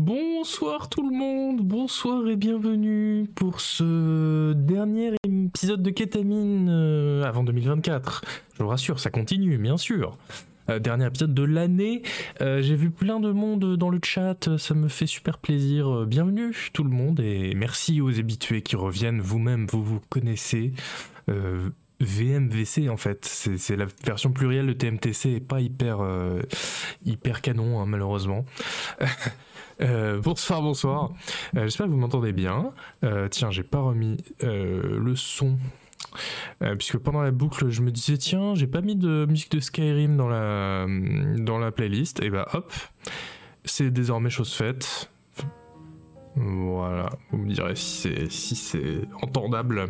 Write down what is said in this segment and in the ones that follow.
Bonsoir tout le monde, bonsoir et bienvenue pour ce dernier épisode de Kétamine avant 2024. Je vous rassure, ça continue, bien sûr. Dernier épisode de l'année. J'ai vu plein de monde dans le chat, ça me fait super plaisir. Bienvenue tout le monde et merci aux habitués qui reviennent. Vous-même, vous connaissez. VMVC en fait, c'est la version plurielle de TMTC et pas hyper canon hein, malheureusement. Bonsoir. J'espère que vous m'entendez bien. Tiens, j'ai pas remis le son. Puisque pendant la boucle, je me disais tiens, j'ai pas mis de musique de Skyrim dans la playlist. Et bah hop, c'est désormais chose faite. Voilà, vous me direz si c'est entendable.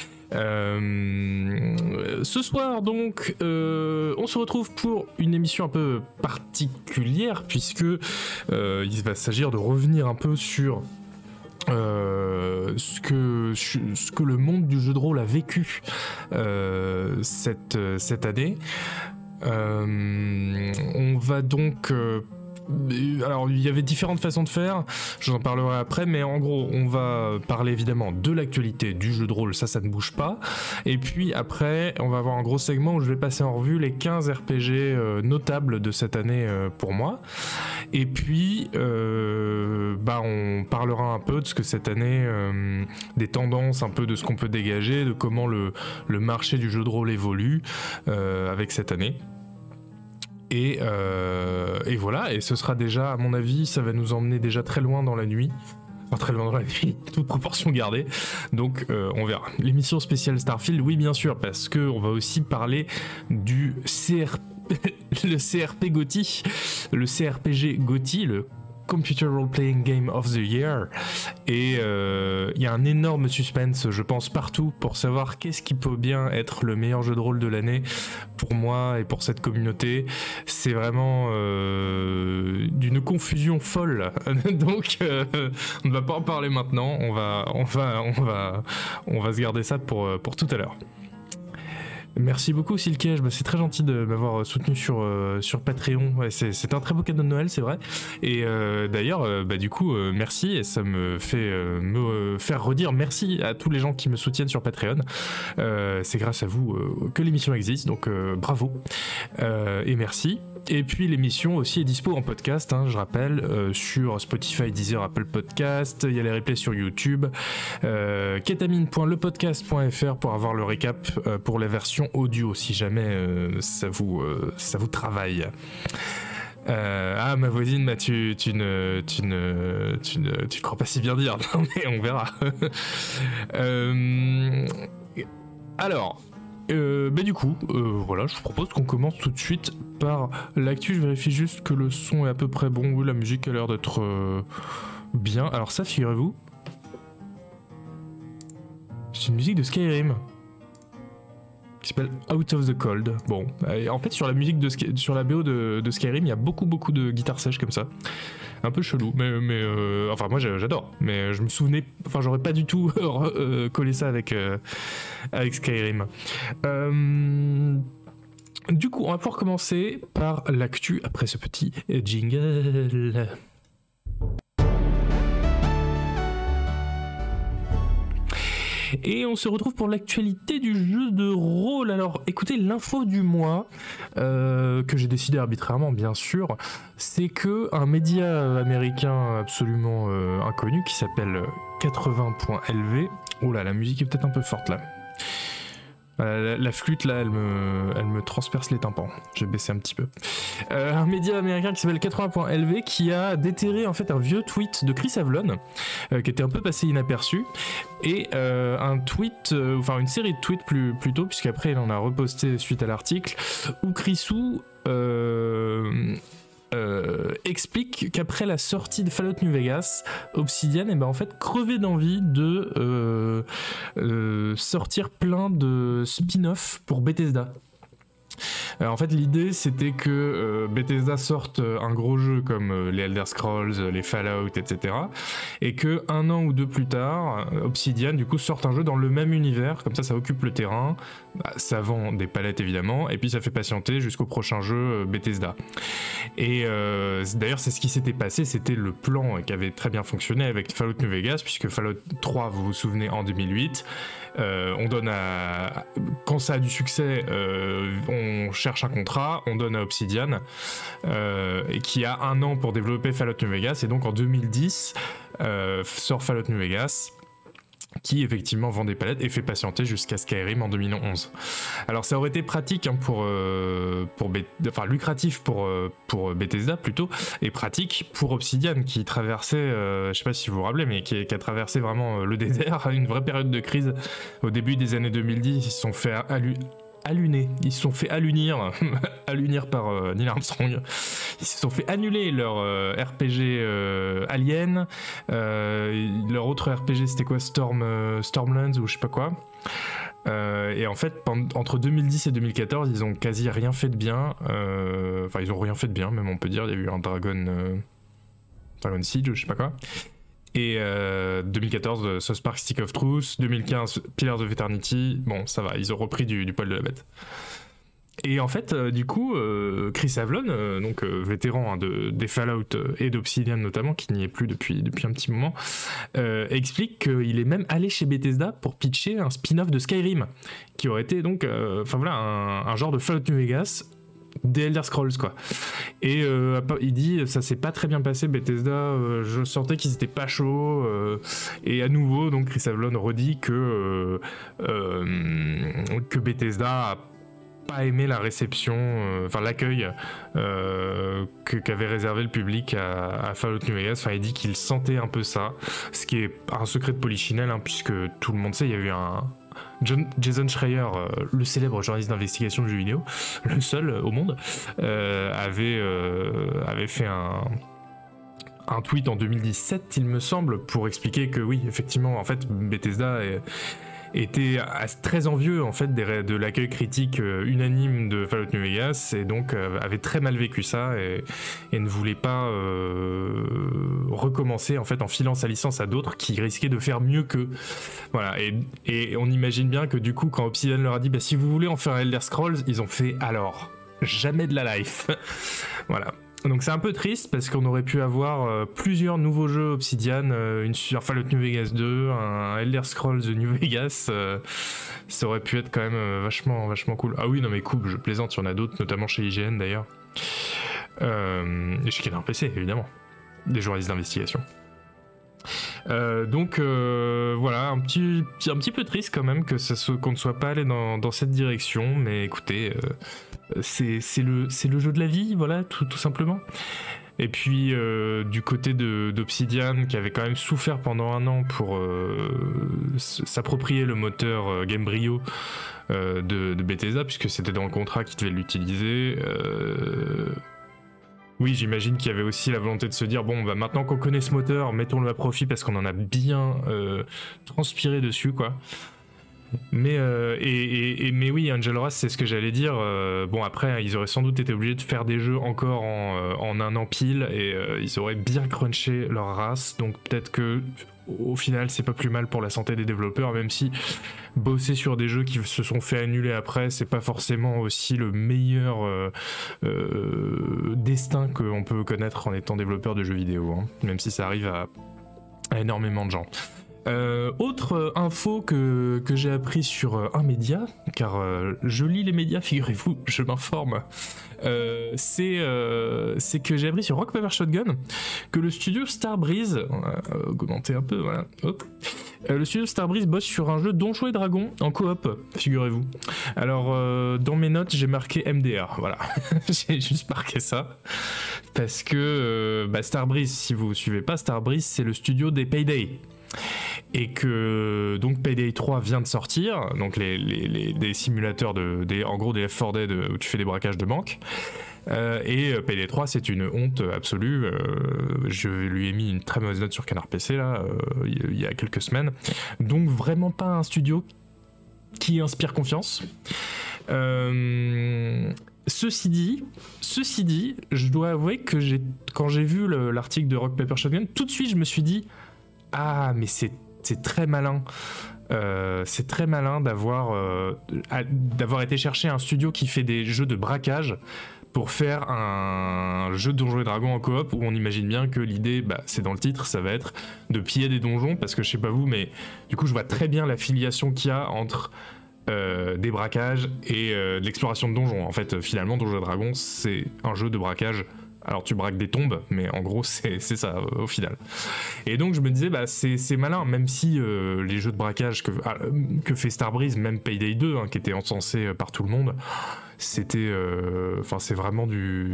Ce soir donc on se retrouve pour une émission un peu particulière puisque il va s'agir de revenir un peu sur ce que le monde du jeu de rôle a vécu cette année. On va donc alors il y avait différentes façons de faire, je vous en parlerai après, mais en gros on va parler évidemment de l'actualité du jeu de rôle, ça ne bouge pas, et puis après on va avoir un gros segment où je vais passer en revue les 15 RPG notables de cette année pour moi, et puis on parlera un peu de ce que cette année, des tendances, un peu de ce qu'on peut dégager, de comment le marché du jeu de rôle évolue avec cette année. Et voilà, et ce sera déjà, à mon avis, ça va nous emmener déjà très loin dans la nuit. Enfin, très loin dans la nuit, toute proportion gardée. Donc, on verra. L'émission spéciale Starfield, oui, bien sûr, parce qu'on va aussi parler du le CRP GOTY, le CRPG GOTY, le Computer Role Playing Game of the Year, et il y a un énorme suspense, je pense, partout pour savoir qu'est-ce qui peut bien être le meilleur jeu de rôle de l'année pour moi et pour cette communauté. C'est vraiment d'une confusion folle. Donc on ne va pas en parler maintenant, on va se garder ça pour tout à l'heure. Merci beaucoup Silkej, c'est très gentil de m'avoir soutenu sur Patreon, ouais, c'est un très beau cadeau de Noël, c'est vrai, et d'ailleurs du coup merci, et ça me fait me faire redire merci à tous les gens qui me soutiennent sur Patreon. C'est grâce à vous que l'émission existe, donc bravo et merci. Et puis l'émission aussi est dispo en podcast, hein, je rappelle, sur Spotify, Deezer, Apple Podcast, il y a les replays sur YouTube, ketamine.lepodcast.fr pour avoir le récap pour la version audio, si jamais ça vous travaille. Ma voisine, tu ne crois pas si bien dire, non mais on verra. Alors... du coup, voilà, je vous propose qu'on commence tout de suite par l'actu. Je vérifie juste que le son est à peu près bon. Oui, la musique a l'air d'être bien. Alors ça, figurez-vous, c'est une musique de Skyrim qui s'appelle Out of the Cold. Bon, en fait, sur la musique sur la BO de Skyrim, il y a beaucoup de guitares sèches comme ça. Un peu chelou, mais enfin moi j'adore, mais je me souvenais, enfin j'aurais pas du tout collé ça avec Skyrim. Du coup, on va pouvoir commencer par l'actu après ce petit jingle. Et on se retrouve pour l'actualité du jeu de rôle. Alors écoutez, l'info du mois, que j'ai décidé arbitrairement bien sûr, c'est que un média américain absolument inconnu qui s'appelle 80.lv, oh là, la musique est peut-être un peu forte là. La flûte là, elle me transperce les tympans. Je vais baisser un petit peu. Un média américain qui s'appelle 80.lv qui a déterré en fait un vieux tweet de Chris Avlon qui était un peu passé inaperçu, et un tweet, enfin une série de tweets plutôt, puisqu'après il en a reposté suite à l'article, où Chrisou explique qu'après la sortie de Fallout New Vegas, Obsidian en fait crevait d'envie de sortir plein de spin-off pour Bethesda. En fait, l'idée c'était que Bethesda sorte un gros jeu comme les Elder Scrolls, les Fallout, etc. Et que un an ou deux plus tard, Obsidian du coup sorte un jeu dans le même univers, comme ça occupe le terrain, ça vend des palettes évidemment, et puis ça fait patienter jusqu'au prochain jeu Bethesda. Et d'ailleurs c'est ce qui s'était passé, c'était le plan qui avait très bien fonctionné avec Fallout New Vegas, puisque Fallout 3, vous vous souvenez, en 2008, on donne quand ça a du succès, on cherche un contrat, on donne à Obsidian, et qui a un an pour développer Fallout New Vegas, et donc en 2010 sort Fallout New Vegas, qui effectivement vend des palettes et fait patienter jusqu'à Skyrim en 2011. Alors ça aurait été pratique lucratif pour Bethesda plutôt, et pratique pour Obsidian qui traversait, je sais pas si vous vous rappelez, mais qui a traversé vraiment le désert, une vraie période de crise au début des années 2010. Ils se sont fait ils se sont fait allunir par Neil Armstrong. Ils se sont fait annuler leur RPG Alien, leur autre RPG c'était quoi, Stormlands ou je sais pas quoi. Et en fait, entre 2010 et 2014, ils ont quasi rien fait de bien. Enfin, ils ont rien fait de bien, même on peut dire. Il y a eu un Dragon Siege ou je sais pas quoi. Et 2014, South Park Stick of Truth, 2015, Pillars of Eternity, bon ça va, ils ont repris du poil de la bête. Et en fait, du coup, Chris Avlon, donc vétéran des Fallout et d'Obsidian notamment, qui n'y est plus depuis un petit moment, explique qu'il est même allé chez Bethesda pour pitcher un spin-off de Skyrim, qui aurait été donc, un genre de Fallout New Vegas, des Elder Scrolls quoi. Et il dit ça s'est pas très bien passé Bethesda, je sentais qu'ils étaient pas chauds, et à nouveau donc Chris Avlon redit que Bethesda a pas aimé la réception, l'accueil qu'avait réservé le public à Fallout New Vegas. Enfin il dit qu'il sentait un peu ça, ce qui est un secret de polichinelle, puisque tout le monde sait, il y a eu Jason Schreier, le célèbre journaliste d'investigation de jeux vidéo, le seul au monde, avait fait un tweet en 2017, il me semble, pour expliquer que oui, effectivement, en fait, Bethesda était très envieux en fait de l'accueil critique unanime de Fallout New Vegas, et donc avait très mal vécu ça et ne voulait pas recommencer en fait en filant sa licence à d'autres qui risquaient de faire mieux qu'eux. Voilà, et on imagine bien que du coup quand Obsidian leur a dit si vous voulez en faire un Elder Scrolls, ils ont fait alors jamais de la life. Voilà. Donc c'est un peu triste parce qu'on aurait pu avoir plusieurs nouveaux jeux Obsidian, sur Fallout New Vegas 2, un Elder Scrolls New Vegas, ça aurait pu être quand même vachement cool. Ah oui, non mais cool, je plaisante, il y en a d'autres, notamment chez IGN d'ailleurs, et chez Canard PC évidemment, des journalistes d'investigation. Donc voilà, un petit peu triste quand même qu'on ne soit pas allé dans cette direction, mais écoutez, c'est le jeu de la vie, voilà, tout simplement. Et puis du côté d'Obsidian, qui avait quand même souffert pendant un an pour s'approprier le moteur Gamebryo de Bethesda, puisque c'était dans le contrat qu'ils devaient l'utiliser. Oui, j'imagine qu'il y avait aussi la volonté de se dire bon, maintenant qu'on connaît ce moteur, mettons-le à profit parce qu'on en a bien transpiré dessus, quoi. Mais oui, Angel Ross, c'est ce que j'allais dire. Bon, après, ils auraient sans doute été obligés de faire des jeux encore en un an pile, et ils auraient bien crunché leur race. Donc peut-être que au final, c'est pas plus mal pour la santé des développeurs, même si bosser sur des jeux qui se sont fait annuler après, c'est pas forcément aussi le meilleur destin qu'on peut connaître en étant développeur de jeux vidéo, même si ça arrive à énormément de gens. Autre info que j'ai appris sur un média, car je lis les médias, figurez-vous, je m'informe, c'est que j'ai appris sur Rock Paper Shotgun que le studio Starbreeze, augmenter un peu, voilà, hop, le studio Starbreeze bosse sur un jeu Donjons et Dragons en coop, figurez-vous. Alors dans mes notes j'ai marqué MDR, voilà, j'ai juste marqué ça parce que Starbreeze, si vous suivez pas, Starbreeze c'est le studio des Payday. Et que donc Payday 3 vient de sortir, donc des simulateurs en gros des Left 4 Dead où tu fais des braquages de banque, et Payday 3 c'est une honte absolue. Je lui ai mis une très mauvaise note sur Canard PC là, il y a quelques semaines, donc vraiment pas un studio qui inspire confiance. Ceci dit, je dois avouer que quand j'ai vu l'article de Rock Paper Shotgun, tout de suite je me suis dit ah mais c'est très malin. C'est très malin d'avoir été chercher un studio qui fait des jeux de braquage pour faire un jeu de Donjons et Dragons en coop où on imagine bien que l'idée, c'est dans le titre, ça va être de piller des donjons, parce que je sais pas vous, mais du coup je vois très bien la filiation qu'il y a entre des braquages et de l'exploration de donjons. En fait, finalement, Donjons et Dragons, c'est un jeu de braquage. Alors tu braques des tombes, mais en gros c'est ça au final. Et donc je me disais c'est malin, même si les jeux de braquage que fait Starbreeze, même Payday 2 qui était encensé par tout le monde, c'était c'est vraiment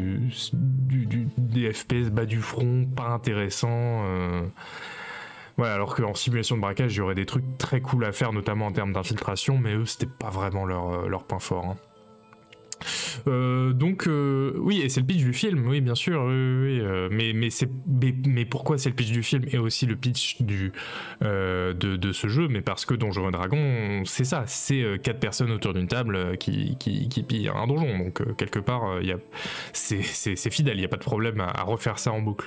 des FPS bas du front, pas intéressant. Voilà, alors qu'en simulation de braquage il y aurait des trucs très cool à faire, notamment en termes d'infiltration, mais eux c'était pas vraiment leur point fort. Oui, et c'est le pitch du film, oui bien sûr, oui, mais pourquoi c'est le pitch du film et aussi le pitch de ce jeu? Mais parce que Donjons et Dragons, c'est ça, c'est 4 personnes autour d'une table qui pillent un donjon, donc quelque part c'est fidèle, il n'y a pas de problème à refaire ça en boucle.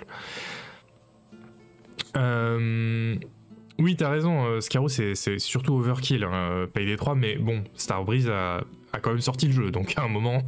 Oui, t'as raison, Scarou, c'est surtout overkill, Payday 3, mais bon, Starbreeze a quand même sorti le jeu, donc à un moment,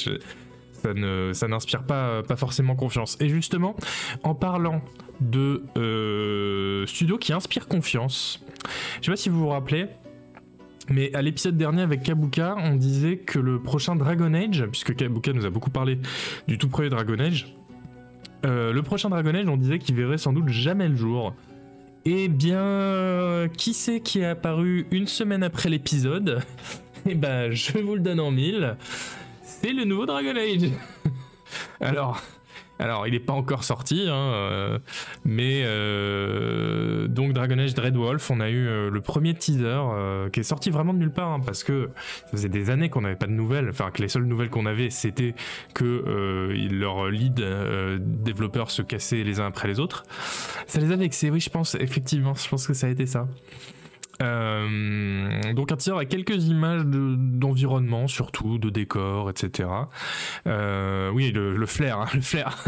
ça n'inspire pas forcément confiance. Et justement, en parlant de studio qui inspire confiance, je sais pas si vous vous rappelez, mais à l'épisode dernier avec Kabuka, on disait que le prochain Dragon Age, puisque Kabuka nous a beaucoup parlé du tout premier Dragon Age, le prochain Dragon Age, on disait qu'il verrait sans doute jamais le jour. Eh bien, qui c'est qui est apparu une semaine après l'épisode? Eh ben, je vous le donne en mille. C'est le nouveau Dragon Age. Alors, il n'est pas encore sorti, mais donc Dragon Age Dreadwolf, on a eu le premier teaser qui est sorti vraiment de nulle part, parce que ça faisait des années qu'on n'avait pas de nouvelles, enfin que les seules nouvelles qu'on avait c'était que leur lead développeurs se cassaient les uns après les autres. Ça les a vexés, oui je pense que ça a été ça. Donc un teaser avec quelques images d'environnement, surtout de décors, etc. Oui, le flair, le flair.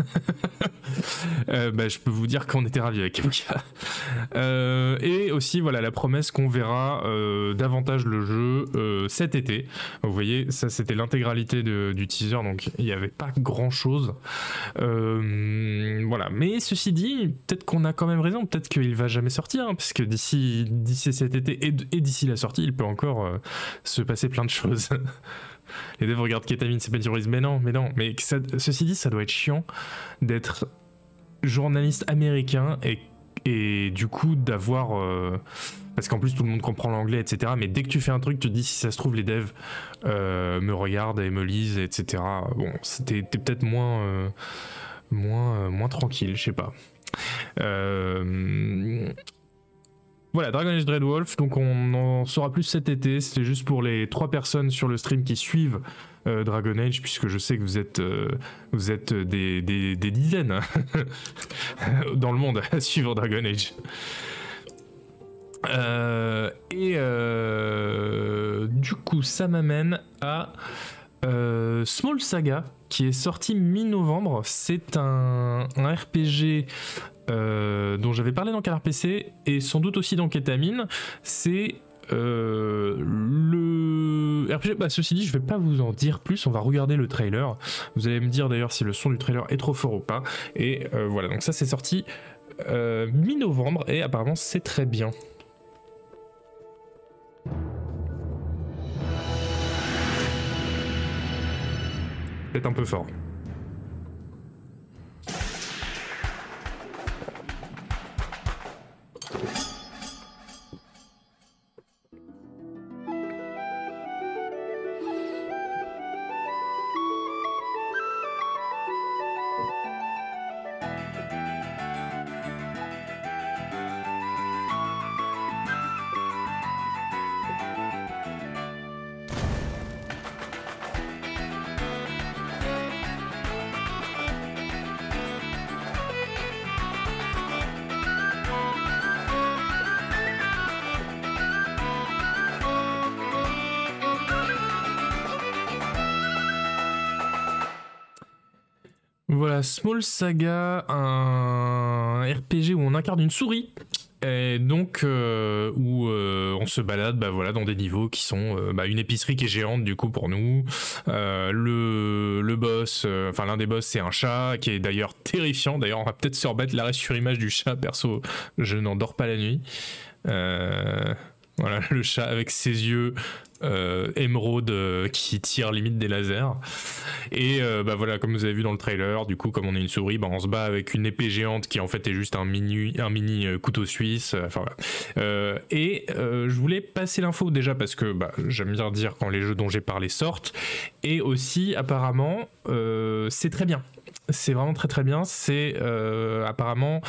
Je peux vous dire qu'on était ravis avec Kabuka. Et aussi voilà la promesse qu'on verra davantage le jeu cet été. Vous voyez, ça c'était l'intégralité du teaser, donc il n'y avait pas grand chose. Voilà, mais ceci dit, peut-être qu'on a quand même raison, peut-être qu'il va jamais sortir, parce que d'ici cet été et d'ici la sortie, il peut encore se passer plein de choses. Les devs regardent Ketamine, c'est pas terroriste, mais non, ceci dit, ça doit être chiant d'être journaliste américain et du coup d'avoir parce qu'en plus tout le monde comprend l'anglais, etc. Mais dès que tu fais un truc, tu te dis si ça se trouve les devs me regardent et me lisent, etc. Bon, t'es peut-être moins tranquille, je sais pas. Voilà, Dragon Age Dreadwolf, donc on en saura plus cet été. C'était juste pour les 3 personnes sur le stream qui suivent Dragon Age, puisque je sais que vous êtes des dizaines dans le monde à suivre Dragon Age. Du coup, ça m'amène à Small Saga, qui est sorti mi-novembre. C'est un RPG dont j'avais parlé dans Canard PC et sans doute aussi dans Ketamine. C'est le RPG. Ceci dit, je vais pas vous en dire plus, on va regarder le trailer. Vous allez me dire d'ailleurs si le son du trailer est trop fort ou pas. Et voilà, donc ça c'est sorti mi-novembre et apparemment c'est très bien. Peut-être un peu fort. Voilà, Small Saga, un RPG où on incarne une souris. Et donc où on se balade voilà, dans des niveaux qui sont une épicerie qui est géante du coup pour nous, le boss, enfin l'un des boss c'est un chat qui est d'ailleurs terrifiant, d'ailleurs on va peut-être se remettre l'arrêt sur image du chat, perso je n'en dors pas la nuit. Voilà, le chat avec ses yeux émeraude qui tire limite des lasers. Et voilà, comme vous avez vu dans le trailer, du coup, comme on est une souris, on se bat avec une épée géante qui en fait est juste un mini couteau suisse. Enfin voilà. Je voulais passer l'info déjà parce que j'aime bien dire quand les jeux dont j'ai parlé sortent. Et aussi, apparemment, c'est très bien. C'est vraiment très très bien. C'est apparemment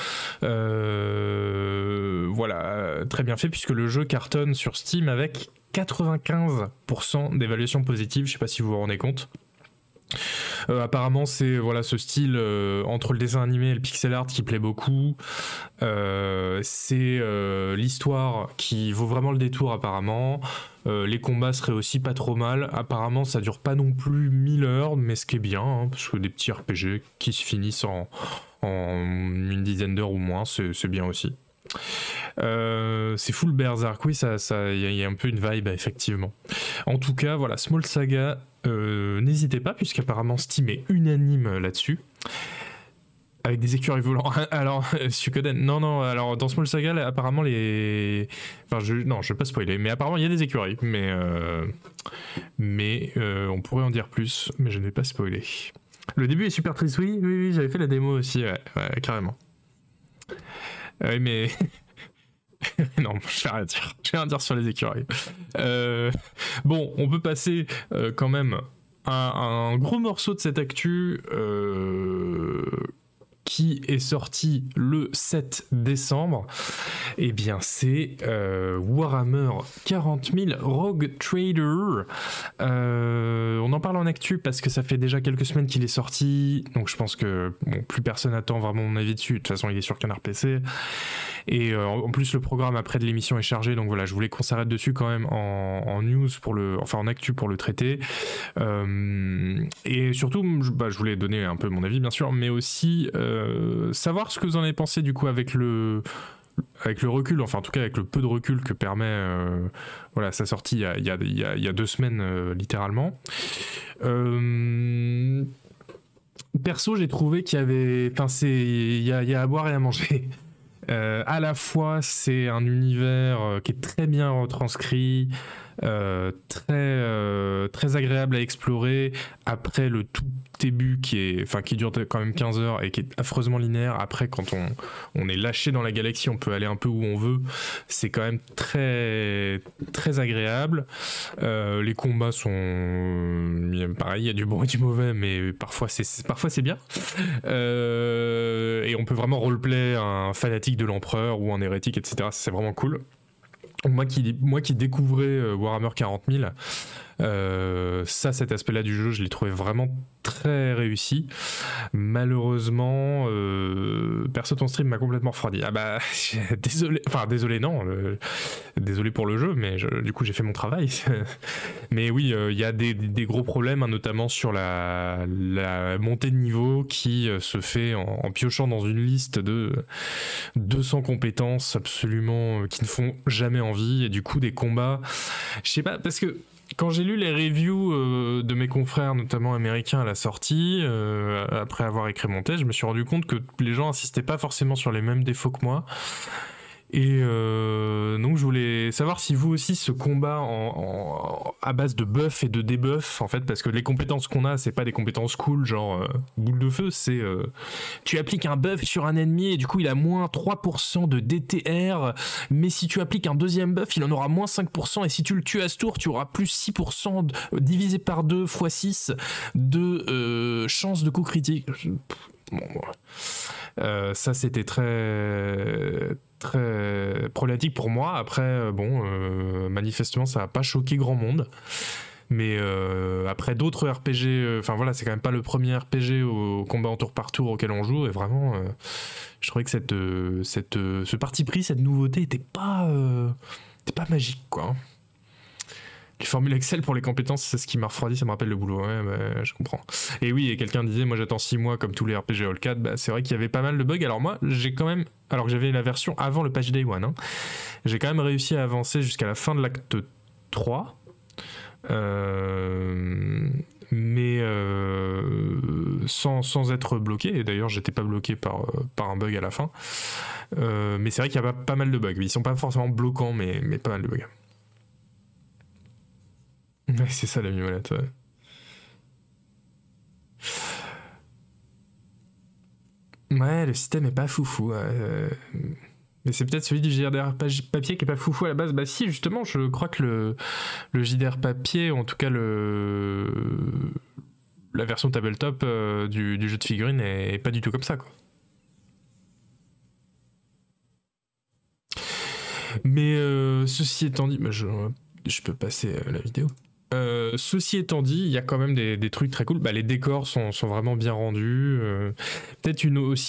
voilà, très bien fait puisque le jeu cartonne sur Steam avec 95% d'évaluation positive. Je sais pas si vous vous rendez compte. Apparemment c'est voilà ce style entre le dessin animé et le pixel art qui plaît beaucoup. C'est l'histoire qui vaut vraiment le détour apparemment. Les combats seraient aussi pas trop mal. Apparemment ça dure pas non plus 1000 heures, mais ce qui est bien, parce que des petits RPG qui se finissent en une dizaine d'heures ou moins, c'est bien aussi. C'est full Berserk, oui, ça y a un peu une vibe effectivement. En tout cas, voilà, Small Saga, n'hésitez pas puisqu'apparemment Steam est unanime là-dessus. Avec des écureuils volants. Alors, Suikoden, non, alors dans Small Saga, là, apparemment je vais pas spoiler, mais apparemment il y a des écureuils, mais on pourrait en dire plus, mais je ne vais pas spoiler. Le début est super triste, oui, j'avais fait la démo aussi, ouais carrément. Oui, mais non, je vais rien dire. Je vais rien dire sur les écureuils. Bon, on peut passer quand même à un gros morceau de cette actu qui est sorti le 7 décembre. Eh bien, c'est Warhammer 40 000 Rogue Trader. On en parle en actu parce que ça fait déjà quelques semaines qu'il est sorti. Donc, je pense que plus personne n'attend vraiment mon avis dessus. De toute façon, il est sur Canard PC. Et en plus, le programme après de l'émission est chargé. Donc voilà, je voulais qu'on s'arrête dessus quand même en news en actu pour le traiter. Et surtout, je voulais donner un peu mon avis, bien sûr, mais aussi savoir ce que vous en avez pensé du coup avec le recul, enfin en tout cas avec le peu de recul que permet sa sortie il y a 2 semaines littéralement. Perso, j'ai trouvé qu'il y avait, il y a à boire et à manger. À la fois, c'est un univers qui est très bien retranscrit, très agréable à explorer. Après le tout début qui dure quand même 15 heures et qui est affreusement linéaire. Après, quand on est lâché dans la galaxie, on peut aller un peu où on veut. C'est quand même très, très agréable. Les combats sont pareil, il y a du bon et du mauvais, mais parfois c'est bien. Et on peut vraiment roleplay un fanatique de l'empereur ou un hérétique, etc. C'est vraiment cool. Moi qui découvrais Warhammer 40 000, cet aspect-là du jeu, je l'ai trouvé vraiment très réussi. Malheureusement, perso, ton stream m'a complètement refroidi. Désolé pour le jeu, mais du coup j'ai fait mon travail. Mais oui, il y a des gros problèmes, notamment sur la montée de niveau qui se fait en piochant dans une liste de 200 compétences absolument qui ne font jamais envie, et du coup des combats, je sais pas, parce que quand j'ai lu les reviews de mes confrères, notamment américains, à la sortie, après avoir écrit mon test, je me suis rendu compte que les gens insistaient pas forcément sur les mêmes défauts que moi. Et donc je voulais savoir si vous aussi ce combat à base de buff et de debuff, en fait, parce que les compétences qu'on a, c'est pas des compétences cool genre boule de feu, c'est tu appliques un buff sur un ennemi et du coup il a moins 3% de DTR, mais si tu appliques un deuxième buff il en aura moins 5%, et si tu le tues à ce tour tu auras plus 6% divisé par 2 x 6 de chance de coup critique. Bon, voilà. Ça c'était très problématique pour moi. Après manifestement ça n'a pas choqué grand monde, mais après d'autres RPG, c'est quand même pas le premier RPG au combat en tour par tour auquel on joue, et vraiment je trouvais que ce parti pris, cette nouveauté était pas magique quoi. Les formules Excel pour les compétences, c'est ce qui m'a refroidi, ça me rappelle le boulot. Ouais, bah, je comprends. Et oui, et quelqu'un disait, moi j'attends 6 mois comme tous les RPG All 4. Bah, c'est vrai qu'il y avait pas mal de bugs. Alors moi, j'ai quand même, alors que j'avais la version avant le patch Day 1, hein, j'ai quand même réussi à avancer jusqu'à la fin de l'acte 3. Mais sans être bloqué. Et d'ailleurs, j'étais pas bloqué par un bug à la fin. Mais c'est vrai qu'il y a pas mal de bugs. Ils sont pas forcément bloquants, mais pas mal de bugs. Ouais, c'est ça la mimolette, ouais. Ouais, le système est pas foufou. Mais c'est peut-être celui du JDR papier qui est pas foufou à la base. Bah si, justement, je crois que le JDR papier, ou en tout cas la version tabletop du jeu de figurines est pas du tout comme ça, quoi. Mais ceci étant dit, bah, je peux passer la vidéo. Ceci étant dit, il y a quand même des trucs très cool. Bah, les décors sont vraiment bien rendus. Peut-être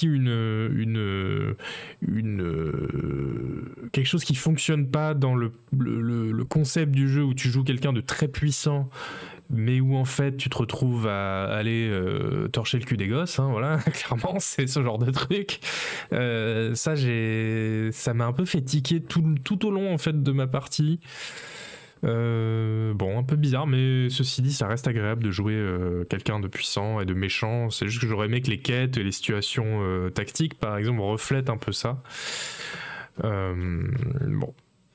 quelque chose qui fonctionne pas dans le concept du jeu où tu joues quelqu'un de très puissant, mais où en fait tu te retrouves à aller torcher le cul des gosses, hein, voilà, clairement c'est ce genre de truc. Ça m'a un peu fait tiquer tout au long en fait de ma partie. Bon, un peu bizarre, mais ceci dit, ça reste agréable de jouer quelqu'un de puissant et de méchant. C'est juste que j'aurais aimé que les quêtes et les situations tactiques, par exemple, reflètent un peu ça. Bon.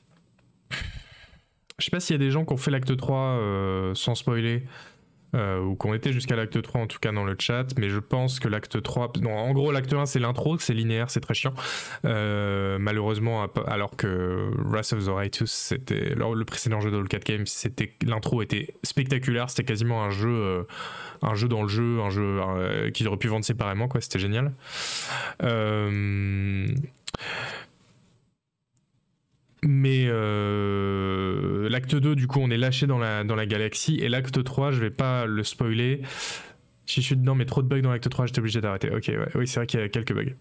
Je sais pas s'il y a des gens qui ont fait l'acte 3 sans spoiler, ou qu'on était jusqu'à l'acte 3 en tout cas dans le chat, mais je pense que l'acte 3... Non, en gros, l'acte 1 c'est l'intro, c'est linéaire, c'est très chiant. Malheureusement, alors que Wrath of the Righteous, c'était le précédent jeu de All 4 Games, l'intro était spectaculaire, c'était quasiment un jeu dans le jeu, un jeu qu'ils auraient pu vendre séparément, quoi, c'était génial. Mais l'acte 2, du coup, on est lâché dans la galaxie. Et l'acte 3, je vais pas le spoiler. Si je suis dedans, mais trop de bugs dans l'acte 3, j'étais obligé d'arrêter. Ok, ouais, oui, c'est vrai qu'il y a quelques bugs.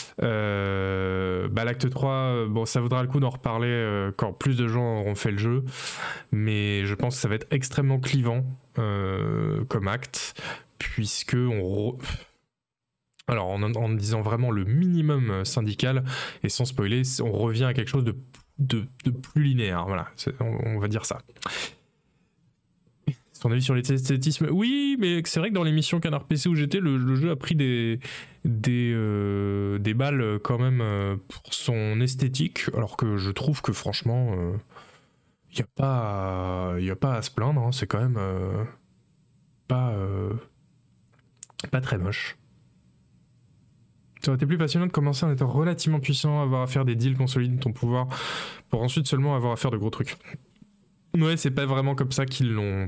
L'acte 3, bon, ça vaudra le coup d'en reparler quand plus de gens auront fait le jeu. Mais je pense que ça va être extrêmement clivant comme acte. Puisque alors, en disant vraiment le minimum syndical, et sans spoiler, on revient à quelque chose de plus linéaire, voilà, on va dire ça. Ton avis sur l'esthétisme? Oui, mais c'est vrai que dans l'émission Canard PC où j'étais, le jeu a pris des balles quand même pour son esthétique, alors que je trouve que franchement, il n'y a pas à se plaindre, hein, c'est quand même pas très moche. Ça aurait été plus passionnant de commencer en étant relativement puissant, avoir à faire des deals consolident ton pouvoir, pour ensuite seulement avoir à faire de gros trucs. Ouais, c'est pas vraiment comme ça qu'ils l'ont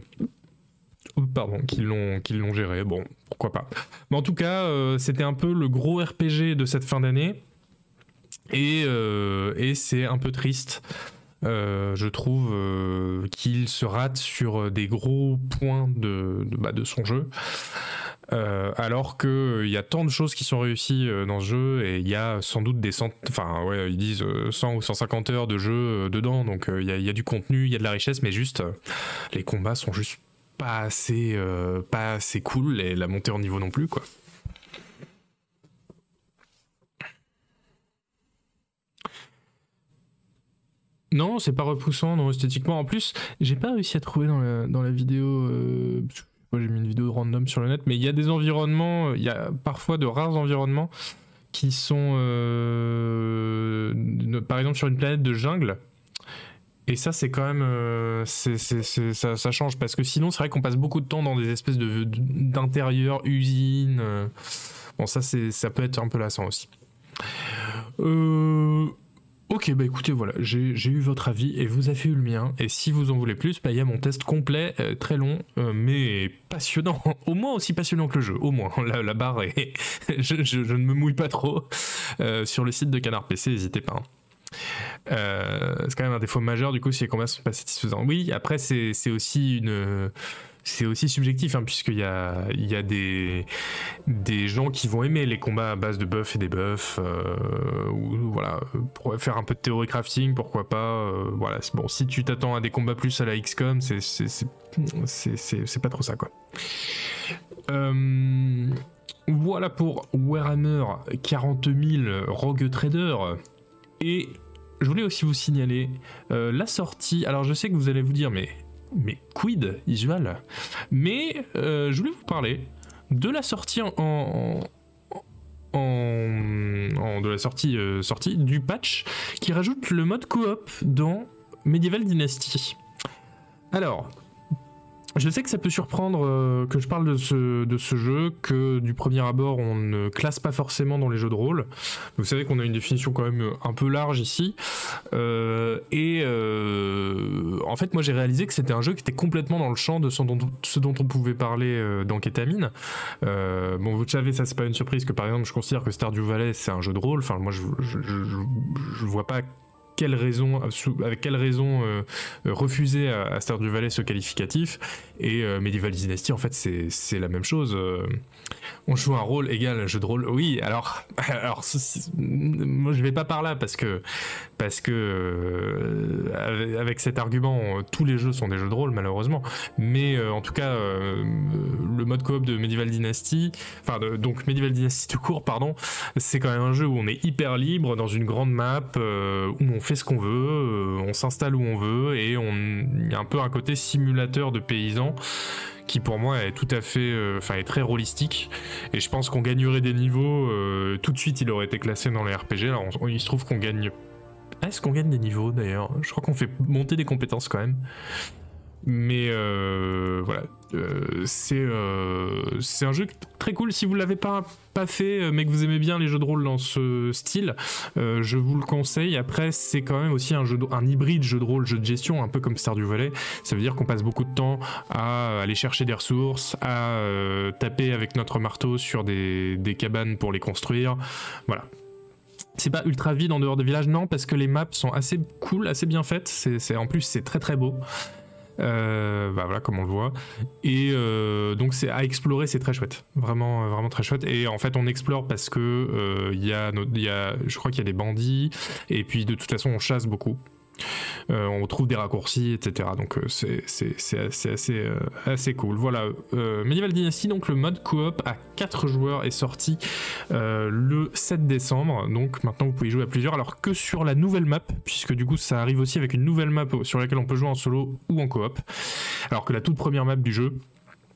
géré, bon, pourquoi pas. Mais en tout cas, c'était un peu le gros RPG de cette fin d'année, et c'est un peu triste. Je trouve qu'il se rate sur des gros points de son jeu. Alors qu'il y a tant de choses qui sont réussies dans ce jeu, et il y a sans doute ils disent 100 ou 150 heures de jeu dedans, donc il y a du contenu, il y a de la richesse, mais juste les combats sont juste pas assez cool, et la montée en niveau non plus, quoi. Non, c'est pas repoussant, non, esthétiquement. En plus, j'ai pas réussi à trouver dans la vidéo... Moi, j'ai mis une vidéo random sur le net, mais il y a des environnements, il y a parfois de rares environnements qui sont, par exemple, sur une planète de jungle. Et ça, c'est quand même, ça change, parce que sinon, c'est vrai qu'on passe beaucoup de temps dans des espèces d'intérieur, usines. Bon, ça peut être un peu lassant aussi. Ok, bah écoutez, voilà, j'ai eu votre avis et vous avez eu le mien. Et si vous en voulez plus, bah il y a mon test complet, très long, mais passionnant. Au moins aussi passionnant que le jeu, au moins. La barre est... je ne me mouille pas trop. Sur le site de Canard PC, n'hésitez pas. C'est quand même un défaut majeur, du coup, si les combats sont pas satisfaisants. Oui, après, c'est aussi subjectif, hein, puisqu'il y a des gens qui vont aimer les combats à base de buffs et des buffs, ou voilà, voilà, pour faire un peu de théorie crafting, pourquoi pas. Voilà, bon, si tu t'attends à des combats plus à la XCOM, c'est pas trop ça, quoi. Voilà pour Warhammer 40 000 Rogue Trader. Et je voulais aussi vous signaler la sortie. Alors je sais que vous allez vous dire, mais quid, Isual? Mais je voulais vous parler de la sortie de la sortie du patch qui rajoute le mode coop dans Medieval Dynasty. Alors, je sais que ça peut surprendre que je parle de ce jeu, que du premier abord on ne classe pas forcément dans les jeux de rôle. Vous savez qu'on a une définition quand même un peu large ici. En fait, moi j'ai réalisé que c'était un jeu qui était complètement dans le champ de ce dont on pouvait parler dans Kétamine. Bon, vous le savez, ça c'est pas une surprise que par exemple je considère que Stardew Valley c'est un jeu de rôle. Enfin, moi je vois pas avec quelle raison refuser à Stardew Valley ce qualificatif. Et Medieval Dynasty, en fait, c'est la même chose. On joue un rôle égal jeu de rôle. Oui, alors moi je vais pas par là parce que avec cet argument, tous les jeux sont des jeux de rôle malheureusement. Mais en tout cas, le mode coop de Medieval Dynasty, donc Medieval Dynasty tout court, pardon, c'est quand même un jeu où on est hyper libre dans une grande map où on fait ce qu'on veut, on s'installe où on veut et il y a un peu un côté simulateur de paysan qui pour moi est tout à fait est très rôlistique, et je pense qu'on gagnerait des niveaux tout de suite. Il aurait été classé dans les RPG. Alors il se trouve qu'on gagne, est-ce qu'on gagne des niveaux d'ailleurs? Je crois qu'on fait monter des compétences quand même. Mais voilà, c'est un jeu très cool. Si vous l'avez pas fait, mais que vous aimez bien les jeux de rôle dans ce style, je vous le conseille. Après, c'est quand même aussi un hybride jeu de rôle, jeu de gestion, un peu comme Stardew Valley. Ça veut dire qu'on passe beaucoup de temps à aller chercher des ressources, à taper avec notre marteau sur des cabanes pour les construire. Voilà. C'est pas ultra vide en dehors des villages, non, parce que les maps sont assez cool, assez bien faites. En plus, c'est très très beau. Voilà, comme on le voit. Et donc c'est à explorer, c'est très chouette, vraiment vraiment très chouette. Et en fait on explore parce que je crois qu'il y a des bandits, et puis de toute façon on chasse beaucoup. On trouve des raccourcis, etc. Donc c'est assez cool. Voilà, Medieval Dynasty, donc le mode coop à 4 joueurs est sorti le 7 décembre. Donc maintenant vous pouvez jouer à plusieurs, alors que sur la nouvelle map, puisque du coup ça arrive aussi avec une nouvelle map sur laquelle on peut jouer en solo ou en coop. Alors que la toute première map du jeu,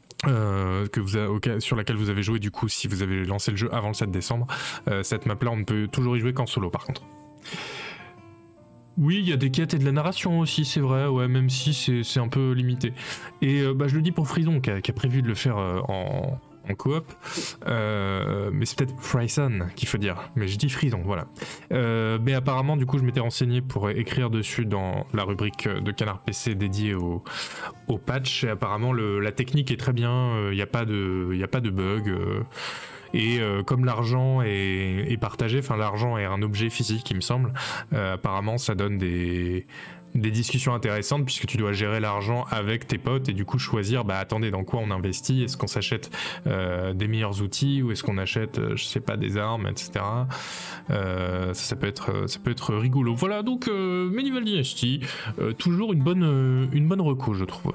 sur laquelle vous avez joué du coup si vous avez lancé le jeu avant le 7 décembre, cette map là on ne peut toujours y jouer qu'en solo par contre. Oui, il y a des quêtes et de la narration aussi, c'est vrai, ouais, même si c'est un peu limité. Et je le dis pour Frison, qui a prévu de le faire en coop, mais c'est peut-être Fryson qu'il faut dire, mais je dis Frison, voilà. Mais apparemment, du coup, je m'étais renseigné pour écrire dessus dans la rubrique de Canard PC dédiée au patch, et apparemment la technique est très bien, il n'y a pas de bug. Et comme l'argent est partagé, enfin l'argent est un objet physique il me semble, apparemment ça donne des discussions intéressantes, puisque tu dois gérer l'argent avec tes potes et du coup choisir, attendez, dans quoi on investit, est-ce qu'on s'achète des meilleurs outils ou est-ce qu'on achète je sais pas, des armes, etc. Ça peut être rigolo. Voilà, donc Medieval Dynasty, toujours une bonne reco je trouve.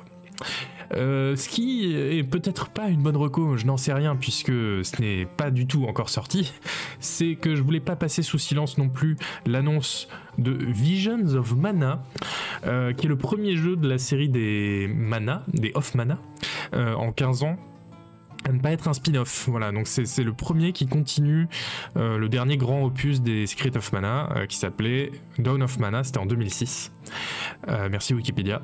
Ce qui est peut-être pas une bonne reco, je n'en sais rien puisque ce n'est pas du tout encore sorti, c'est que je voulais pas passer sous silence non plus l'annonce de Visions of Mana, qui est le premier jeu de la série des Off Mana, en 15 ans. À ne pas être un spin-off, voilà, donc c'est le premier qui continue le dernier grand opus des Secret of Mana, qui s'appelait Dawn of Mana, c'était en 2006. Merci Wikipédia.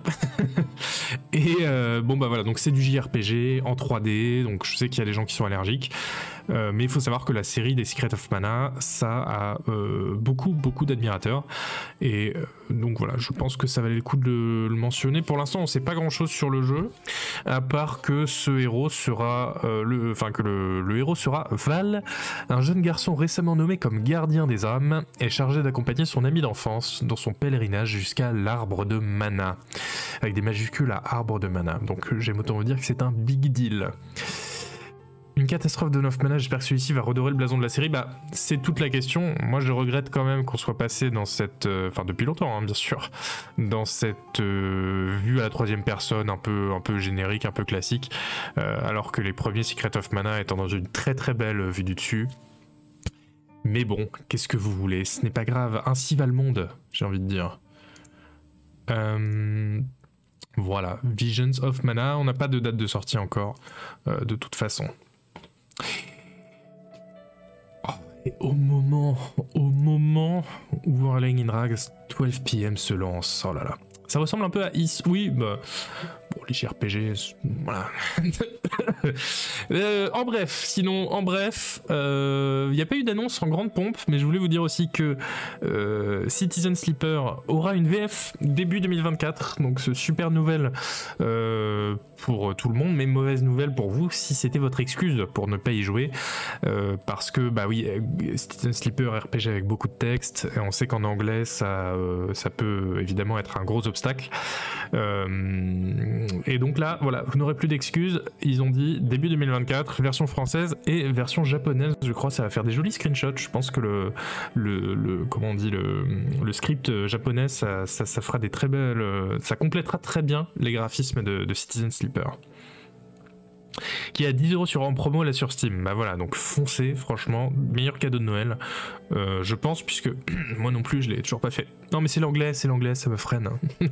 Et voilà, donc c'est du JRPG en 3D, donc je sais qu'il y a des gens qui sont allergiques, mais il faut savoir que la série des Secret of Mana, ça a beaucoup d'admirateurs, et donc voilà, je pense que ça valait le coup de le mentionner. Pour l'instant on sait pas grand chose sur le jeu, à part que ce héros sera le héros sera Val, un jeune garçon récemment nommé comme gardien des âmes et chargé d'accompagner son ami d'enfance dans son pèlerinage jusqu'à l'arbre de mana, avec des majuscules à arbre de mana, donc j'aime autant vous dire que c'est un big deal. Une catastrophe de 9 mana, j'espère que celui-ci va redorer le blason de la série. Bah, c'est toute la question. Moi, je regrette quand même qu'on soit passé dans cette... Enfin, depuis longtemps, hein, bien sûr. Dans cette vue à la troisième personne, un peu générique, un peu classique. Alors que les premiers Secret of Mana étant dans une très très belle vue du dessus. Mais bon, qu'est-ce que vous voulez? Ce n'est pas grave. Ainsi va le monde, j'ai envie de dire. Voilà, Visions of Mana. On n'a pas de date de sortie encore, de toute façon. Et au moment où Whirling in Rags 12 PM se lance, oh là là, ça ressemble un peu à Is, oui, bah, bon, les JRPG, voilà. En bref, il n'y a pas eu d'annonce en grande pompe, mais je voulais vous dire aussi que Citizen Sleeper aura une VF début 2024, donc super nouvelle pour tout le monde, mais mauvaise nouvelle pour vous si c'était votre excuse pour ne pas y jouer, parce que bah oui, Citizen Sleeper RPG avec beaucoup de texte, et on sait qu'en anglais ça peut évidemment être un gros obstacle, et donc là voilà, vous n'aurez plus d'excuses. Ils ont dit début 2024, version française et version japonaise, je crois. Ça va faire des jolis screenshots. Je pense que comment on dit, le script japonais, ça fera des très belles, ça complétera très bien les graphismes de Citizen Sleeper, qui est à 10€ en promo là sur Steam. Bah voilà, donc foncez, franchement, meilleur cadeau de Noël, je pense, puisque moi non plus je l'ai toujours pas fait. Non mais c'est l'anglais, ça me freine.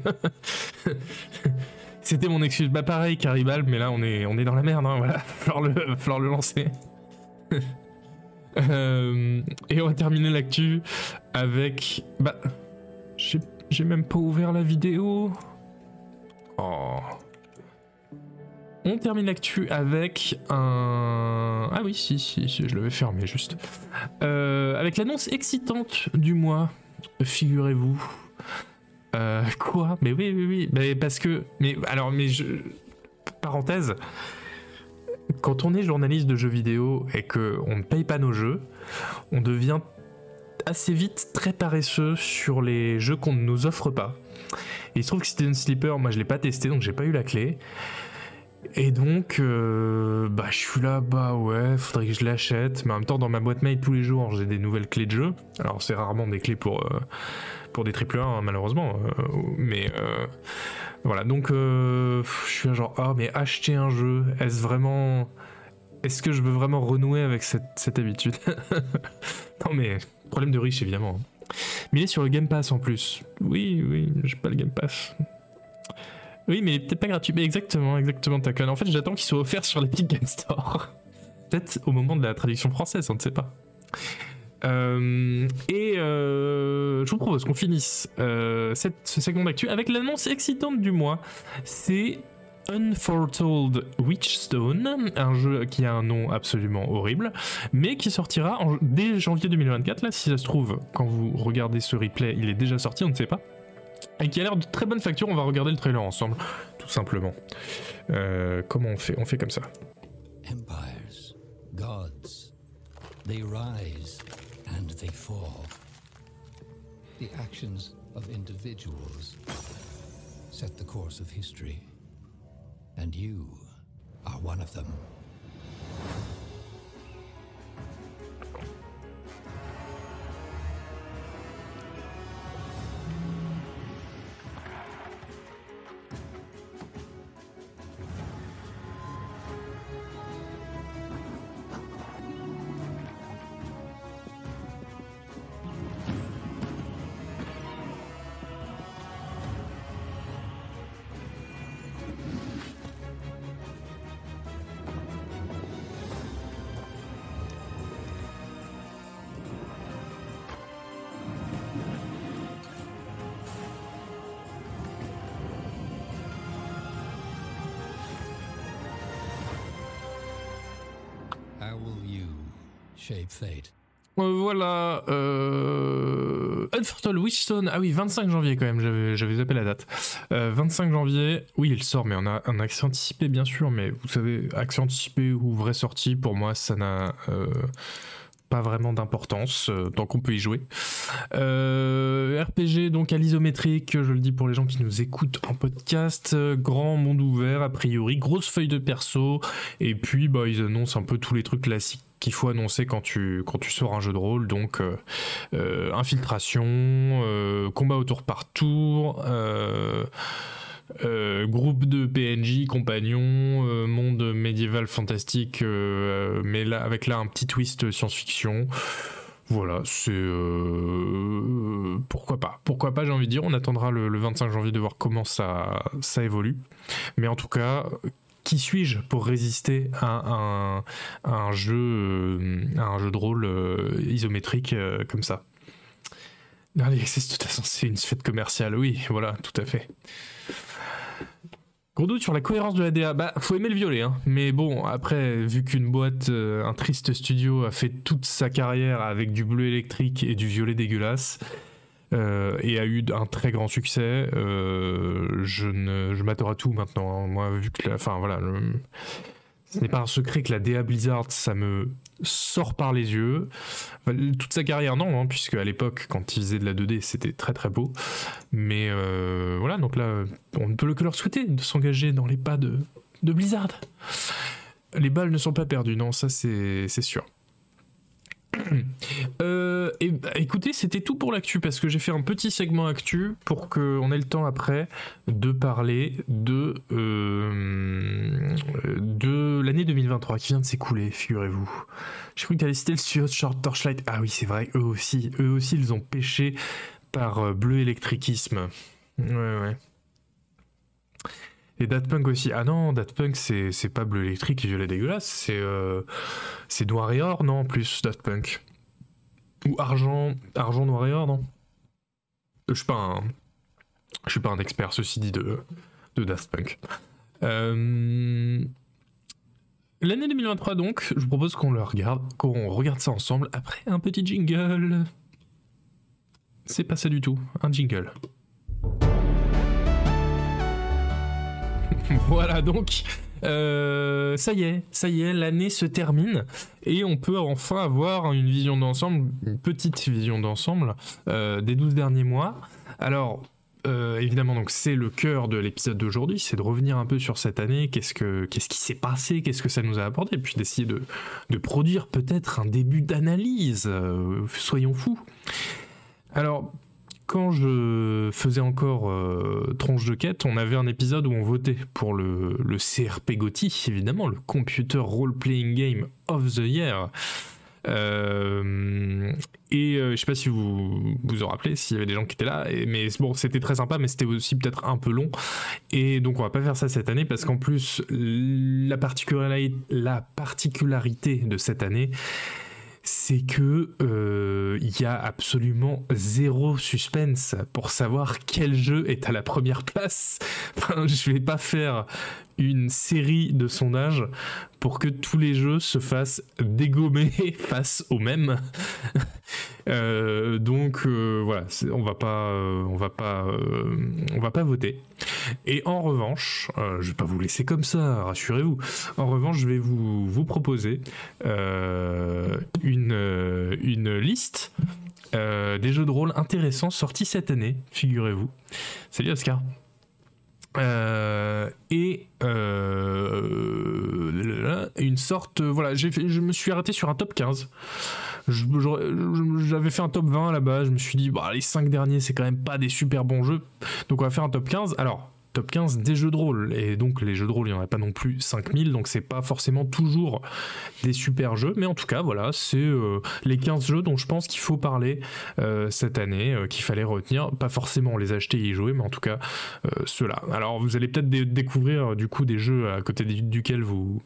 C'était mon excuse. Bah pareil, Caribal, mais là on est dans la merde, hein, voilà. Va falloir le lancer. Et on va terminer l'actu avec... Bah... J'ai même pas ouvert la vidéo. Oh... On termine l'actu avec un... Ah oui, si, je l'avais fermé juste. Avec l'annonce excitante du mois, figurez-vous. Quoi? Mais oui. Mais parce que... Parenthèse. Quand on est journaliste de jeux vidéo et qu'on ne paye pas nos jeux, on devient assez vite très paresseux sur les jeux qu'on ne nous offre pas. Et il se trouve que Citizen Sleeper, moi je l'ai pas testé, donc j'ai pas eu la clé. Et donc, je suis là, ouais, faudrait que je l'achète. Mais en même temps, dans ma boîte mail, tous les jours, j'ai des nouvelles clés de jeu. Alors, c'est rarement des clés pour des AAA, hein, malheureusement. Mais voilà, donc, je suis là genre, mais acheter un jeu, est-ce que je veux vraiment renouer avec cette habitude? Non, mais, problème de riche, évidemment. Mais il est sur le Game Pass en plus. Oui, j'ai pas le Game Pass. Oui, mais peut-être pas gratuit. Mais exactement, Takon. En fait, j'attends qu'il soit offert sur l'Epic Game Store. Peut-être au moment de la traduction française, on ne sait pas. Je vous propose qu'on finisse ce segment d'actu avec l'annonce excitante du mois. C'est Unforetold Witchstone, un jeu qui a un nom absolument horrible, mais qui sortira dès janvier 2024. Là, si ça se trouve, quand vous regardez ce replay, il est déjà sorti, on ne sait pas. Et qui a l'air de très bonne facture. On va regarder le trailer ensemble, tout simplement. Comment on fait? On fait comme ça. Empires, gods, they rise and they fall. The actions of individuals set the course of history, and you are one of them. How will you shape fate? Voilà, Unforetold Witchstone, ah oui, 25 janvier quand même, j'avais zappé la date. 25 janvier, oui il sort, mais on a un accès anticipé bien sûr, mais vous savez, accès anticipé ou vraie sortie, pour moi ça n'a pas vraiment d'importance tant qu'on peut y jouer. RPG donc à l'isométrique, je le dis pour les gens qui nous écoutent en podcast, grand monde ouvert a priori, grosse feuille de perso, et puis ils annoncent un peu tous les trucs classiques qu'il faut annoncer quand tu sors un jeu de rôle, donc infiltration, combat au tour par tour, groupe de PNJ, compagnons, monde médiéval fantastique, mais là avec un petit twist science-fiction. Voilà, c'est pourquoi pas, j'ai envie de dire. On attendra le 25 janvier de voir comment ça évolue, mais en tout cas, qui suis-je pour résister à un jeu de rôle isométrique comme ça? Early Access, de toute façon, c'est une fête commerciale, oui, voilà, tout à fait. Gros doute sur la cohérence de la DA. Faut aimer le violet, hein. Mais bon, après, vu qu'une boîte, un triste studio, a fait toute sa carrière avec du bleu électrique et du violet dégueulasse, et a eu un très grand succès, je m'attends à tout maintenant, hein. Moi, vu que ce n'est pas un secret que la DA Blizzard, ça me sort par les yeux. Toute sa carrière, non, hein, puisque à l'époque, quand ils faisaient de la 2D, c'était très très beau. Mais voilà, donc là, on ne peut que leur souhaiter de s'engager dans les pas de Blizzard. Les balles ne sont pas perdues, non, ça c'est sûr. Écoutez, c'était tout pour l'actu, parce que j'ai fait un petit segment actu pour qu'on ait le temps après de parler de l'année 2023 qui vient de s'écouler, figurez-vous. J'ai cru que tu allais citer le studio Short Torchlight. Ah oui, c'est vrai, eux aussi ils ont pêché par bleu électricisme. Ouais. Et Daft Punk aussi. Ah non, Daft Punk c'est pas bleu électrique et violet dégueulasse, c'est noir et or, non, en plus, Daft Punk. Ou argent, noir et or, non. Je suis pas un expert, ceci dit, de Daft Punk. L'année 2023, donc, je vous propose qu'on regarde ça ensemble après un petit jingle. C'est pas ça du tout, un jingle. Voilà, donc ça y est, l'année se termine et on peut enfin avoir une vision d'ensemble, une petite vision d'ensemble des 12 derniers mois. Alors évidemment, donc c'est le cœur de l'épisode d'aujourd'hui, c'est de revenir un peu sur cette année, qu'est-ce qui s'est passé, qu'est-ce que ça nous a apporté, et puis d'essayer de produire peut-être un début d'analyse, soyons fous. Alors, quand je faisais encore Tronche de Quête, on avait un épisode où on votait pour le CRP GOTY, évidemment, le Computer Role Playing Game of the Year. Je sais pas si vous en rappelez, s'il y avait des gens qui étaient là, mais bon, c'était très sympa, mais c'était aussi peut-être un peu long. Et donc on va pas faire ça cette année, parce qu'en plus, la particularité de cette année, c'est que y a absolument zéro suspense pour savoir quel jeu est à la première place. Enfin, je vais pas faire une série de sondages pour que tous les jeux se fassent dégommer face aux mêmes. Donc voilà, on va pas voter. Et en revanche, je vais pas vous laisser comme ça, rassurez-vous. En revanche, je vais vous proposer une liste des jeux de rôle intéressants sortis cette année, figurez-vous. Salut Oscar. Une sorte, voilà, je me suis arrêté sur un top 15. J'avais fait un top 20 là-bas, je me suis dit les 5 derniers c'est quand même pas des super bons jeux, donc on va faire un top 15. Alors top 15 des jeux de rôle, et donc les jeux de rôle il n'y en a pas non plus 5000, donc c'est pas forcément toujours des super jeux, mais en tout cas voilà, c'est les 15 jeux dont je pense qu'il faut parler cette année, qu'il fallait retenir, pas forcément les acheter et y jouer, mais en tout cas ceux-là. Alors vous allez peut-être découvrir du coup des jeux à côté desquels vous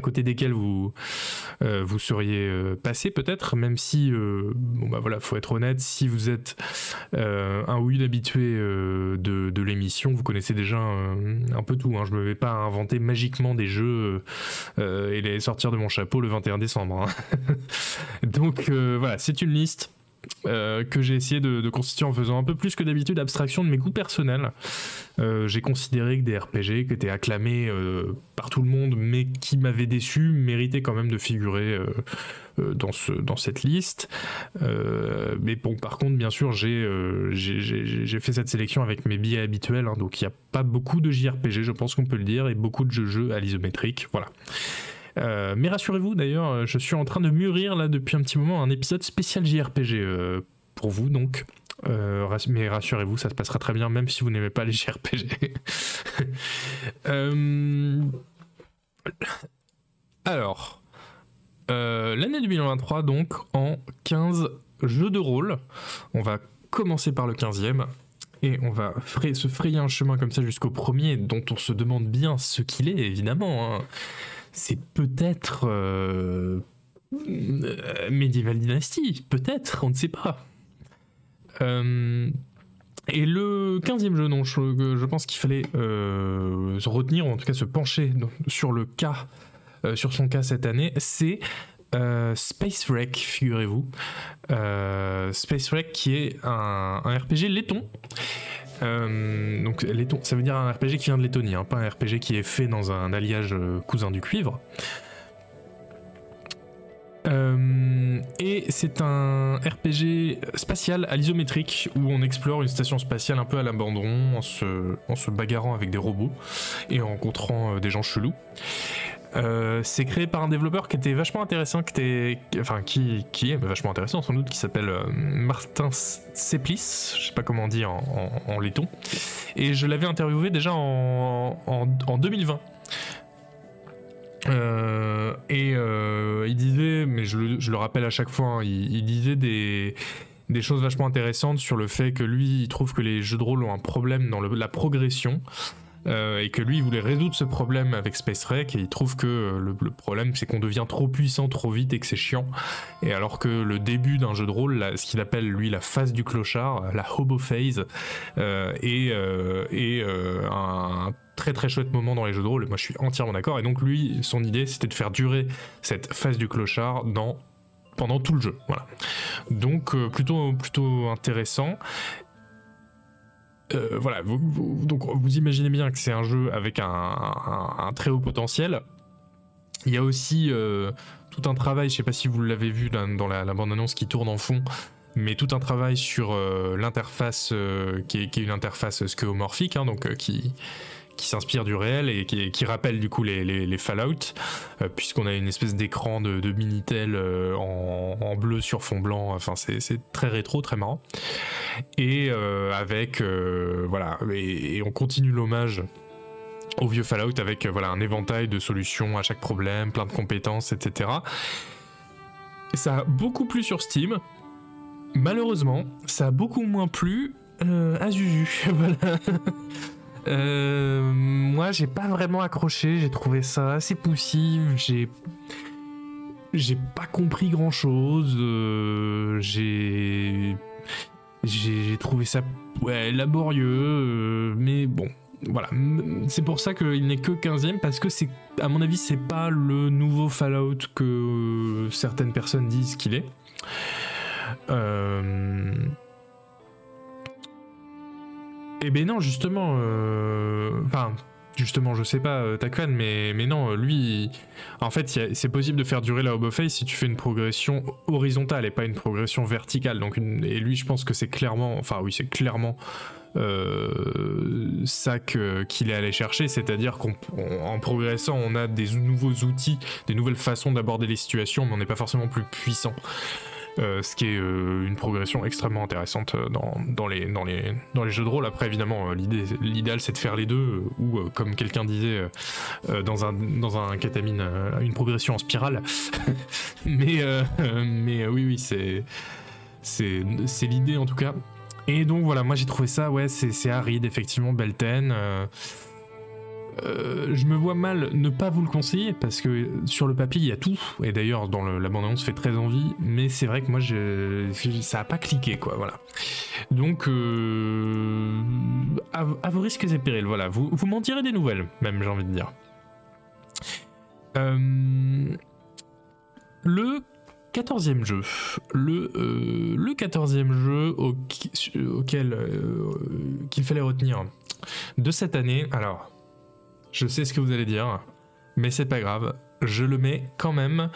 seriez passé peut-être, même si voilà, faut être honnête, si vous êtes un ou une habitué de l'émission, vous connaissez déjà un peu tout, hein. Je me vais pas inventer magiquement des jeux et les sortir de mon chapeau le 21 décembre, hein. Donc voilà, c'est une liste. que j'ai essayé de constituer en faisant un peu plus que d'habitude abstraction de mes goûts personnels. J'ai considéré que des RPG qui étaient acclamés par tout le monde, mais qui m'avaient déçu, méritaient quand même de figurer dans cette liste. Mais bon, par contre, bien sûr, j'ai fait cette sélection avec mes biais habituels, hein, donc il n'y a pas beaucoup de JRPG, je pense qu'on peut le dire, et beaucoup de jeux à l'isométrique, voilà. Mais rassurez-vous d'ailleurs, je suis en train de mûrir là depuis un petit moment un épisode spécial JRPG pour vous, donc mais rassurez-vous, ça se passera très bien même si vous n'aimez pas les JRPG. Alors, l'année 2023 donc en 15 jeux de rôle, on va commencer par le 15e. Et on va se frayer un chemin comme ça jusqu'au premier, dont on se demande bien ce qu'il est, évidemment. Hein. C'est peut-être Medieval Dynasty, peut-être, on ne sait pas. Et le 15e jeu dont je pense qu'il fallait se retenir, ou en tout cas se pencher sur son cas cette année, c'est Space Wreck, figurez-vous. Space Wreck qui est un RPG letton. Donc letton, ça veut dire un RPG qui vient de Lettonie, hein, pas un RPG qui est fait dans un alliage cousin du cuivre. Et c'est un RPG spatial à l'isométrique où on explore une station spatiale un peu à l'abandon en se bagarrant avec des robots et en rencontrant des gens chelous. C'est créé par un développeur qui était vachement intéressant, qui est vachement intéressant sans doute, qui s'appelle Martin Seplis, je sais pas comment on dit en letton, et je l'avais interviewé déjà en 2020. Il disait, mais je le rappelle à chaque fois, hein, il disait des choses vachement intéressantes sur le fait que lui, il trouve que les jeux de rôle ont un problème dans la progression. Et que lui il voulait résoudre ce problème avec Space Wreck, et il trouve que le problème c'est qu'on devient trop puissant trop vite et que c'est chiant, et alors que le début d'un jeu de rôle, ce qu'il appelle lui la phase du clochard, la hobo phase, est un très très chouette moment dans les jeux de rôle, et moi je suis entièrement d'accord. Et donc lui, son idée c'était de faire durer cette phase du clochard pendant tout le jeu, voilà. Donc plutôt intéressant. Voilà, donc vous imaginez bien que c'est un jeu avec un très haut potentiel. Il y a aussi tout un travail, je sais pas si vous l'avez vu dans la bande-annonce qui tourne en fond, mais tout un travail sur l'interface qui est une interface skeuomorphique, hein, donc qui s'inspire du réel et qui rappelle du coup les Fallout, puisqu'on a une espèce d'écran de Minitel en bleu sur fond blanc. Enfin c'est très rétro, très marrant, et avec voilà, et on continue l'hommage au vieux Fallout avec voilà un éventail de solutions à chaque problème, plein de compétences, etc. Et ça a beaucoup plu sur Steam. Malheureusement ça a beaucoup moins plu à Zuzu. Voilà. Moi j'ai pas vraiment accroché, j'ai trouvé ça assez poussif, j'ai pas compris grand chose, j'ai trouvé ça laborieux, mais bon voilà, c'est pour ça qu'il n'est que 15ème, parce que c'est, à mon avis c'est pas le nouveau Fallout que certaines personnes disent qu'il est. Eh ben non, justement, je sais pas, Takwan, mais non, lui, en fait, c'est possible de faire durer la hobo phase si tu fais une progression horizontale et pas une progression verticale. Donc, et lui, je pense que c'est clairement, ça qu'il est allé chercher, c'est-à-dire qu'en progressant, on a des nouveaux outils, des nouvelles façons d'aborder les situations, mais on n'est pas forcément plus puissant. Ce qui est une progression extrêmement intéressante dans les jeux de rôle. Après évidemment l'idéal c'est de faire les deux, ou comme quelqu'un disait dans un kétamine, une progression en spirale. mais oui c'est l'idée en tout cas. Et donc voilà, moi j'ai trouvé ça, ouais, c'est aride effectivement, Belten. Je me vois mal ne pas vous le conseiller, parce que sur le papier il y a tout, et d'ailleurs dans la bande-annonce fait très envie, mais c'est vrai que moi ça a pas cliqué quoi, voilà. Donc à vos risques et périls, voilà, vous m'en direz des nouvelles, même, j'ai envie de dire. Le 14e jeu. Le 14e jeu auquel qu'il fallait retenir de cette année. Alors, je sais ce que vous allez dire, mais c'est pas grave. Je le mets quand même.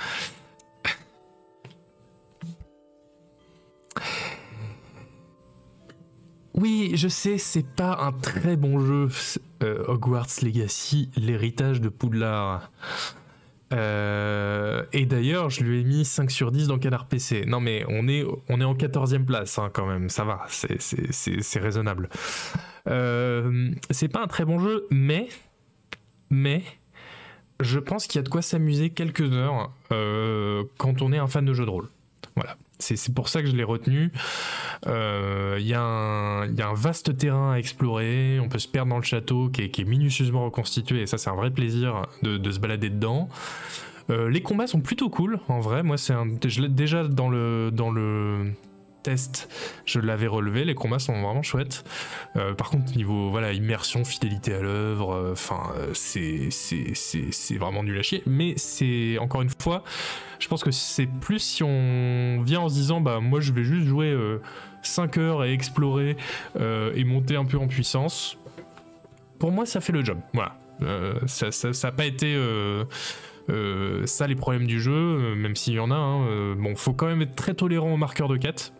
Oui, je sais, c'est pas un très bon jeu, Hogwarts Legacy, l'héritage de Poudlard. Et d'ailleurs, je lui ai mis 5 sur 10 dans Canard PC. Non mais on est en 14e place hein, quand même, ça va, c'est raisonnable. C'est pas un très bon jeu, mais je pense qu'il y a de quoi s'amuser quelques heures quand on est un fan de jeux de rôle. Voilà. C'est pour ça que je l'ai retenu. Il y a un vaste terrain à explorer. On peut se perdre dans le château qui est minutieusement reconstitué. Et ça, c'est un vrai plaisir de se balader dedans. Les combats sont plutôt cool. En vrai, moi, déjà dans le test, je l'avais relevé. Les combats sont vraiment chouettes. Par contre, niveau immersion, fidélité à l'œuvre, c'est vraiment nul à chier. Mais c'est encore une fois, je pense que c'est plus si on vient en se disant moi je vais juste jouer 5 heures et explorer et monter un peu en puissance. Pour moi, ça fait le job. Voilà. Ça n'a pas été ça les problèmes du jeu, même s'il y en a. Bon, faut quand même être très tolérant aux marqueurs de quête.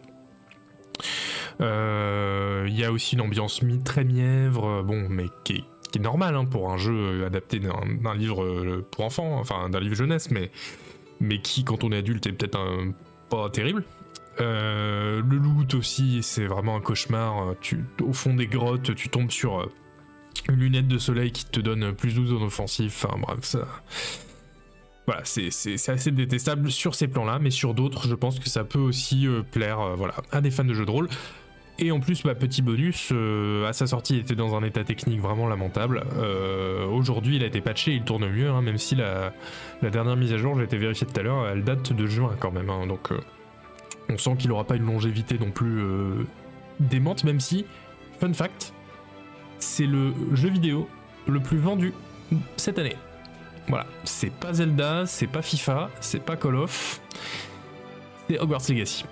Il y a aussi une ambiance très mièvre, mais qui est normale pour un jeu adapté d'un livre pour enfants, enfin d'un livre jeunesse, mais qui quand on est adulte est peut-être pas terrible. Le loot aussi, c'est vraiment un cauchemar. Au fond des grottes, tu tombes sur une lunette de soleil qui te donne plus 12 en offensif. Enfin bref, ça... Voilà, c'est assez détestable sur ces plans-là, mais sur d'autres, je pense que ça peut aussi plaire à des fans de jeux de rôle. Et en plus, petit bonus, à sa sortie, il était dans un état technique vraiment lamentable. Aujourd'hui, il a été patché, il tourne mieux, même si la dernière mise à jour, j'ai été vérifié tout à l'heure, elle date de juin quand même. Donc, on sent qu'il n'aura pas une longévité non plus démente, même si, fun fact, c'est le jeu vidéo le plus vendu cette année. Voilà, c'est pas Zelda, c'est pas FIFA, c'est pas Call of, c'est Hogwarts Legacy.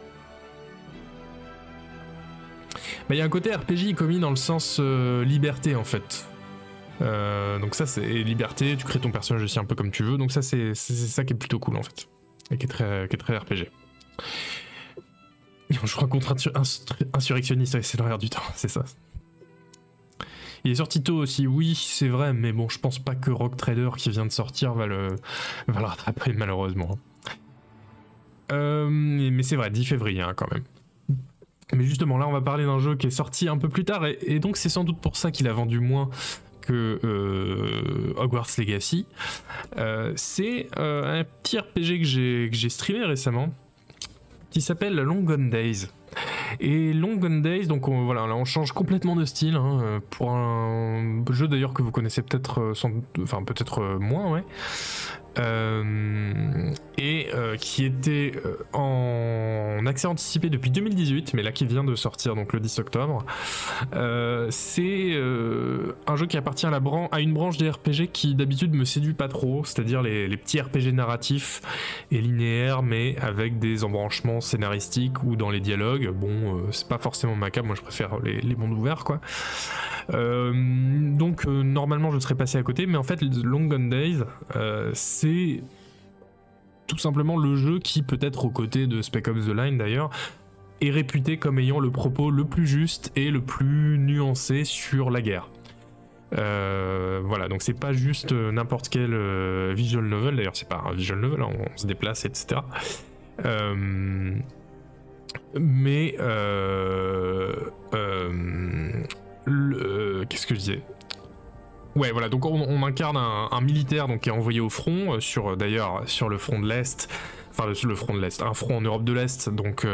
Il y a un côté RPG commis dans le sens liberté en fait. Donc ça c'est liberté, tu crées ton personnage aussi un peu comme tu veux, donc ça c'est ça qui est plutôt cool en fait. Et qui est très RPG. Je crois contre-insurrectionniste, c'est dans l'air du temps, c'est ça. Il est sorti tôt aussi, oui, c'est vrai, mais bon, je pense pas que Rogue Trader qui vient de sortir va le rattraper malheureusement. Mais c'est vrai, 10 février quand même. Mais justement, là, on va parler d'un jeu qui est sorti un peu plus tard, et donc c'est sans doute pour ça qu'il a vendu moins que Hogwarts Legacy. C'est un petit RPG que j'ai streamé récemment, qui s'appelle Long Gone Days. Et Long Gone Days, donc là on change complètement de style pour un jeu d'ailleurs que vous connaissez peut-être, peut-être moins, ouais. Qui était en accès anticipé depuis 2018, mais là qui vient de sortir donc le 10 octobre. C'est un jeu qui appartient à une branche des RPG qui d'habitude me séduit pas trop, c'est-à-dire les petits RPG narratifs et linéaires, mais avec des embranchements scénaristiques ou dans les dialogues. Bon, c'est pas forcément ma came, moi je préfère les mondes ouverts quoi. Donc normalement je serais passé à côté, mais en fait Long Gone Days c'est tout simplement le jeu qui, peut-être aux côtés de Spec Ops The Line d'ailleurs, est réputé comme ayant le propos le plus juste et le plus nuancé sur la guerre. Donc c'est pas juste n'importe quel visual novel, d'ailleurs c'est pas un visual novel, on se déplace etc. Qu'est-ce que je disais ? Ouais, voilà, donc on incarne un militaire donc, qui est envoyé au front, sur le front de l'Est, le front de l'Est, un front en Europe de l'Est, donc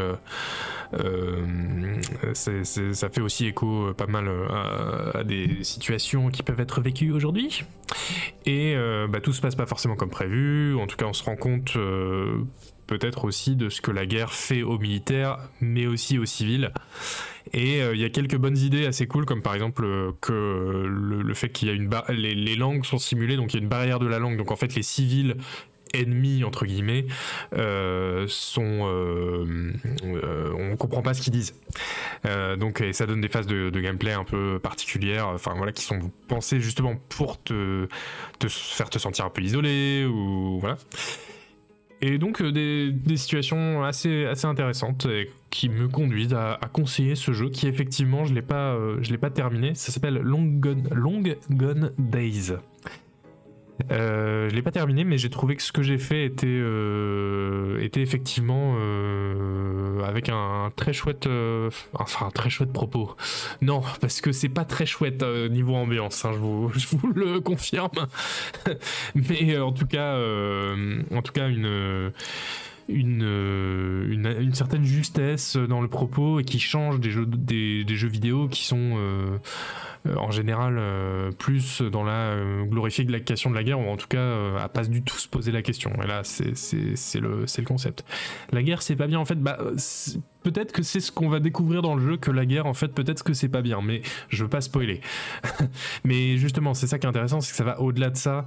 ça fait aussi écho pas mal à des situations qui peuvent être vécues aujourd'hui. Et tout se passe pas forcément comme prévu, en tout cas on se rend compte peut-être aussi de ce que la guerre fait aux militaires, mais aussi aux civils. Et il y a quelques bonnes idées assez cool, comme par exemple que le fait qu'il y a les langues sont simulées, donc il y a une barrière de la langue, donc en fait les civils ennemis entre guillemets on comprend pas ce qu'ils disent. Donc et ça donne des phases de gameplay un peu particulières, enfin voilà, qui sont pensées justement pour te faire te sentir un peu isolé ou voilà. Et donc des situations assez intéressantes et qui me conduisent à conseiller ce jeu qui effectivement je l'ai pas terminé. Ça s'appelle Long Gone Days. Je l'ai pas terminé, mais j'ai trouvé que ce que j'ai fait était effectivement avec un très chouette propos. Non, parce que c'est pas très chouette niveau ambiance, hein, je vous le confirme. Mais en tout cas une certaine justesse dans le propos et qui change des jeux vidéo qui sont en général plus dans la glorification de la guerre, ou en tout cas à pas du tout se poser la question. Et là c'est le concept. La guerre c'est pas bien en fait, peut-être que c'est ce qu'on va découvrir dans le jeu, que la guerre en fait peut-être que c'est pas bien, mais je veux pas spoiler. Mais justement c'est ça qui est intéressant, c'est que ça va au-delà de ça.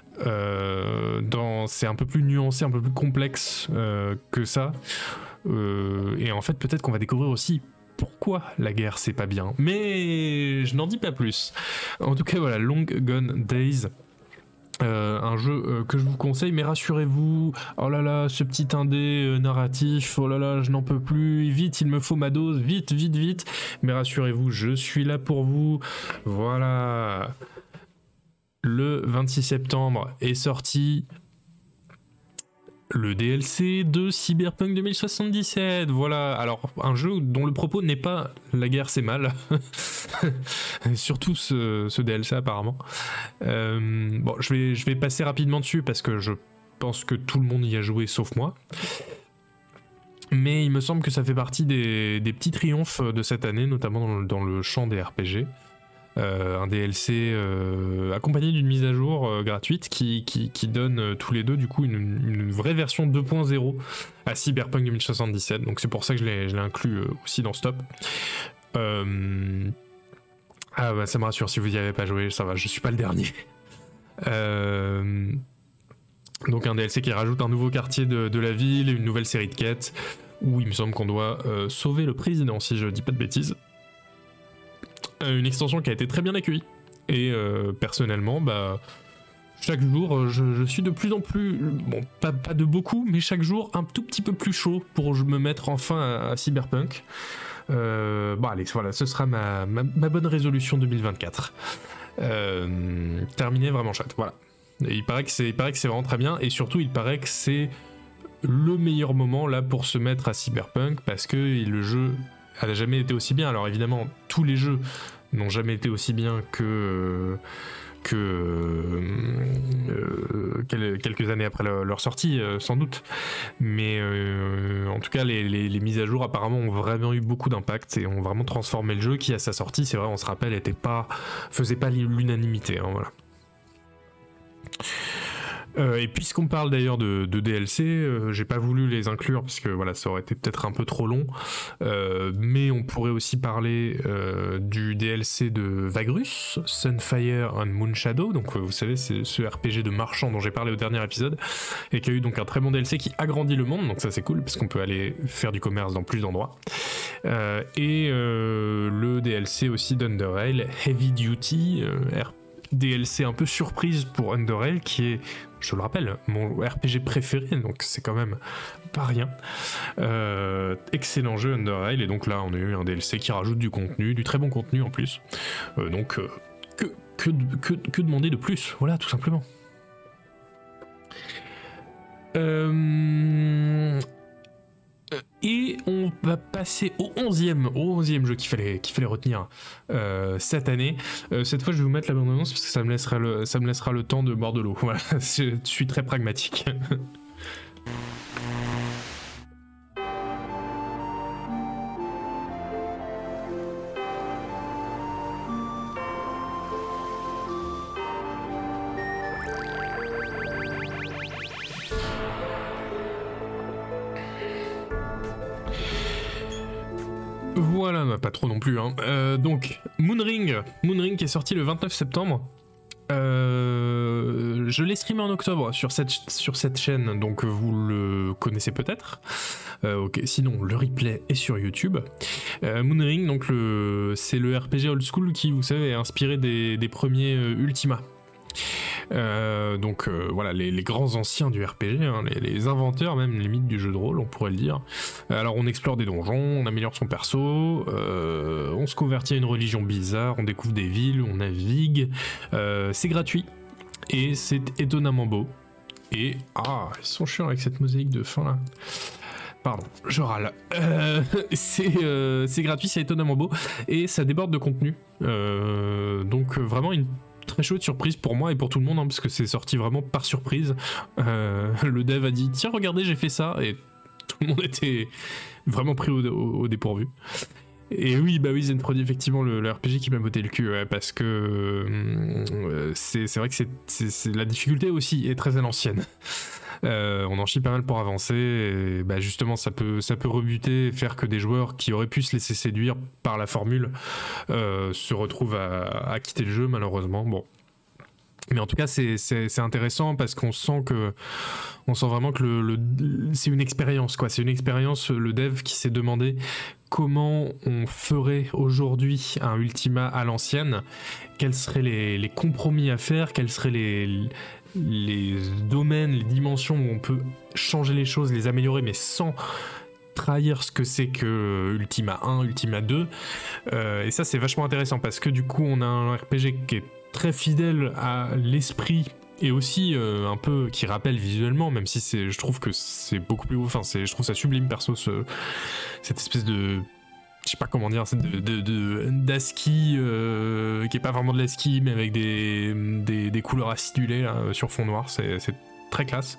C'est un peu plus nuancé, un peu plus complexe que ça, et en fait peut-être qu'on va découvrir aussi pourquoi la guerre c'est pas bien, mais je n'en dis pas plus. En tout cas voilà, Long Gone Days, un jeu que je vous conseille, mais rassurez-vous, oh là là, ce petit indé narratif, oh là là, je n'en peux plus, vite, il me faut ma dose, vite, mais rassurez-vous, je suis là pour vous. Voilà, le 26 septembre est sorti le DLC de Cyberpunk 2077, voilà. Alors un jeu dont le propos n'est pas la guerre c'est mal, surtout ce DLC apparemment. Bon, je vais passer rapidement dessus parce que je pense que tout le monde y a joué sauf moi. Mais il me semble que ça fait partie des petits triomphes de cette année, notamment dans le champ des RPG. Un DLC accompagné d'une mise à jour gratuite qui donne tous les deux du coup une vraie version 2.0 à Cyberpunk 2077, donc c'est pour ça que je l'ai inclus aussi dans ce top. Ah bah ça me rassure, si vous n'y avez pas joué, ça va, je suis pas le dernier. Donc un DLC qui rajoute un nouveau quartier de la ville, une nouvelle série de quêtes, où il me semble qu'on doit sauver le président, si je dis pas de bêtises. Une extension qui a été très bien accueillie, et personnellement chaque jour je suis de plus en plus, bon pas de beaucoup, mais chaque jour un tout petit peu plus chaud pour me mettre enfin à Cyberpunk. Allez, voilà, ce sera ma bonne résolution 2024. Terminé, vraiment chouette, voilà. Et il paraît que c'est vraiment très bien, et surtout il paraît que c'est le meilleur moment là pour se mettre à Cyberpunk, parce que le jeu n'a jamais été aussi bien. Alors évidemment, tous les jeux n'ont jamais été aussi bien que quelques années après leur sortie, sans doute. Mais en tout cas, les mises à jour apparemment ont vraiment eu beaucoup d'impact et ont vraiment transformé le jeu qui, à sa sortie, c'est vrai, on se rappelle, faisait pas l'unanimité. Hein, voilà. Et puisqu'on parle d'ailleurs de DLC, j'ai pas voulu les inclure parce que voilà, ça aurait été peut-être un peu trop long, mais on pourrait aussi parler du DLC de Vagrus, Sunfire and Moonshadow, donc vous savez c'est ce RPG de marchand dont j'ai parlé au dernier épisode, et qui a eu donc un très bon DLC qui agrandit le monde, donc ça c'est cool parce qu'on peut aller faire du commerce dans plus d'endroits, et le DLC aussi d'Underrail, Heavy Duty, DLC un peu surprise pour Underrail, qui est, je le rappelle, mon RPG préféré, donc c'est quand même pas rien. Excellent jeu Underrail, et donc là on a eu un DLC qui rajoute du contenu, du très bon contenu en plus. Donc que demander de plus, voilà, tout simplement. Et on va passer au 11e jeu qu'il fallait retenir cette année. Cette fois je vais vous mettre la bande-annonce parce que ça me laissera le temps de boire de l'eau. Voilà, je suis très pragmatique. Voilà, pas trop non plus. Hein. Donc, Moonring qui est sorti le 29 septembre. Je l'ai streamé en octobre sur cette chaîne, donc vous le connaissez peut-être. Ok, sinon le replay est sur YouTube. Moon Ring, donc c'est le RPG old school qui, vous savez, est inspiré des premiers Ultima. Voilà, les grands anciens du RPG, hein, les inventeurs même limite du jeu de rôle, on pourrait le dire. Alors on explore des donjons, on améliore son perso, on se convertit à une religion bizarre, on découvre des villes, on navigue, c'est gratuit et c'est étonnamment beau. Et ils sont chiants avec cette mosaïque de fin là. Pardon, je râle. C'est gratuit, c'est étonnamment beau et ça déborde de contenu. Donc vraiment une très chouette surprise pour moi et pour tout le monde, hein, parce que c'est sorti vraiment par surprise. Le dev a dit tiens regardez j'ai fait ça et tout le monde était vraiment pris au dépourvu. Et oui Zenprod, effectivement le RPG qui m'a botté le cul, ouais, parce que c'est vrai que c'est la difficulté aussi est très à l'ancienne. On en chie pas mal pour avancer et justement ça peut rebuter et faire que des joueurs qui auraient pu se laisser séduire par la formule se retrouvent à quitter le jeu malheureusement. Bon, mais en tout cas c'est intéressant parce qu'on sent vraiment que c'est une expérience quoi, c'est une expérience, le dev qui s'est demandé comment on ferait aujourd'hui un Ultima à l'ancienne, quels seraient les compromis à faire, quels seraient les domaines, les dimensions où on peut changer les choses, les améliorer, mais sans trahir ce que c'est que Ultima 1, Ultima 2. Et ça, c'est vachement intéressant parce que du coup, on a un RPG qui est très fidèle à l'esprit et aussi un peu qui rappelle visuellement, même si je trouve que c'est beaucoup plus... Enfin, je trouve ça sublime, perso, cette espèce de... Je sais pas comment dire, c'est d'ASCII qui est pas vraiment de l'ASCII mais avec des couleurs acidulées là, sur fond noir, c'est très classe.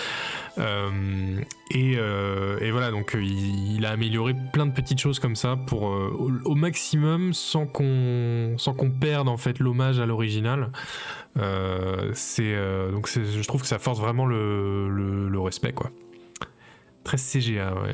Et voilà, donc il a amélioré plein de petites choses comme ça pour au maximum sans qu'on perde en fait l'hommage à l'original. Donc je trouve que ça force vraiment le respect quoi. Très CGA, ouais.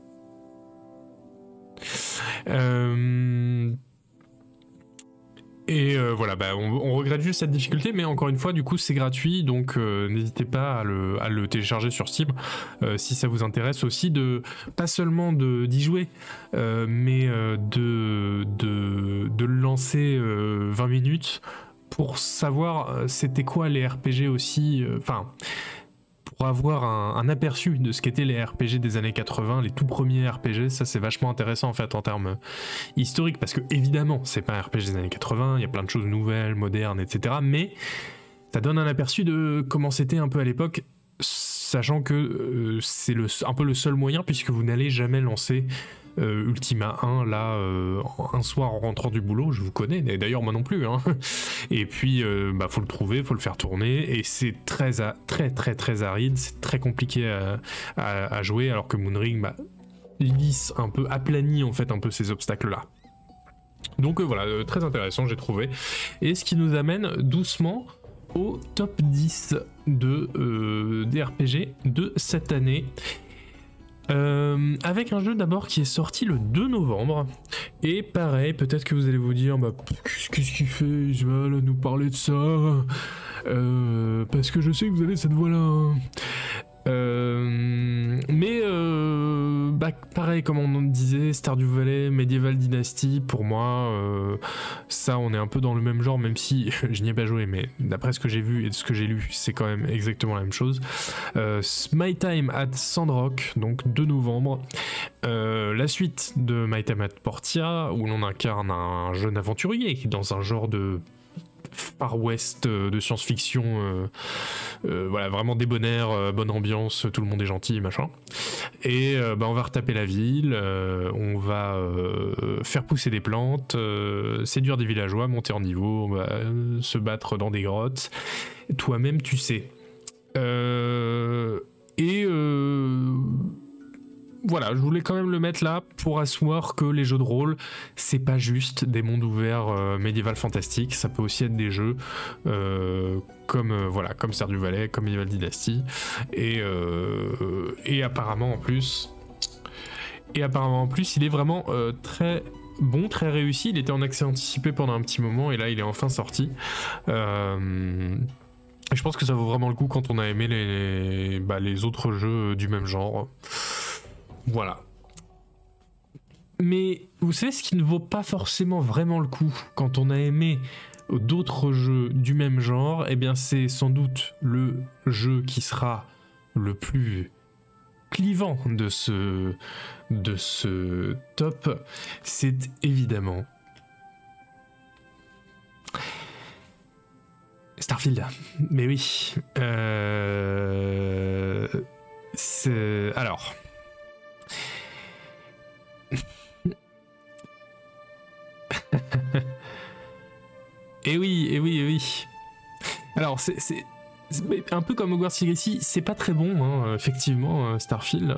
Voilà, on regrette juste cette difficulté, mais encore une fois, du coup, c'est gratuit, donc n'hésitez pas à le télécharger sur Steam si ça vous intéresse aussi, pas seulement d'y jouer, mais de le lancer 20 minutes pour savoir c'était quoi les RPG aussi, pour avoir un aperçu de ce qu'étaient les RPG des années 80, les tout premiers RPG. Ça c'est vachement intéressant en fait en termes historiques, parce que évidemment c'est pas un RPG des années 80, il y a plein de choses nouvelles, modernes, etc. Mais ça donne un aperçu de comment c'était un peu à l'époque, sachant que c'est un peu le seul moyen, puisque vous n'allez jamais lancer Ultima 1 là un soir en rentrant du boulot, je vous connais, et d'ailleurs moi non plus hein. Et puis faut le trouver, faut le faire tourner, et c'est très très aride, c'est très compliqué à jouer, alors que Moon Ring lisse un peu, aplanit en fait un peu ces obstacles là. Donc voilà, très intéressant j'ai trouvé, et ce qui nous amène doucement au top 10 des RPG de cette année. Avec un jeu d'abord qui est sorti le 2 novembre, et pareil, peut-être que vous allez vous dire qu'est-ce qu'il fait Ismaël à nous parler de ça, parce que je sais que vous avez cette voix là, mais pareil, comme on disait, Stardew Valley, Medieval Dynasty, pour moi ça on est un peu dans le même genre, même si je n'y ai pas joué, mais d'après ce que j'ai vu et de ce que j'ai lu, c'est quand même exactement la même chose. My Time at Sandrock, donc 2 novembre, la suite de My Time at Portia, où l'on incarne un jeune aventurier dans un genre de Far West de science-fiction, voilà, vraiment débonnaire, bonne ambiance, tout le monde est gentil, machin. Et on va retaper la ville, on va faire pousser des plantes, séduire des villageois, monter en niveau, on va se battre dans des grottes. Toi-même, tu sais. Voilà, je voulais quand même le mettre là pour asseoir que les jeux de rôle, c'est pas juste des mondes ouverts médiéval fantastiques, ça peut aussi être des jeux comme Stardew Valley, comme Medieval Dynasty, et apparemment en plus, il est vraiment très bon, très réussi. Il était en accès anticipé pendant un petit moment et là il est enfin sorti. Je pense que ça vaut vraiment le coup quand on a aimé les autres jeux du même genre. Voilà. Mais vous savez ce qui ne vaut pas forcément vraiment le coup quand on a aimé d'autres jeux du même genre, eh bien c'est sans doute le jeu qui sera le plus clivant de ce top. C'est évidemment Starfield. Mais oui. Alors. Et oui. Alors, c'est un peu comme Hogwarts Legacy, c'est pas très bon, hein, effectivement, Starfield.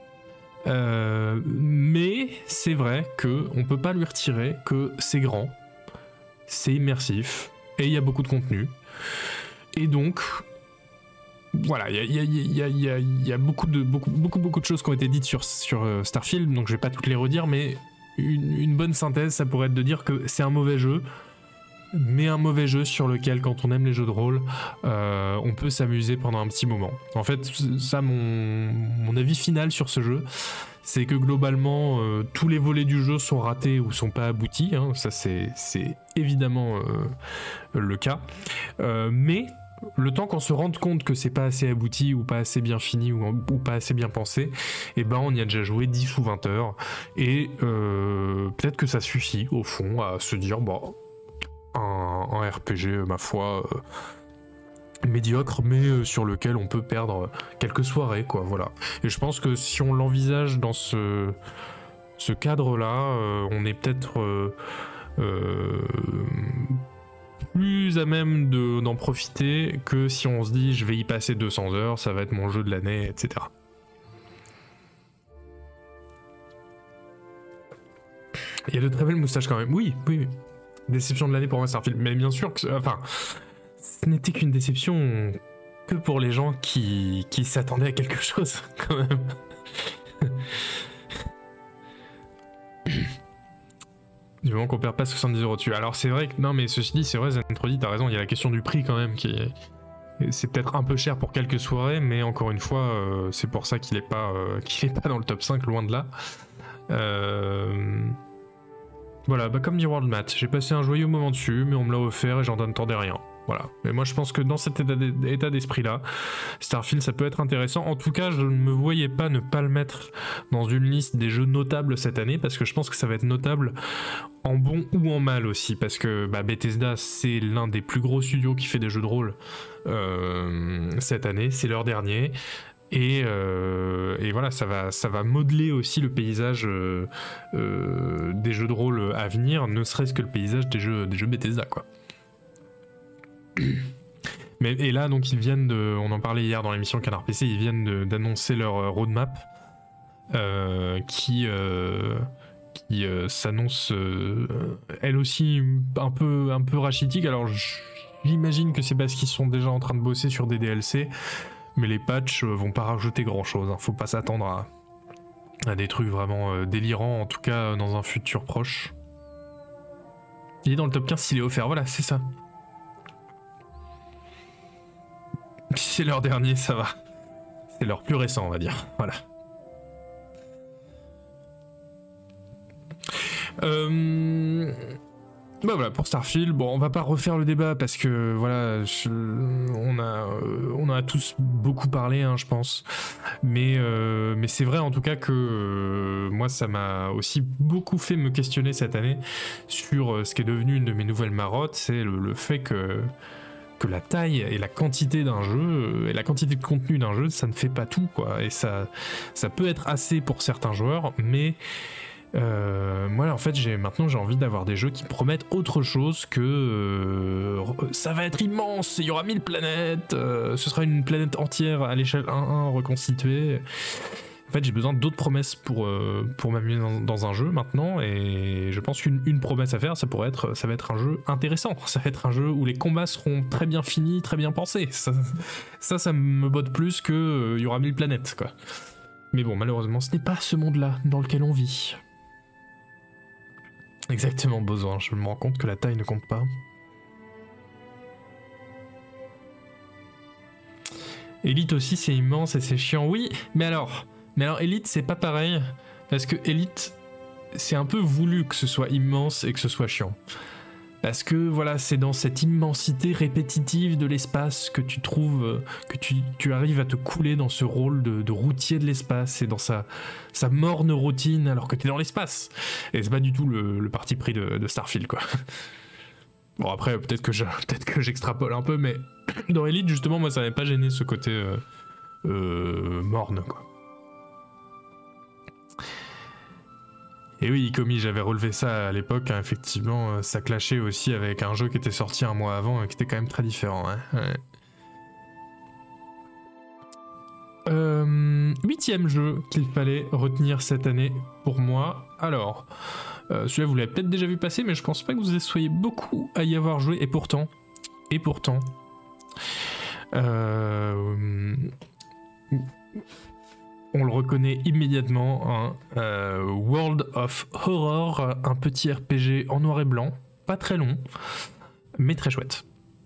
Mais c'est vrai qu'on peut pas lui retirer que c'est grand, c'est immersif, et il y a beaucoup de contenu. Et donc, voilà, il y a beaucoup de choses qui ont été dites sur Starfield, donc je vais pas toutes les redire, mais une bonne synthèse, ça pourrait être de dire que c'est un mauvais jeu, mais un mauvais jeu sur lequel, quand on aime les jeux de rôle, on peut s'amuser pendant un petit moment. En fait, ça, mon avis final sur ce jeu, c'est que globalement, tous les volets du jeu sont ratés ou sont pas aboutis, hein, ça c'est évidemment le cas, mais le temps qu'on se rende compte que c'est pas assez abouti ou pas assez bien fini ou pas assez bien pensé, et ben on y a déjà joué 10 ou 20 heures, et peut-être que ça suffit au fond à se dire bon, un RPG, ma foi, médiocre, mais sur lequel on peut perdre quelques soirées, quoi, voilà. Et je pense que si on l'envisage dans ce cadre-là, on est peut-être plus à même d'en profiter que si on se dit je vais y passer 200 heures, ça va être mon jeu de l'année, etc. Il y a de très belles moustaches quand même, oui. Déception de l'année pour moi, Starfield, mais bien sûr que... Enfin, ce n'était qu'une déception que pour les gens qui s'attendaient à quelque chose, quand même. Du moment qu'on perd pas 70€ dessus. Alors c'est vrai que... Non mais ceci dit, c'est vrai, Zentrodi, t'as raison, il y a la question du prix quand même qui est... C'est peut-être un peu cher pour quelques soirées, mais encore une fois, c'est pour ça qu'il est pas dans le top 5, loin de là. Voilà, bah comme dit World Matt, j'ai passé un joyeux moment dessus, mais on me l'a offert et j'en attendais rien. Voilà. Mais moi je pense que dans cet état d'esprit-là, Starfield ça peut être intéressant. En tout cas, je ne me voyais pas ne pas le mettre dans une liste des jeux notables cette année, parce que je pense que ça va être notable en bon ou en mal aussi, parce que Bethesda c'est l'un des plus gros studios qui fait des jeux de rôle cette année, c'est leur dernier. Et voilà, ça va modeler aussi le paysage des jeux de rôle à venir, ne serait-ce que le paysage des jeux Bethesda, quoi. Et là, donc, on en parlait hier dans l'émission Canard PC, ils viennent d'annoncer leur roadmap qui s'annonce elle aussi un peu rachitique. Alors, j'imagine que c'est parce qu'ils sont déjà en train de bosser sur des DLC. Mais les patchs vont pas rajouter grand chose, hein. Faut pas s'attendre à des trucs vraiment délirants, en tout cas dans un futur proche. Il est dans le top 15 s'il est offert, voilà, c'est ça. Si c'est leur dernier, ça va. C'est leur plus récent, on va dire, voilà. Bah voilà pour Starfield. Bon, on va pas refaire le débat parce que voilà, on a tous beaucoup parlé, hein, je pense. Mais c'est vrai en tout cas que moi ça m'a aussi beaucoup fait me questionner cette année sur ce qui est devenu une de mes nouvelles marottes, c'est le fait que la taille et la quantité d'un jeu et la quantité de contenu d'un jeu, ça ne fait pas tout, quoi. Et ça peut être assez pour certains joueurs, mais moi en fait maintenant j'ai envie d'avoir des jeux qui promettent autre chose que ça va être immense, il y aura 1000 planètes, ce sera une planète entière à l'échelle 1-1 reconstituée. En fait j'ai besoin d'autres promesses pour m'amuser dans un jeu maintenant, et je pense qu'une promesse à faire ça va être un jeu intéressant, ça va être un jeu où les combats seront très bien finis, très bien pensés, ça me botte plus que il y aura 1000 planètes, quoi. Mais bon, malheureusement ce n'est pas ce monde là dans lequel on vit. Exactement, besoin. Je me rends compte que la taille ne compte pas. Elite aussi, c'est immense et c'est chiant. Oui, mais alors Elite, c'est pas pareil. Parce que Elite, c'est un peu voulu que ce soit immense et que ce soit chiant. Parce que voilà, c'est dans cette immensité répétitive de l'espace que tu trouves, que tu arrives à te couler dans ce rôle de routier de l'espace et dans sa morne routine alors que t'es dans l'espace. Et c'est pas du tout le parti pris de Starfield, quoi. Bon, après, peut-être que j'extrapole un peu, mais dans Elite, justement, moi, ça m'avait pas gêné ce côté morne, quoi. Et oui, Ikomi, j'avais relevé ça à l'époque, hein, effectivement, ça clashait aussi avec un jeu qui était sorti un mois avant et qui était quand même très différent. Hein. Ouais. 8e jeu qu'il fallait retenir cette année pour moi. Alors, celui-là vous l'avez peut-être déjà vu passer, mais je pense pas que vous soyez beaucoup à y avoir joué, et pourtant, on le reconnaît immédiatement, hein, World of Horror, un petit RPG en noir et blanc, pas très long, mais très chouette.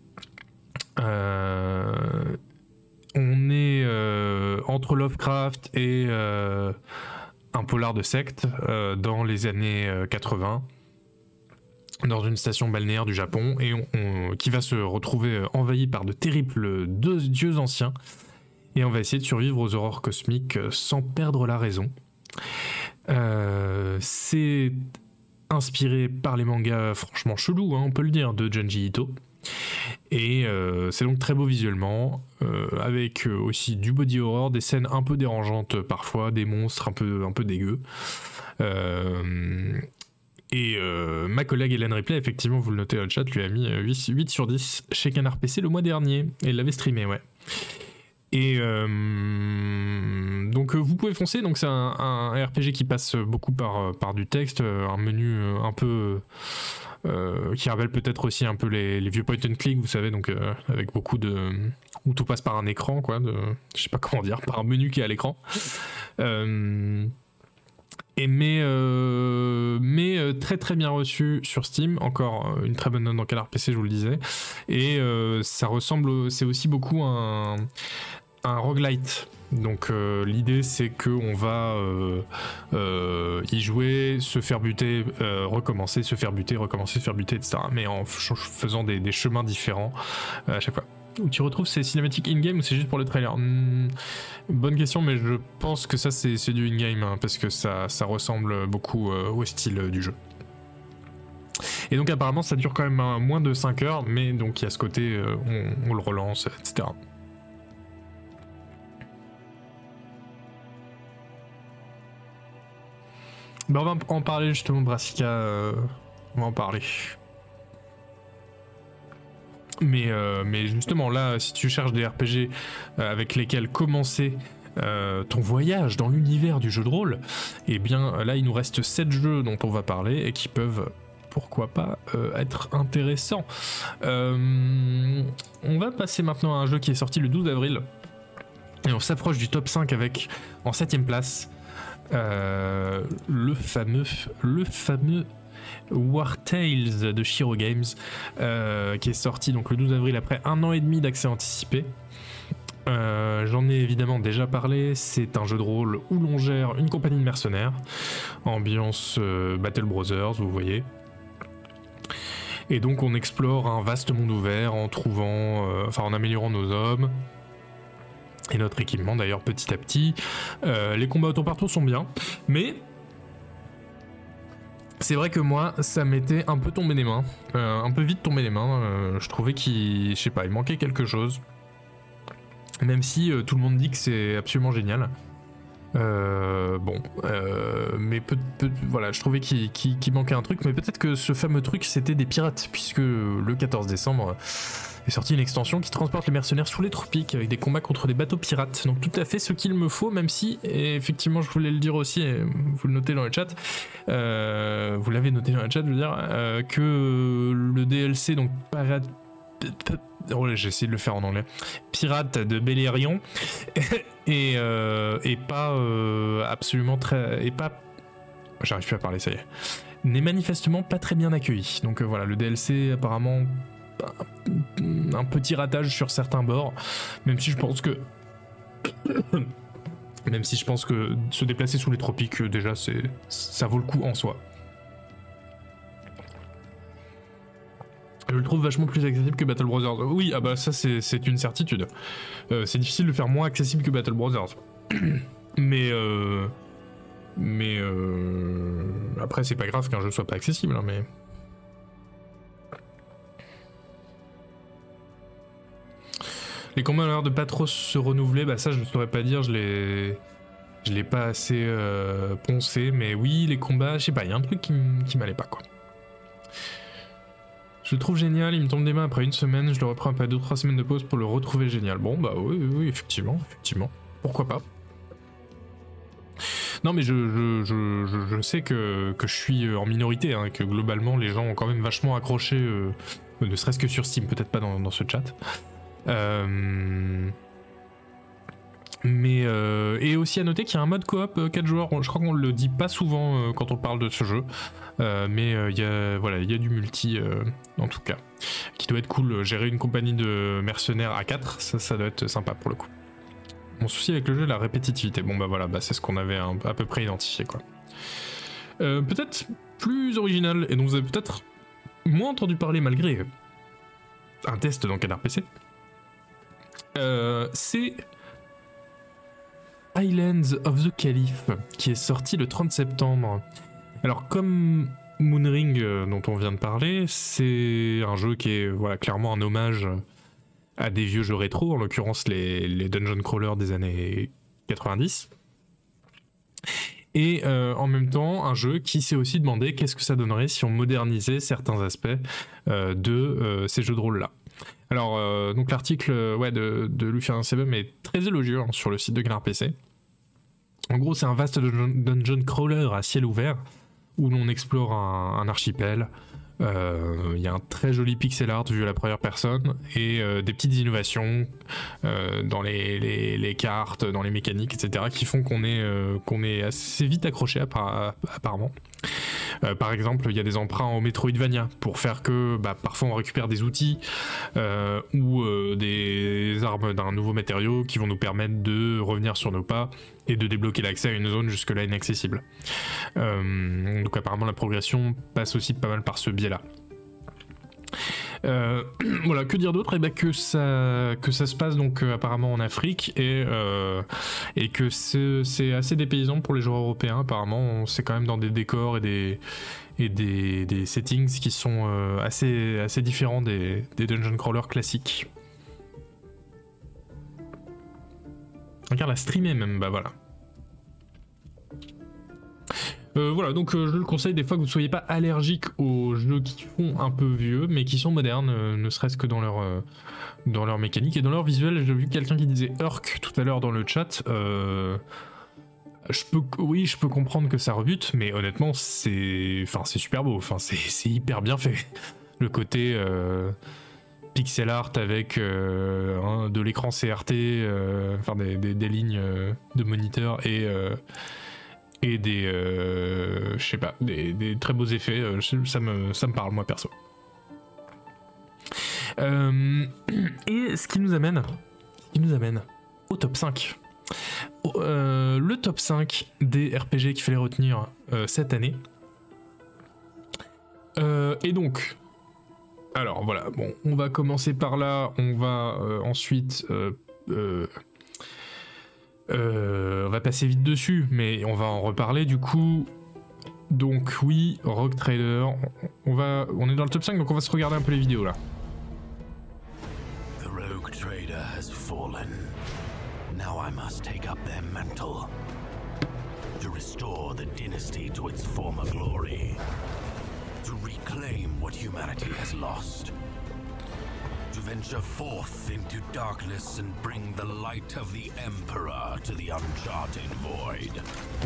On est entre Lovecraft et un polar de secte dans les années 80, dans une station balnéaire du Japon, et qui va se retrouver envahi par de terribles dieux anciens. Et on va essayer de survivre aux horreurs cosmiques sans perdre la raison. C'est inspiré par les mangas franchement chelous, hein, on peut le dire, de Junji Ito. Et c'est donc très beau visuellement, avec aussi du body horror, des scènes un peu dérangeantes parfois, des monstres un peu dégueux. Et ma collègue Hélène Ripley, effectivement, vous le notez dans le chat, lui a mis 8 sur 10 chez Canard PC le mois dernier. Et elle l'avait streamé, ouais. Et donc vous pouvez foncer, donc c'est un RPG qui passe beaucoup par du texte, un menu un peu qui rappelle peut-être aussi un peu les vieux point and click, vous savez, donc avec beaucoup de... où tout passe par un écran, quoi, je sais pas comment dire, par un menu qui est à l'écran. Mais très très bien reçu sur Steam, encore une très bonne note dans Canard PC, je vous le disais, et ça ressemble, c'est aussi beaucoup un roguelite. Donc l'idée c'est qu'on va y jouer, se faire buter, recommencer, se faire buter, recommencer, se faire buter, etc. Mais en faisant des chemins différents à chaque fois. Où tu retrouves ces cinématiques in-game ou c'est juste pour le trailer? Bonne question, mais je pense que ça c'est du in-game, hein, parce que ça ressemble beaucoup au style du jeu. Et donc apparemment ça dure quand même moins de 5 heures, mais donc il y a ce côté, on le relance, etc. Ben on va en parler justement, Brassica, on va en parler. Mais justement là, si tu cherches des RPG avec lesquels commencer ton voyage dans l'univers du jeu de rôle, et bien là il nous reste 7 jeux dont on va parler et qui peuvent, pourquoi pas, être intéressants. On va passer maintenant à un jeu qui est sorti le 12 avril, et on s'approche du top 5 avec, en 7ème place, le fameux War Tales de Shiro Games, qui est sorti donc le 12 avril après 1 an et demi d'accès anticipé. J'en ai évidemment déjà parlé, c'est un jeu de rôle où l'on gère une compagnie de mercenaires, ambiance Battle Brothers, vous voyez. Et donc on explore un vaste monde ouvert en en améliorant nos hommes et notre équipement d'ailleurs petit à petit. Les combats au tour par tour sont bien, mais c'est vrai que moi, ça m'était un peu tombé des mains, un peu vite tombé des mains. Je trouvais il manquait quelque chose. Même si tout le monde dit que c'est absolument génial. Mais voilà, je trouvais qu'il manquait un truc, mais peut-être que ce fameux truc c'était des pirates, puisque le 14 décembre est sortie une extension qui transporte les mercenaires sous les tropiques avec des combats contre des bateaux pirates. Donc tout à fait ce qu'il me faut, même si, et effectivement je voulais le dire aussi, et vous le notez dans le chat, vous l'avez noté dans le chat, je veux dire, que le DLC, donc j'ai essayé de le faire en anglais, Pirate de Beleriand, et pas absolument très, et pas, j'arrive plus à parler, ça y est, n'est manifestement pas très bien accueilli. Donc voilà, le DLC apparemment un petit ratage sur certains bords, même si je pense que se déplacer sous les tropiques déjà ça vaut le coup en soi. Je le trouve vachement plus accessible que Battle Brothers. Oui, ah bah ça c'est une certitude. C'est difficile de faire moins accessible que Battle Brothers. Mais après c'est pas grave qu'un jeu soit pas accessible, hein, mais les combats ont l'air de pas trop se renouveler. Bah ça je ne saurais pas dire, je l'ai pas assez poncé, mais oui les combats, je sais pas, il y a un truc qui m'allait pas quoi. Je le trouve génial, il me tombe des mains après une semaine, je le reprends après 2-3 semaines de pause pour le retrouver génial. Bon bah oui, effectivement, pourquoi pas. Non mais je sais que je suis en minorité, hein, que globalement les gens ont quand même vachement accroché, ne serait-ce que sur Steam, peut-être pas dans ce chat. Et aussi à noter qu'il y a un mode coop 4 joueurs, je crois qu'on le dit pas souvent quand on parle de ce jeu, mais il y a du multi en tout cas, qui doit être cool. Gérer une compagnie de mercenaires à 4, ça doit être sympa pour le coup. Mon souci avec le jeu, la répétitivité. Bon bah voilà, c'est ce qu'on avait à peu près identifié quoi. Peut-être plus original, et dont vous avez peut-être moins entendu parler malgré un test dans Canard PC, c'est Islands of the Caliph, qui est sorti le 30 septembre. Alors comme Moon Ring dont on vient de parler, c'est un jeu qui est clairement un hommage à des vieux jeux rétro, en l'occurrence les dungeon crawlers des années 90. Et en même temps, un jeu qui s'est aussi demandé qu'est-ce que ça donnerait si on modernisait certains aspects de ces jeux de rôle-là. Alors, donc l'article de Lucien Sebum est très élogieux sur le site de Canard PC. En gros, c'est un vaste dungeon crawler à ciel ouvert où l'on explore un archipel. Il y a un très joli pixel art vu à la première personne et des petites innovations dans les cartes, dans les mécaniques, etc. qui font qu'on est assez vite accroché apparemment. Par exemple, il y a des emprunts au Metroidvania pour faire que parfois on récupère des outils ou des armes d'un nouveau matériau qui vont nous permettre de revenir sur nos pas et de débloquer l'accès à une zone jusque-là inaccessible. Donc apparemment la progression passe aussi pas mal par ce biais-là. Voilà, que dire d'autre? Que ça se passe donc apparemment en Afrique et que c'est assez dépaysant pour les joueurs européens. Apparemment, c'est quand même dans des décors et des settings qui sont assez différents des dungeon crawlers classiques. Regarde, la streamer même, voilà. Voilà, donc je le conseille des fois que vous ne soyez pas allergique aux jeux qui font un peu vieux, mais qui sont modernes, ne serait-ce que dans leur mécanique et dans leur visuel. J'ai vu quelqu'un qui disait Urk tout à l'heure dans le chat. Je peux comprendre que ça rebute, mais honnêtement, c'est super beau. C'est hyper bien fait. Le côté pixel art avec de l'écran CRT, des lignes de moniteur et des très beaux effets, ça me parle moi perso. Et ce qui nous amène au top 5. Le top 5 des RPG qu'il fallait retenir cette année. Et donc, alors voilà, bon, on va commencer par là, on va ensuite on va passer vite dessus, mais on va en reparler du coup. Donc oui, Rogue Trader, on est dans le top 5, donc on va se regarder un peu les vidéos là. The Rogue Trader has fallen. Now I must take up their mantle to restore the dynasty to its former glory, to reclaim what humanity has lost, to venture forth into darkness and bring the light of the Emperor to the uncharted void.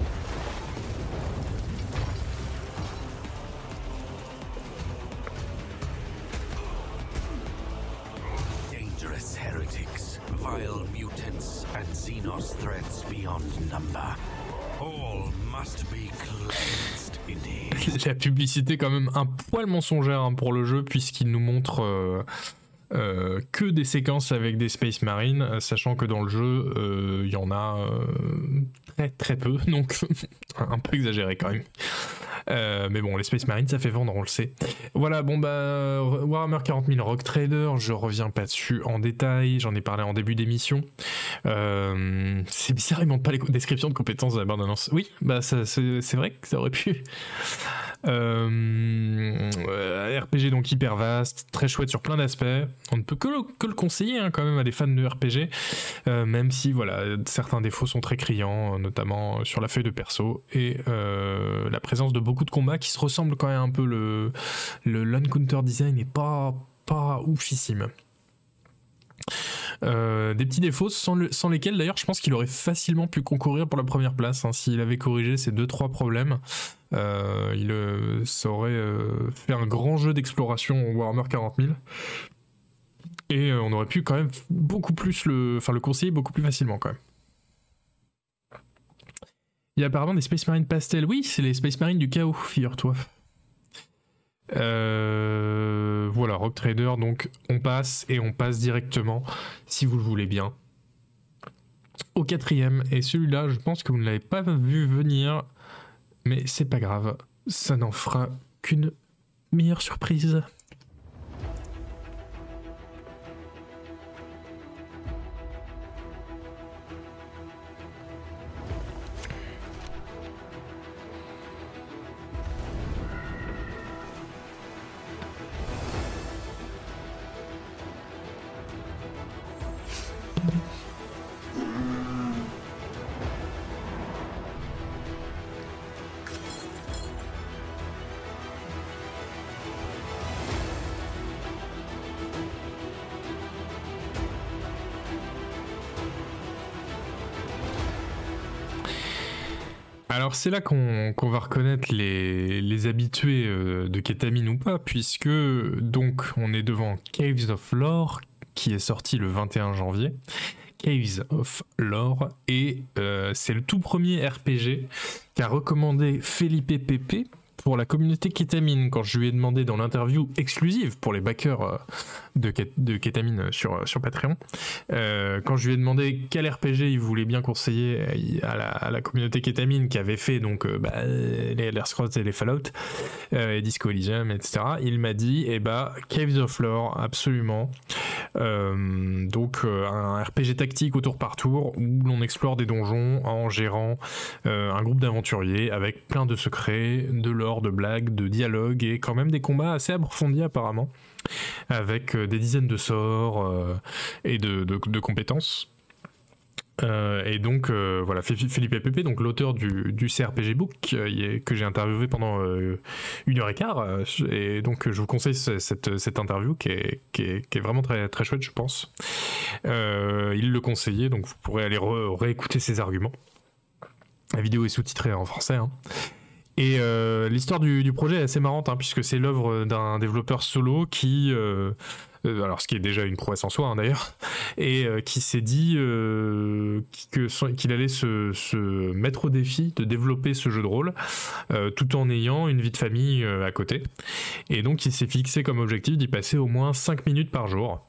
Dangerous heretics, vile mutants, and Xenos threats beyond number. All must be cleansed indeed. La publicité quand même un poil mensongère hein, pour le jeu puisqu'il nous montre que des séquences avec des Space Marines, sachant que dans le jeu il y en a très très peu, donc un peu exagéré quand même. Mais bon, les Space Marines ça fait vendre, on le sait. Voilà, bon bah Warhammer 40 000 Rogue Trader, je reviens pas dessus en détail, j'en ai parlé en début d'émission. C'est bizarre, ils montrent pas les descriptions de compétences de la bande-annonce. Oui, bah c'est vrai que ça aurait pu. RPG donc hyper vaste, très chouette sur plein d'aspects. On ne peut que le conseiller hein, quand même à des fans de RPG, même si voilà certains défauts sont très criants, notamment sur la feuille de perso et la présence de beaucoup de combats qui se ressemblent quand même un peu. Le l'encounter design n'est pas oufissime. Des petits défauts sans lesquels d'ailleurs je pense qu'il aurait facilement pu concourir pour la première place hein, s'il avait corrigé ces 2-3 problèmes. Ça aurait fait un grand jeu d'exploration Warhammer 40 000 et on aurait pu quand même beaucoup plus le conseiller beaucoup plus facilement quand même. Il y a apparemment des Space Marines pastel. Oui, c'est les Space Marines du chaos, figure-toi. Voilà, Rogue Trader, donc on passe directement, si vous le voulez bien, au 4e. Et celui-là, je pense que vous ne l'avez pas vu venir, mais c'est pas grave, ça n'en fera qu'une meilleure surprise. Alors c'est là qu'on va reconnaître les habitués de Ketamine ou pas, puisque donc on est devant Caves of Lore qui est sorti le 21 janvier. Caves of Lore et c'est le tout premier RPG qu'a recommandé Felipe Pepe pour la communauté Ketamine quand je lui ai demandé dans l'interview exclusive pour les backers de Ketamine sur Patreon, quand je lui ai demandé quel RPG il voulait bien conseiller à la communauté Ketamine qui avait fait donc les Elder Scrolls et les Fallout et Disco Elysium etc, il m'a dit Caves of Lore absolument, donc un RPG tactique au tour par tour où l'on explore des donjons en gérant un groupe d'aventuriers avec plein de secrets, de lore, de blagues, de dialogues et quand même des combats assez approfondis apparemment, avec des dizaines de sorts et de compétences. Et donc voilà, Felipe Pepe, donc l'auteur du CRPG Book que j'ai interviewé pendant 1h15, et donc je vous conseille cette interview qui est vraiment très, très chouette je pense. Il le conseillait, donc vous pourrez aller réécouter ses arguments. La vidéo est sous-titrée en français hein. Et l'histoire du projet est assez marrante hein, puisque c'est l'œuvre d'un développeur solo qui alors ce qui est déjà une prouesse en soi hein, d'ailleurs, et qui s'est dit qu'il allait se mettre au défi de développer ce jeu de rôle tout en ayant une vie de famille à côté, et donc il s'est fixé comme objectif d'y passer au moins 5 minutes par jour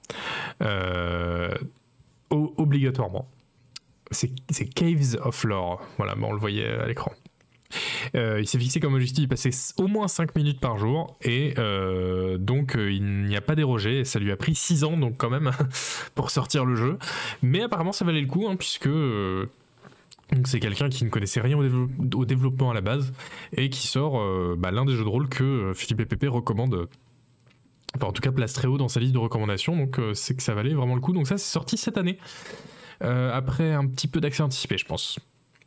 obligatoirement. C'est Caves of Lore, voilà, on le voyait à l'écran. Il s'est fixé comme objectif de passer au moins 5 minutes par jour et donc il n'y a pas dérogé, et ça lui a pris 6 ans donc quand même pour sortir le jeu, mais apparemment ça valait le coup hein, puisque donc c'est quelqu'un qui ne connaissait rien au développement à la base et qui sort l'un des jeux de rôle que Philippe Pepe recommande, enfin en tout cas place très haut dans sa liste de recommandations, donc c'est que ça valait vraiment le coup. Donc ça c'est sorti cette année après un petit peu d'accès anticipé je pense.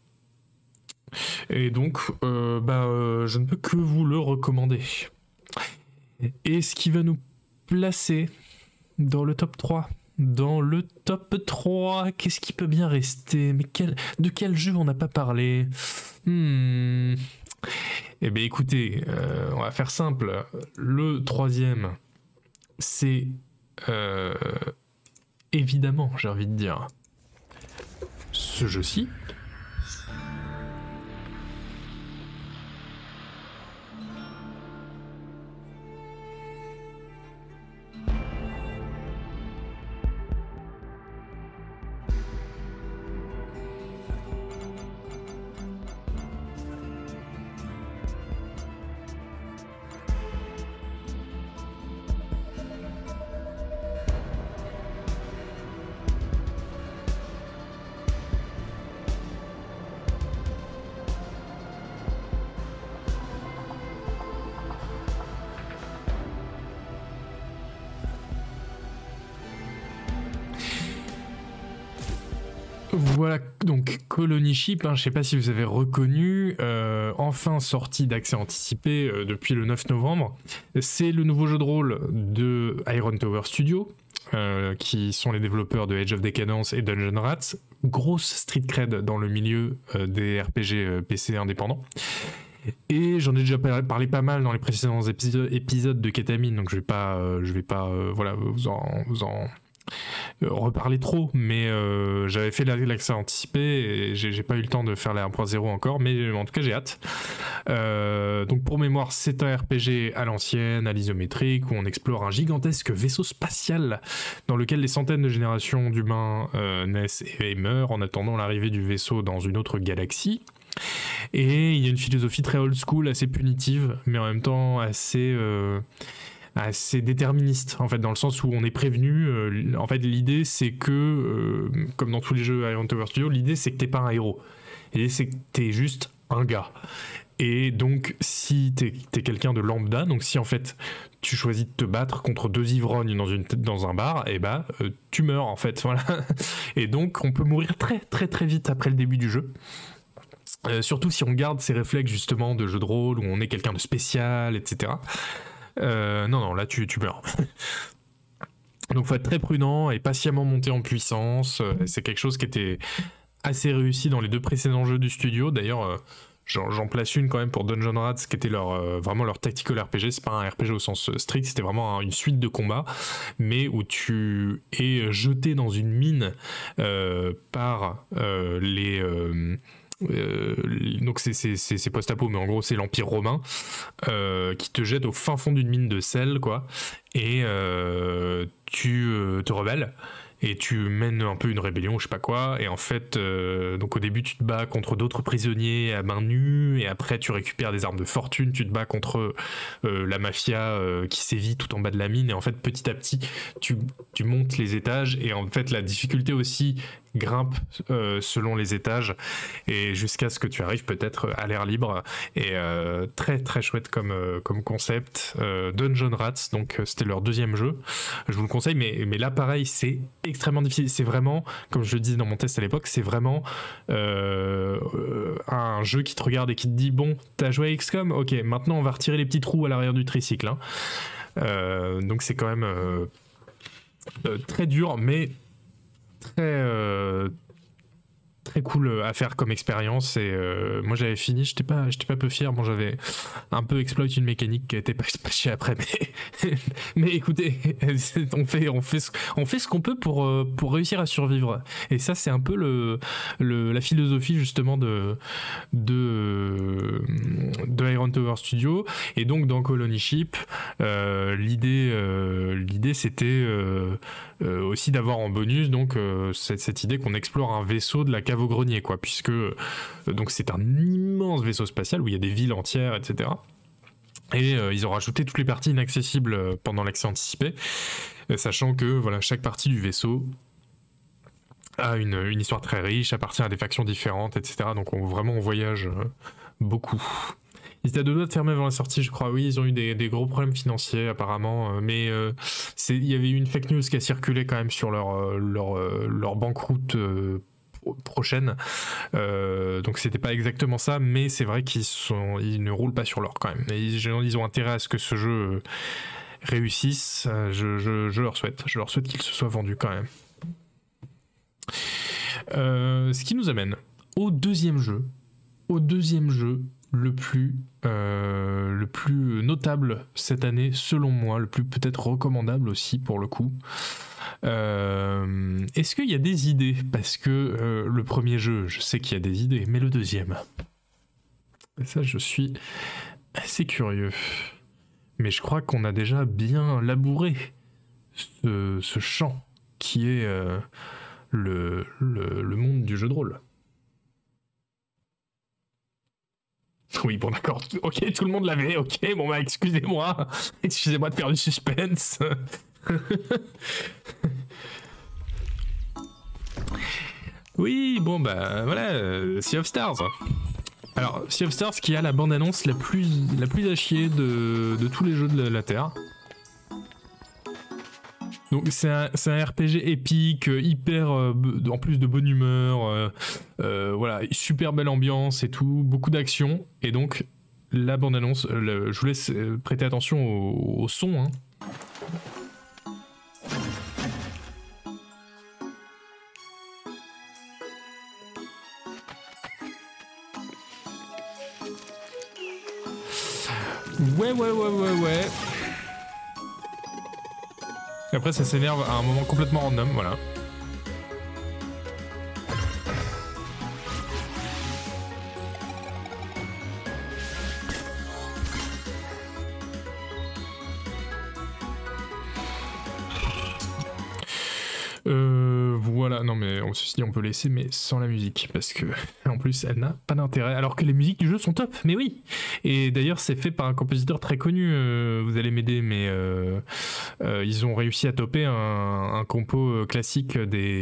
Et donc, je ne peux que vous le recommander. Et ce qui va nous placer dans le top 3. Dans le top 3, qu'est-ce qui peut bien rester ? Mais de quel jeu on n'a pas parlé ? Eh bien écoutez, on va faire simple. Le 3e, c'est évidemment, j'ai envie de dire, ce jeu-ci. Voilà, donc Colony Ship, je sais pas si vous avez reconnu, enfin sorti d'accès anticipé depuis le 9 novembre. C'est le nouveau jeu de rôle de Iron Tower Studio, qui sont les développeurs de Age of Decadence et Dungeon Rats. Grosse street cred dans le milieu des RPG PC indépendants. Et j'en ai déjà parlé pas mal dans les précédents épisodes de Ketamine, donc je vais pas voilà, vous en reparler trop, mais j'avais fait l'accès anticipé et j'ai pas eu le temps de faire la 1.0 encore, mais en tout cas j'ai hâte. Donc pour mémoire, c'est un RPG à l'ancienne, à l'isométrique, où on explore un gigantesque vaisseau spatial dans lequel des centaines de générations d'humains naissent et meurent en attendant l'arrivée du vaisseau dans une autre galaxie. Et il y a une philosophie très old school, assez punitive, mais en même temps assez déterministe, en fait, dans le sens où on est prévenu. En fait, l'idée, c'est que, comme dans tous les jeux Iron Tower Studio, l'idée, c'est que t'es pas un héros. L'idée, c'est que t'es juste un gars. Et donc, si t'es quelqu'un de lambda, donc si en fait tu choisis de te battre contre deux ivrognes dans un bar, et tu meurs, en fait. Voilà. Et donc, on peut mourir très, très, très vite après le début du jeu. Surtout si on garde ces réflexes justement de jeu de rôle où on est quelqu'un de spécial, etc. Non, là tu meurs. Donc faut être très prudent et patiemment monter en puissance. C'est quelque chose qui était assez réussi dans les deux précédents jeux du studio. D'ailleurs, j'en place une quand même pour Dungeon Rats, qui était vraiment leur tactical RPG. C'est pas un RPG au sens strict, c'était vraiment une suite de combats, mais où tu es jeté dans une mine par donc c'est post-apo, mais en gros c'est l'Empire romain qui te jette au fin fond d'une mine de sel, quoi, et tu te rebelles et tu mènes un peu une rébellion, je sais pas quoi, et en fait donc au début tu te bats contre d'autres prisonniers à main nue, et après tu récupères des armes de fortune, tu te bats contre la mafia qui sévit tout en bas de la mine, et en fait petit à petit tu montes les étages, et en fait la difficulté aussi grimpe selon les étages, et jusqu'à ce que tu arrives peut-être à l'air libre. Et très très chouette comme concept. Dungeon Rats, donc c'était leur deuxième jeu, je vous le conseille, mais là pareil, c'est extrêmement difficile. C'est vraiment, comme je le disais dans mon test à l'époque, c'est vraiment un jeu qui te regarde et qui te dit: bon, t'as joué à XCOM, ok, maintenant on va retirer les petits trous à l'arrière du tricycle, hein. Donc c'est quand même très dur, mais très cool à faire comme expérience. Et moi j'avais fini, j'étais pas peu fier. Bon, j'avais un peu exploité une mécanique qui a été patchée après, mais écoutez, on fait ce qu'on peut pour réussir à survivre. Et ça, c'est un peu la philosophie justement de Iron Tower Studio. Et donc dans Colony Ship, l'idée c'était aussi d'avoir en bonus donc cette idée qu'on explore un vaisseau de la cave au grenier, quoi, puisque donc c'est un immense vaisseau spatial où il y a des villes entières, etc. Et ils ont rajouté toutes les parties inaccessibles pendant l'accès anticipé, sachant que voilà, chaque partie du vaisseau a une histoire très riche, appartient à des factions différentes, etc. Donc on voyage beaucoup. Ils étaient à deux doigts de fermer avant la sortie, je crois. Oui, ils ont eu des gros problèmes financiers apparemment, mais il y avait eu une fake news qui a circulé quand même sur leur banqueroute prochaine. Donc c'était pas exactement ça, mais c'est vrai qu'ils ne roulent pas sur l'or quand même. Et ils ont intérêt à ce que ce jeu réussisse. Je leur souhaite qu'il se soit vendu quand même. Ce qui nous amène au deuxième jeu le plus notable cette année selon moi, le plus peut-être recommandable aussi pour le coup. Est-ce qu'il y a des idées? Parce que le premier jeu, je sais qu'il y a des idées, mais le deuxième, et ça je suis assez curieux. Mais je crois qu'on a déjà bien labouré ce champ qui est le monde du jeu de rôle. Oui, bon d'accord, ok, tout le monde l'avait, ok, bon bah excusez-moi de faire du suspense. Oui, bon bah voilà, Sea of Stars. Alors, Sea of Stars qui a la bande-annonce la plus à chier de tous les jeux de la Terre. Donc c'est un RPG épique, hyper, en plus de bonne humeur, voilà, super belle ambiance et tout, beaucoup d'action. Et donc la bande-annonce, je vous laisse prêter attention au son, hein. Ouais. Après ça s'énerve à un moment complètement random, voilà. Voilà, non mais ceci dit on peut laisser mais sans la musique parce que en plus elle n'a pas d'intérêt alors que les musiques du jeu sont top, mais oui. Et d'ailleurs c'est fait par un compositeur très connu, vous allez m'aider, mais ils ont réussi à toper un compo classique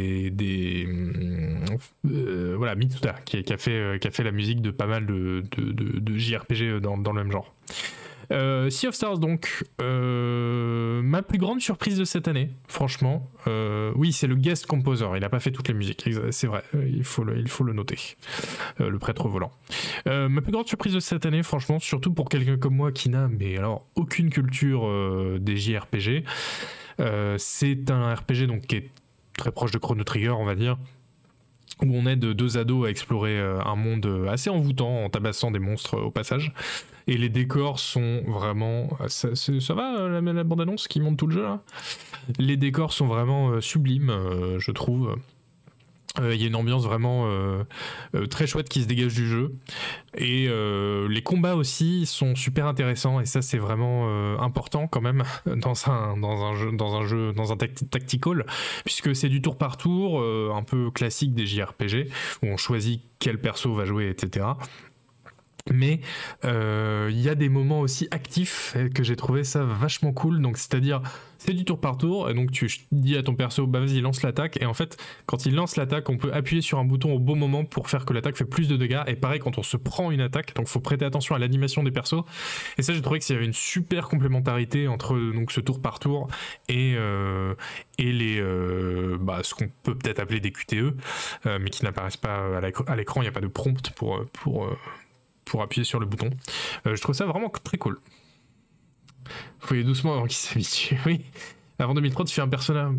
voilà, Mitsuda qui a fait la musique de pas mal de JRPG dans le même genre. Sea of Stars donc, ma plus grande surprise de cette année, franchement, oui c'est le guest composer, il n'a pas fait toutes les musiques, c'est vrai, il faut le noter, le prêtre volant. Ma plus grande surprise de cette année, franchement, surtout pour quelqu'un comme moi qui n'a mais alors aucune culture des JRPG, c'est un RPG donc qui est très proche de Chrono Trigger, on va dire, où on aide deux ados à explorer un monde assez envoûtant en tabassant des monstres au passage. Et les décors sont vraiment... Ça va, la bande-annonce qui monte tout le jeu, là ? Les décors sont vraiment sublimes, je trouve. Il y a une ambiance vraiment très chouette qui se dégage du jeu. Et les combats aussi sont super intéressants. Et ça, c'est vraiment important quand même dans un tactical. Puisque c'est du tour par tour, un peu classique des JRPG, où on choisit quel perso va jouer, etc. Mais il y a des moments aussi actifs que j'ai trouvé ça vachement cool. Donc c'est-à-dire c'est du tour par tour et donc tu dis à ton perso bah vas-y lance l'attaque, et en fait quand il lance l'attaque on peut appuyer sur un bouton au bon moment pour faire que l'attaque fait plus de dégâts. Et pareil quand on se prend une attaque, donc faut prêter attention à l'animation des persos. Et ça j'ai trouvé qu'il y avait une super complémentarité entre donc ce tour par tour et les ce qu'on peut peut-être appeler des QTE, mais qui n'apparaissent pas à l'écran. Il n'y a pas de prompt pour appuyer sur le bouton. Je trouve ça vraiment très cool. Faut y aller doucement avant qu'il s'habitue. Oui. Avant 2030, il fait un personnage.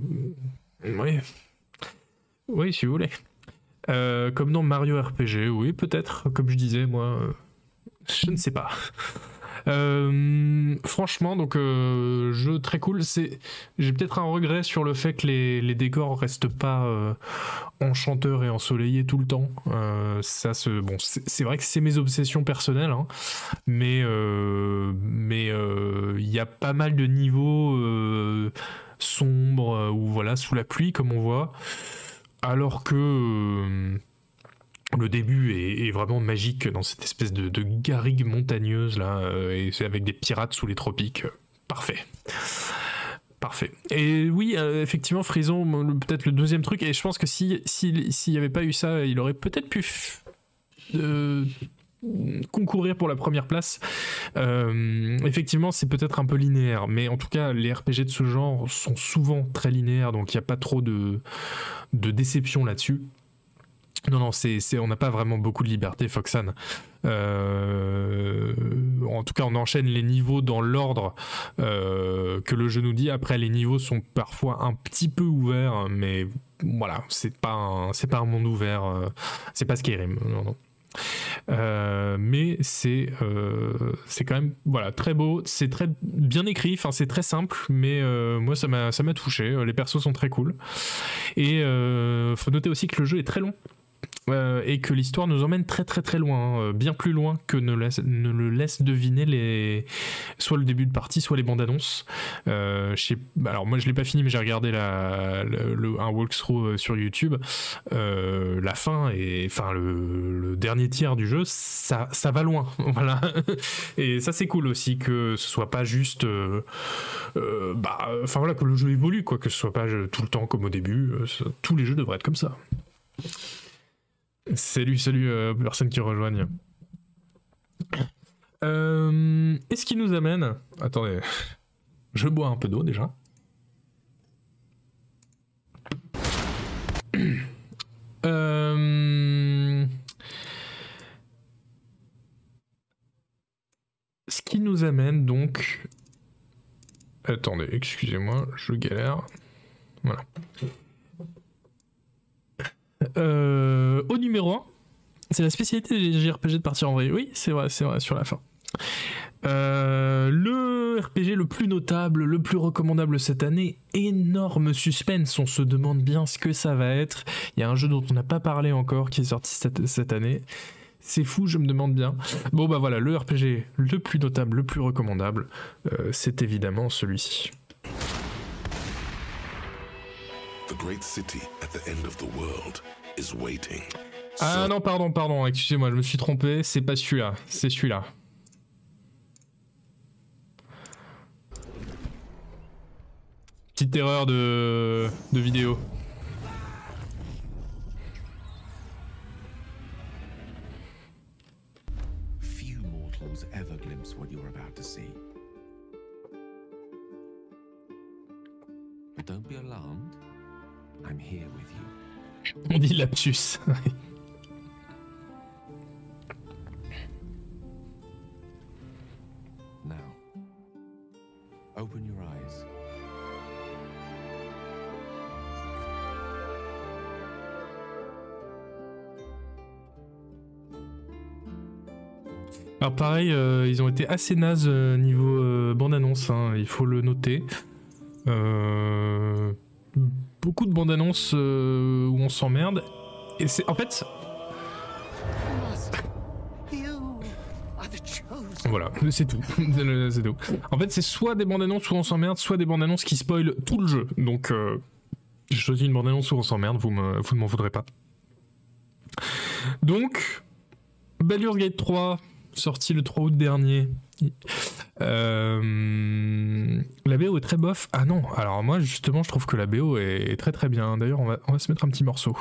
Oui, si vous voulez. Comme dans Mario RPG, oui, peut-être. Comme je disais, moi, je ne sais pas. Franchement, donc jeu très cool. J'ai peut-être un regret sur le fait que les décors restent pas enchanteurs et ensoleillés tout le temps. C'est vrai que c'est mes obsessions personnelles, hein, mais il y a pas mal de niveaux sombres ou voilà sous la pluie comme on voit, alors que le début est vraiment magique dans cette espèce de garrigue montagneuse là, et c'est avec des pirates sous les tropiques. Parfait. Et oui, effectivement, Frison, peut-être le deuxième truc, et je pense que s'il n'y avait pas eu ça, il aurait peut-être pu concourir pour la première place. Effectivement, c'est peut-être un peu linéaire, mais en tout cas, les RPG de ce genre sont souvent très linéaires, donc il n'y a pas trop de déception là-dessus. Non, on n'a pas vraiment beaucoup de liberté, Foxan. En tout cas, on enchaîne les niveaux dans l'ordre que le jeu nous dit. Après, les niveaux sont parfois un petit peu ouverts, mais voilà, c'est pas un monde ouvert. C'est pas Skyrim, non. Mais c'est quand même voilà très beau, c'est très bien écrit, enfin c'est très simple, mais moi ça m'a touché. Les persos sont très cool, et faut noter aussi que le jeu est très long. Et que l'histoire nous emmène très très très loin, bien plus loin que ne le laisse deviner soit le début de partie, soit les bandes annonces. Alors moi je l'ai pas fini, mais j'ai regardé un walkthrough sur YouTube. La fin et enfin le dernier tiers du jeu, ça va loin, voilà. Et ça c'est cool aussi que ce soit pas juste, enfin voilà, que le jeu évolue quoi, que ce soit pas tout le temps comme au début. Tous les jeux devraient être comme ça. Salut, personnes qui rejoignent. Et ce qui nous amène... Attendez, je bois un peu d'eau déjà. Ce qui nous amène donc... Attendez, excusez-moi, je galère. Voilà. Au numéro 1, c'est la spécialité des JRPG de partir en vrille. Oui, c'est vrai, sur la fin. Le RPG le plus notable, le plus recommandable cette année, énorme suspense, on se demande bien ce que ça va être. Il y a un jeu dont on n'a pas parlé encore qui est sorti cette année. C'est fou, je me demande bien. Bon bah voilà, le RPG le plus notable, le plus recommandable, c'est évidemment celui-ci. The great city at the end of the world is waiting. Ah non, pardon, excusez-moi, je me suis trompé, c'est pas celui-là, c'est celui-là. Petite erreur de vidéo. Few mortals ever glimpse what you're about to see. But don't be alarmed. I'm here with you. On dit lapsus. Now, open your eyes. Alors pareil, ils ont été assez nazes niveau bande-annonce, hein, il faut le noter. Beaucoup de bandes-annonces où on s'emmerde. Et c'est en fait... Voilà, c'est tout. C'est tout. En fait, c'est soit des bandes-annonces où on s'emmerde, soit des bandes-annonces qui spoilent tout le jeu. Donc, j'ai choisi une bande-annonce où on s'emmerde, vous ne m'en voudrez pas. Donc, Baldur's Gate 3, sorti le 3 août dernier. La BO est très bof. Ah non, alors moi justement je trouve que la BO est très très bien. D'ailleurs on va se mettre un petit morceau.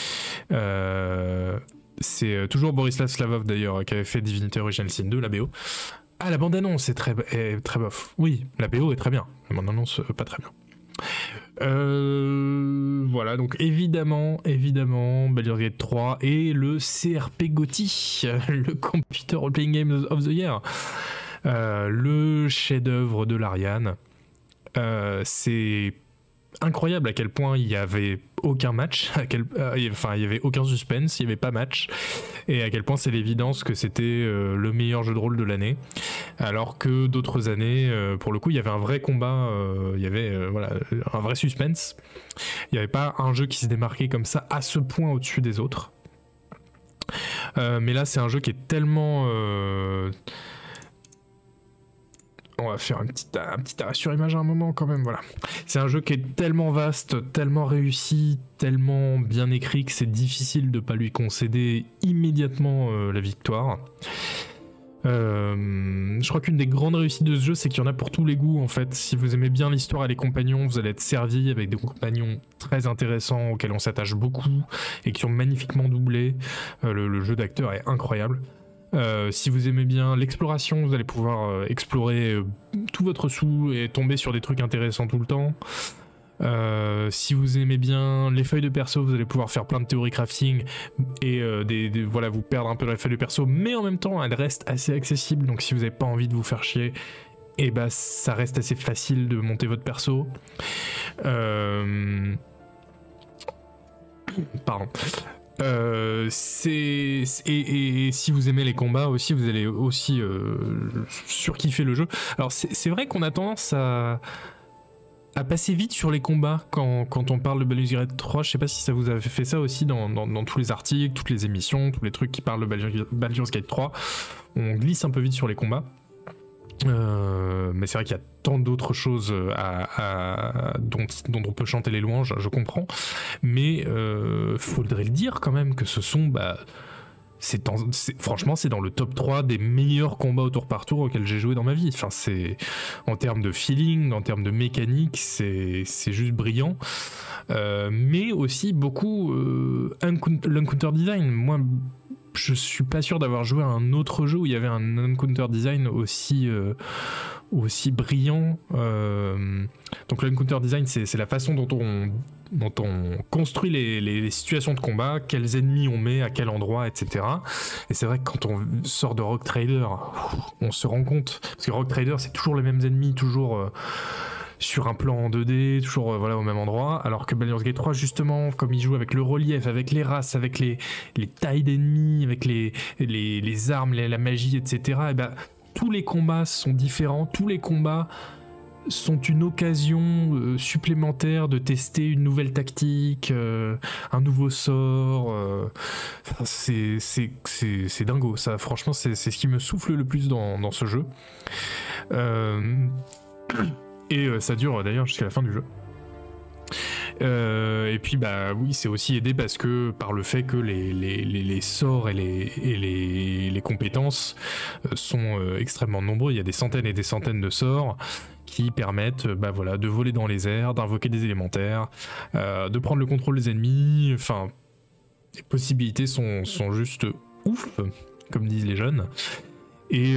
C'est toujours Borislav Slavov d'ailleurs qui avait fait Divinity Original Sin 2, la BO. Ah, la bande-annonce est très bof. Oui, la BO est très bien. La bande-annonce pas très bien. Voilà, donc évidemment, Baldur's Gate 3 et le CRP GOTY, le Computer Role Playing Game of the Year, le chef-d'œuvre de l'Ariane. C'est incroyable à quel point il y avait aucun match, il y avait aucun suspense, il y avait pas match, et à quel point c'est l'évidence que c'était le meilleur jeu de rôle de l'année, alors que d'autres années, pour le coup, il y avait un vrai combat, il y avait voilà, un vrai suspense. Il n'y avait pas un jeu qui se démarquait comme ça à ce point au-dessus des autres. Mais là, c'est un jeu qui est tellement... On va faire un petit arrêt sur image à un moment quand même, voilà. C'est un jeu qui est tellement vaste, tellement réussi, tellement bien écrit que c'est difficile de pas lui concéder immédiatement la victoire. Je crois qu'une des grandes réussites de ce jeu, c'est qu'il y en a pour tous les goûts en fait. Si vous aimez bien l'histoire et les compagnons, vous allez être servi avec des compagnons très intéressants auxquels on s'attache beaucoup et qui ont magnifiquement doublé. Le jeu d'acteur est incroyable. Si vous aimez bien l'exploration, vous allez pouvoir explorer tout votre sou et tomber sur des trucs intéressants tout le temps. Si vous aimez bien les feuilles de perso, vous allez pouvoir faire plein de théories crafting et voilà, vous perdre un peu dans les feuilles de perso, mais en même temps elles restent assez accessibles, donc si vous n'avez pas envie de vous faire chier, et bah ça reste assez facile de monter votre perso. Pardon. Et si vous aimez les combats aussi, vous allez aussi surkiffer le jeu. Alors c'est vrai qu'on a tendance à passer vite sur les combats quand on parle de Baldur's Gate 3. Je sais pas si ça vous a fait ça aussi dans tous les articles, toutes les émissions, tous les trucs qui parlent de Baldur's Gate 3. On glisse un peu vite sur les combats. Mais c'est vrai qu'il y a tant d'autres choses dont on peut chanter les louanges, je comprends, mais faudrait le dire quand même que ce sont franchement c'est dans le top 3 des meilleurs combats au tour par tour auxquels j'ai joué dans ma vie. Enfin, c'est en termes de feeling, en termes de mécanique, c'est juste brillant, mais aussi beaucoup l'encounter design. Moi, je suis pas sûr d'avoir joué à un autre jeu où il y avait un encounter design aussi brillant. Donc l'encounter design, c'est la façon dont on construit les situations de combat, quels ennemis on met à quel endroit, etc. Et c'est vrai que quand on sort de Rogue Trader, on se rend compte, parce que Rogue Trader c'est toujours les mêmes ennemis, toujours sur un plan en 2D, toujours au même endroit, alors que Baldur's Gate 3 justement, comme il joue avec le relief, avec les races, avec les tailles d'ennemis, avec les armes, la magie, etc. Et ben tous les combats sont différents, tous les combats sont une occasion supplémentaire de tester une nouvelle tactique, un nouveau sort. C'est dingo, ça. Franchement, c'est ce qui me souffle le plus dans ce jeu. Et ça dure d'ailleurs jusqu'à la fin du jeu. Et puis bah oui, c'est aussi aidé par le fait que les sorts et les compétences sont extrêmement nombreux. Il y a des centaines et des centaines de sorts qui permettent de voler dans les airs, d'invoquer des élémentaires, de prendre le contrôle des ennemis. Enfin, les possibilités sont juste ouf, comme disent les jeunes. Et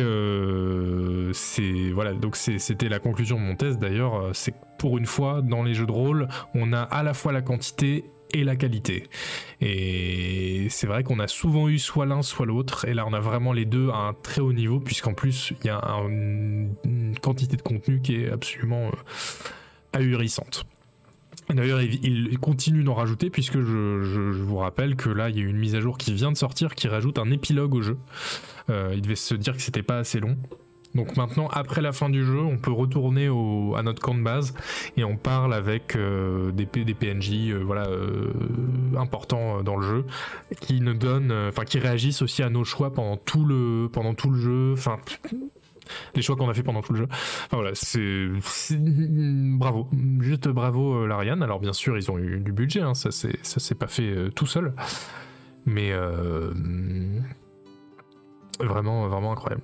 c'était la conclusion de mon test d'ailleurs, c'est que pour une fois dans les jeux de rôle, on a à la fois la quantité et la qualité. Et c'est vrai qu'on a souvent eu soit l'un soit l'autre, et là on a vraiment les deux à un très haut niveau, puisqu'en plus il y a une quantité de contenu qui est absolument ahurissante. D'ailleurs, il continue d'en rajouter, puisque je vous rappelle que là, il y a une mise à jour qui vient de sortir qui rajoute un épilogue au jeu. Il devait se dire que c'était pas assez long. Donc maintenant, après la fin du jeu, on peut retourner à notre camp de base et on parle avec des PNJ importants dans le jeu, qui nous donnent, qui réagissent aussi à nos choix pendant tout le jeu. Enfin, les choix qu'on a fait pendant tout le jeu. Enfin voilà, c'est bravo, juste bravo l'Ariane. Alors bien sûr, ils ont eu du budget, hein, ça s'est pas fait tout seul, mais vraiment incroyable.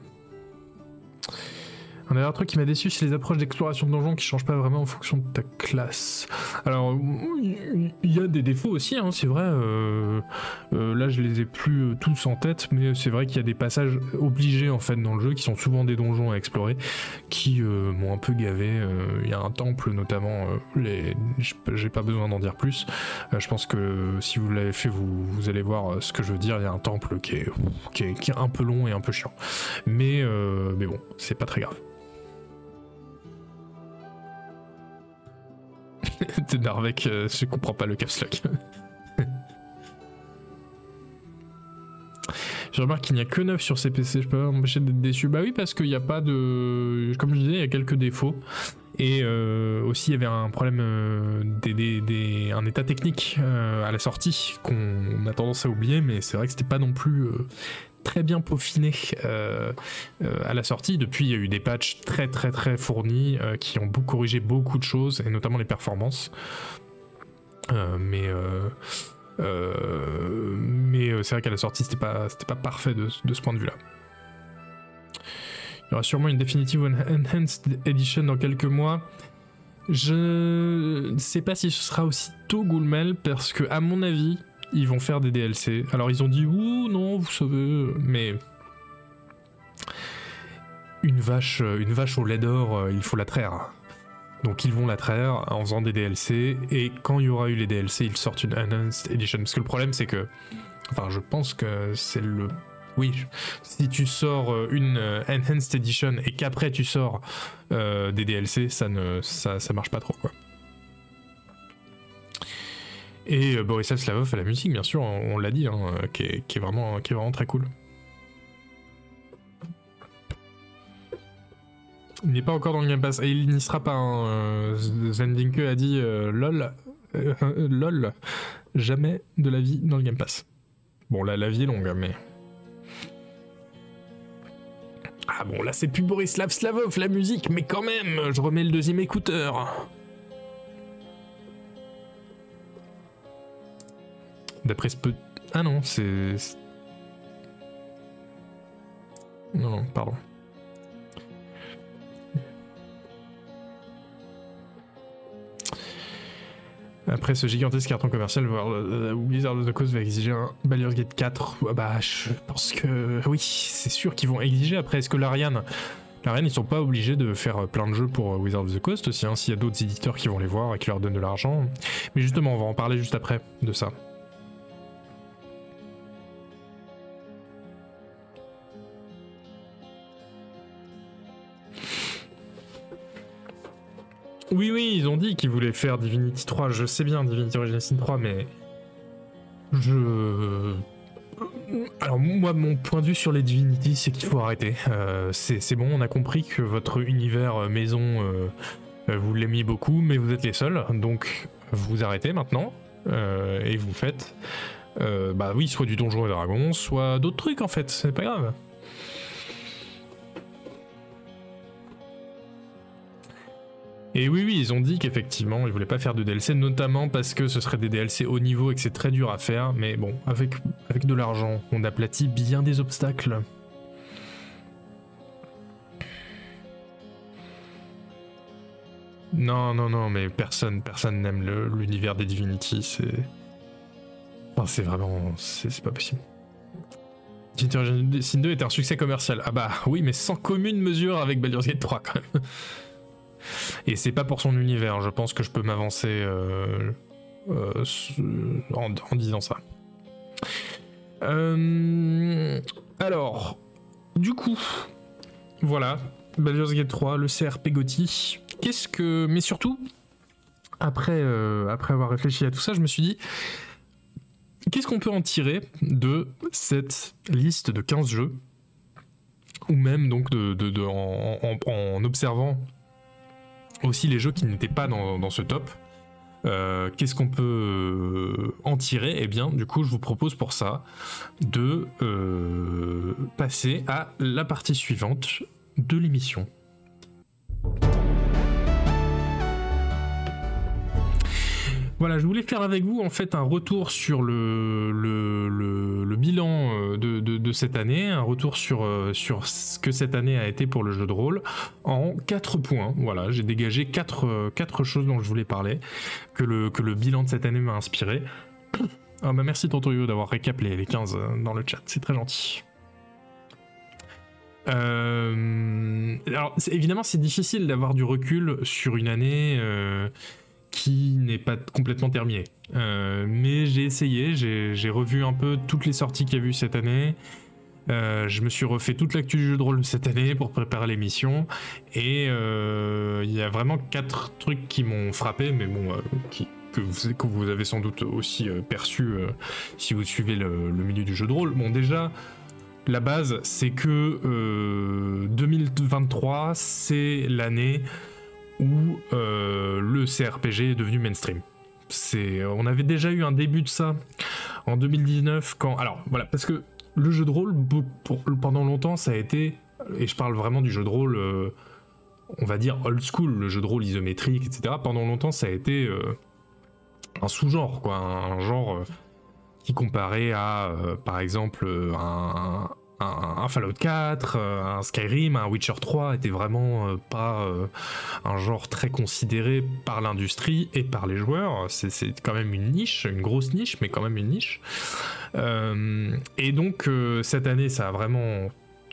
Un dernier truc qui m'a déçu, c'est les approches d'exploration de donjons qui changent pas vraiment en fonction de ta classe. Alors, il y a des défauts aussi, hein, c'est vrai. Là, je les ai plus tous en tête, mais c'est vrai qu'il y a des passages obligés en fait dans le jeu qui sont souvent des donjons à explorer, qui m'ont un peu gavé. Il y a un temple notamment. J'ai pas besoin d'en dire plus. Je pense que si vous l'avez fait, vous allez voir ce que je veux dire. Il y a un temple qui est un peu long et un peu chiant, mais bon, c'est pas très grave. T'es Narvek, je comprends pas le caps lock. Je remarque qu'il n'y a que 9 sur CPC, je peux pas m'empêcher d'être déçu. Bah oui, parce qu'il n'y a pas de... Comme je disais, il y a quelques défauts. Et aussi, il y avait un problème, un état technique à la sortie qu'on a tendance à oublier, mais c'est vrai que c'était pas non plus très bien peaufiné à la sortie. Depuis, il y a eu des patchs très très très fournis qui ont corrigé beaucoup de choses, et notamment les performances. Mais c'est vrai qu'à la sortie, c'était pas parfait de ce point de vue-là. Il y aura sûrement une Definitive Enhanced Edition dans quelques mois. Je ne sais pas si ce sera aussi tôt, Goulmel, parce que à mon avis, ils vont faire des DLC. Alors ils ont dit ouh non, vous savez, mais une vache au lait d'or, il faut la traire. Donc ils vont la traire en faisant des DLC, et quand il y aura eu les DLC, ils sortent une Enhanced Edition. Parce que le problème c'est que, je pense que c'est le... Oui, si tu sors une Enhanced Edition et qu'après tu sors des DLC, ça marche pas trop, quoi. Et Borislav Slavov à la musique, bien sûr, on l'a dit, hein, qui est vraiment très cool. Il n'est pas encore dans le Game Pass, et il n'y sera pas. Hein. Zendinke a dit lol, jamais de la vie dans le Game Pass. Bon, là, la vie est longue, mais... Ah bon, là c'est plus Borislav Slavov la musique, mais quand même, je remets le deuxième écouteur. D'après ce peu... Ah non, c'est... Non, pardon. Après ce gigantesque carton commercial, Wizard of the Coast va exiger un Baldur's Gate 4. Bah, je pense que oui, c'est sûr qu'ils vont exiger. Après, est-ce que l'Ariane, ils sont pas obligés de faire plein de jeux pour Wizard of the Coast aussi, hein, s'il y a d'autres éditeurs qui vont les voir et qui leur donnent de l'argent. Mais justement, on va en parler juste après de ça. Oui, ils ont dit qu'ils voulaient faire Divinity 3, je sais bien, Divinity Original Sin 3, mais... Alors moi, mon point de vue sur les Divinity, c'est qu'il faut arrêter. C'est bon, on a compris que votre univers maison, vous l'aimiez beaucoup, mais vous êtes les seuls, donc vous arrêtez maintenant, et vous faites... bah oui, soit du Donjon et Dragon, soit d'autres trucs en fait, c'est pas grave. Et oui, ils ont dit qu'effectivement, ils voulaient pas faire de DLC, notamment parce que ce serait des DLC haut niveau et que c'est très dur à faire, mais bon, avec de l'argent, on aplatit bien des obstacles. Non, mais personne n'aime l'univers des Divinity, c'est... Enfin, c'est vraiment... c'est pas possible. Divinity Original Sin 2 était un succès commercial. Ah bah oui, mais sans commune mesure avec Baldur's Gate 3 quand même. Et c'est pas pour son univers, je pense que je peux m'avancer en disant ça. Alors, du coup, voilà, Baldur's Gate 3, le CRP GOTY. Mais surtout, après avoir réfléchi à tout ça, je me suis dit, qu'est-ce qu'on peut en tirer de cette liste de 15 jeux, ou même donc en observant aussi les jeux qui n'étaient pas dans ce top. Qu'est-ce qu'on peut en tirer? Eh bien, du coup, je vous propose pour ça de passer à la partie suivante de l'émission. Voilà, je voulais faire avec vous en fait un retour sur le bilan de cette année, un retour sur ce que cette année a été pour le jeu de rôle en 4 points. Voilà, j'ai dégagé 4 choses dont je voulais parler, que le bilan de cette année m'a inspiré. Ah bah merci Tontoyo d'avoir récap les 15 dans le chat, c'est très gentil. Alors évidemment c'est difficile d'avoir du recul sur une année qui n'est pas complètement terminée, mais j'ai essayé, j'ai revu un peu toutes les sorties qu'il y a eu cette année, je me suis refait toute l'actu du jeu de rôle cette année pour préparer l'émission, et il y a vraiment 4 trucs qui m'ont frappé, mais bon, que vous avez sans doute aussi perçu si vous suivez le milieu du jeu de rôle. Bon, déjà, la base, c'est que 2023, c'est l'année où le CRPG est devenu mainstream. On avait déjà eu un début de ça en 2019 quand... Alors voilà, parce que le jeu de rôle, pendant longtemps, ça a été, et je parle vraiment du jeu de rôle, on va dire old school, le jeu de rôle isométrique, etc. Pendant longtemps, ça a été un sous-genre, quoi, un genre qui comparait à, par exemple, un Fallout 4, un Skyrim, un Witcher 3 était vraiment pas un genre très considéré par l'industrie et par les joueurs. C'est quand même une niche, une grosse niche, mais quand même une niche. Et donc cette année, ça a vraiment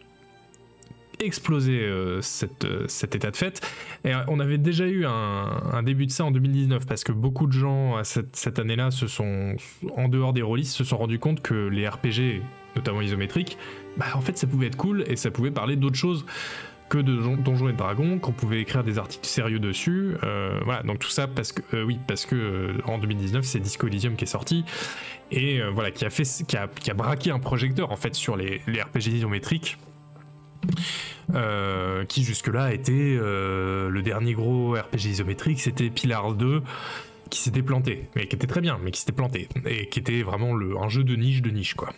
explosé cet état de fait. Et on avait déjà eu un début de ça en 2019 parce que beaucoup de gens cette année-là en dehors des rôlistes, se sont rendus compte que les RPG, notamment isométriques, bah en fait ça pouvait être cool et ça pouvait parler d'autres choses que de Donjons et Dragons, qu'on pouvait écrire des articles sérieux dessus, voilà, donc tout ça parce que en 2019 c'est Disco Elysium qui est sorti et voilà, qui a braqué un projecteur en fait sur les RPG isométriques, qui jusque-là était le dernier gros RPG isométrique, c'était Pillars 2 qui s'était planté, mais qui était très bien, mais qui s'était planté et qui était vraiment un jeu de niche quoi.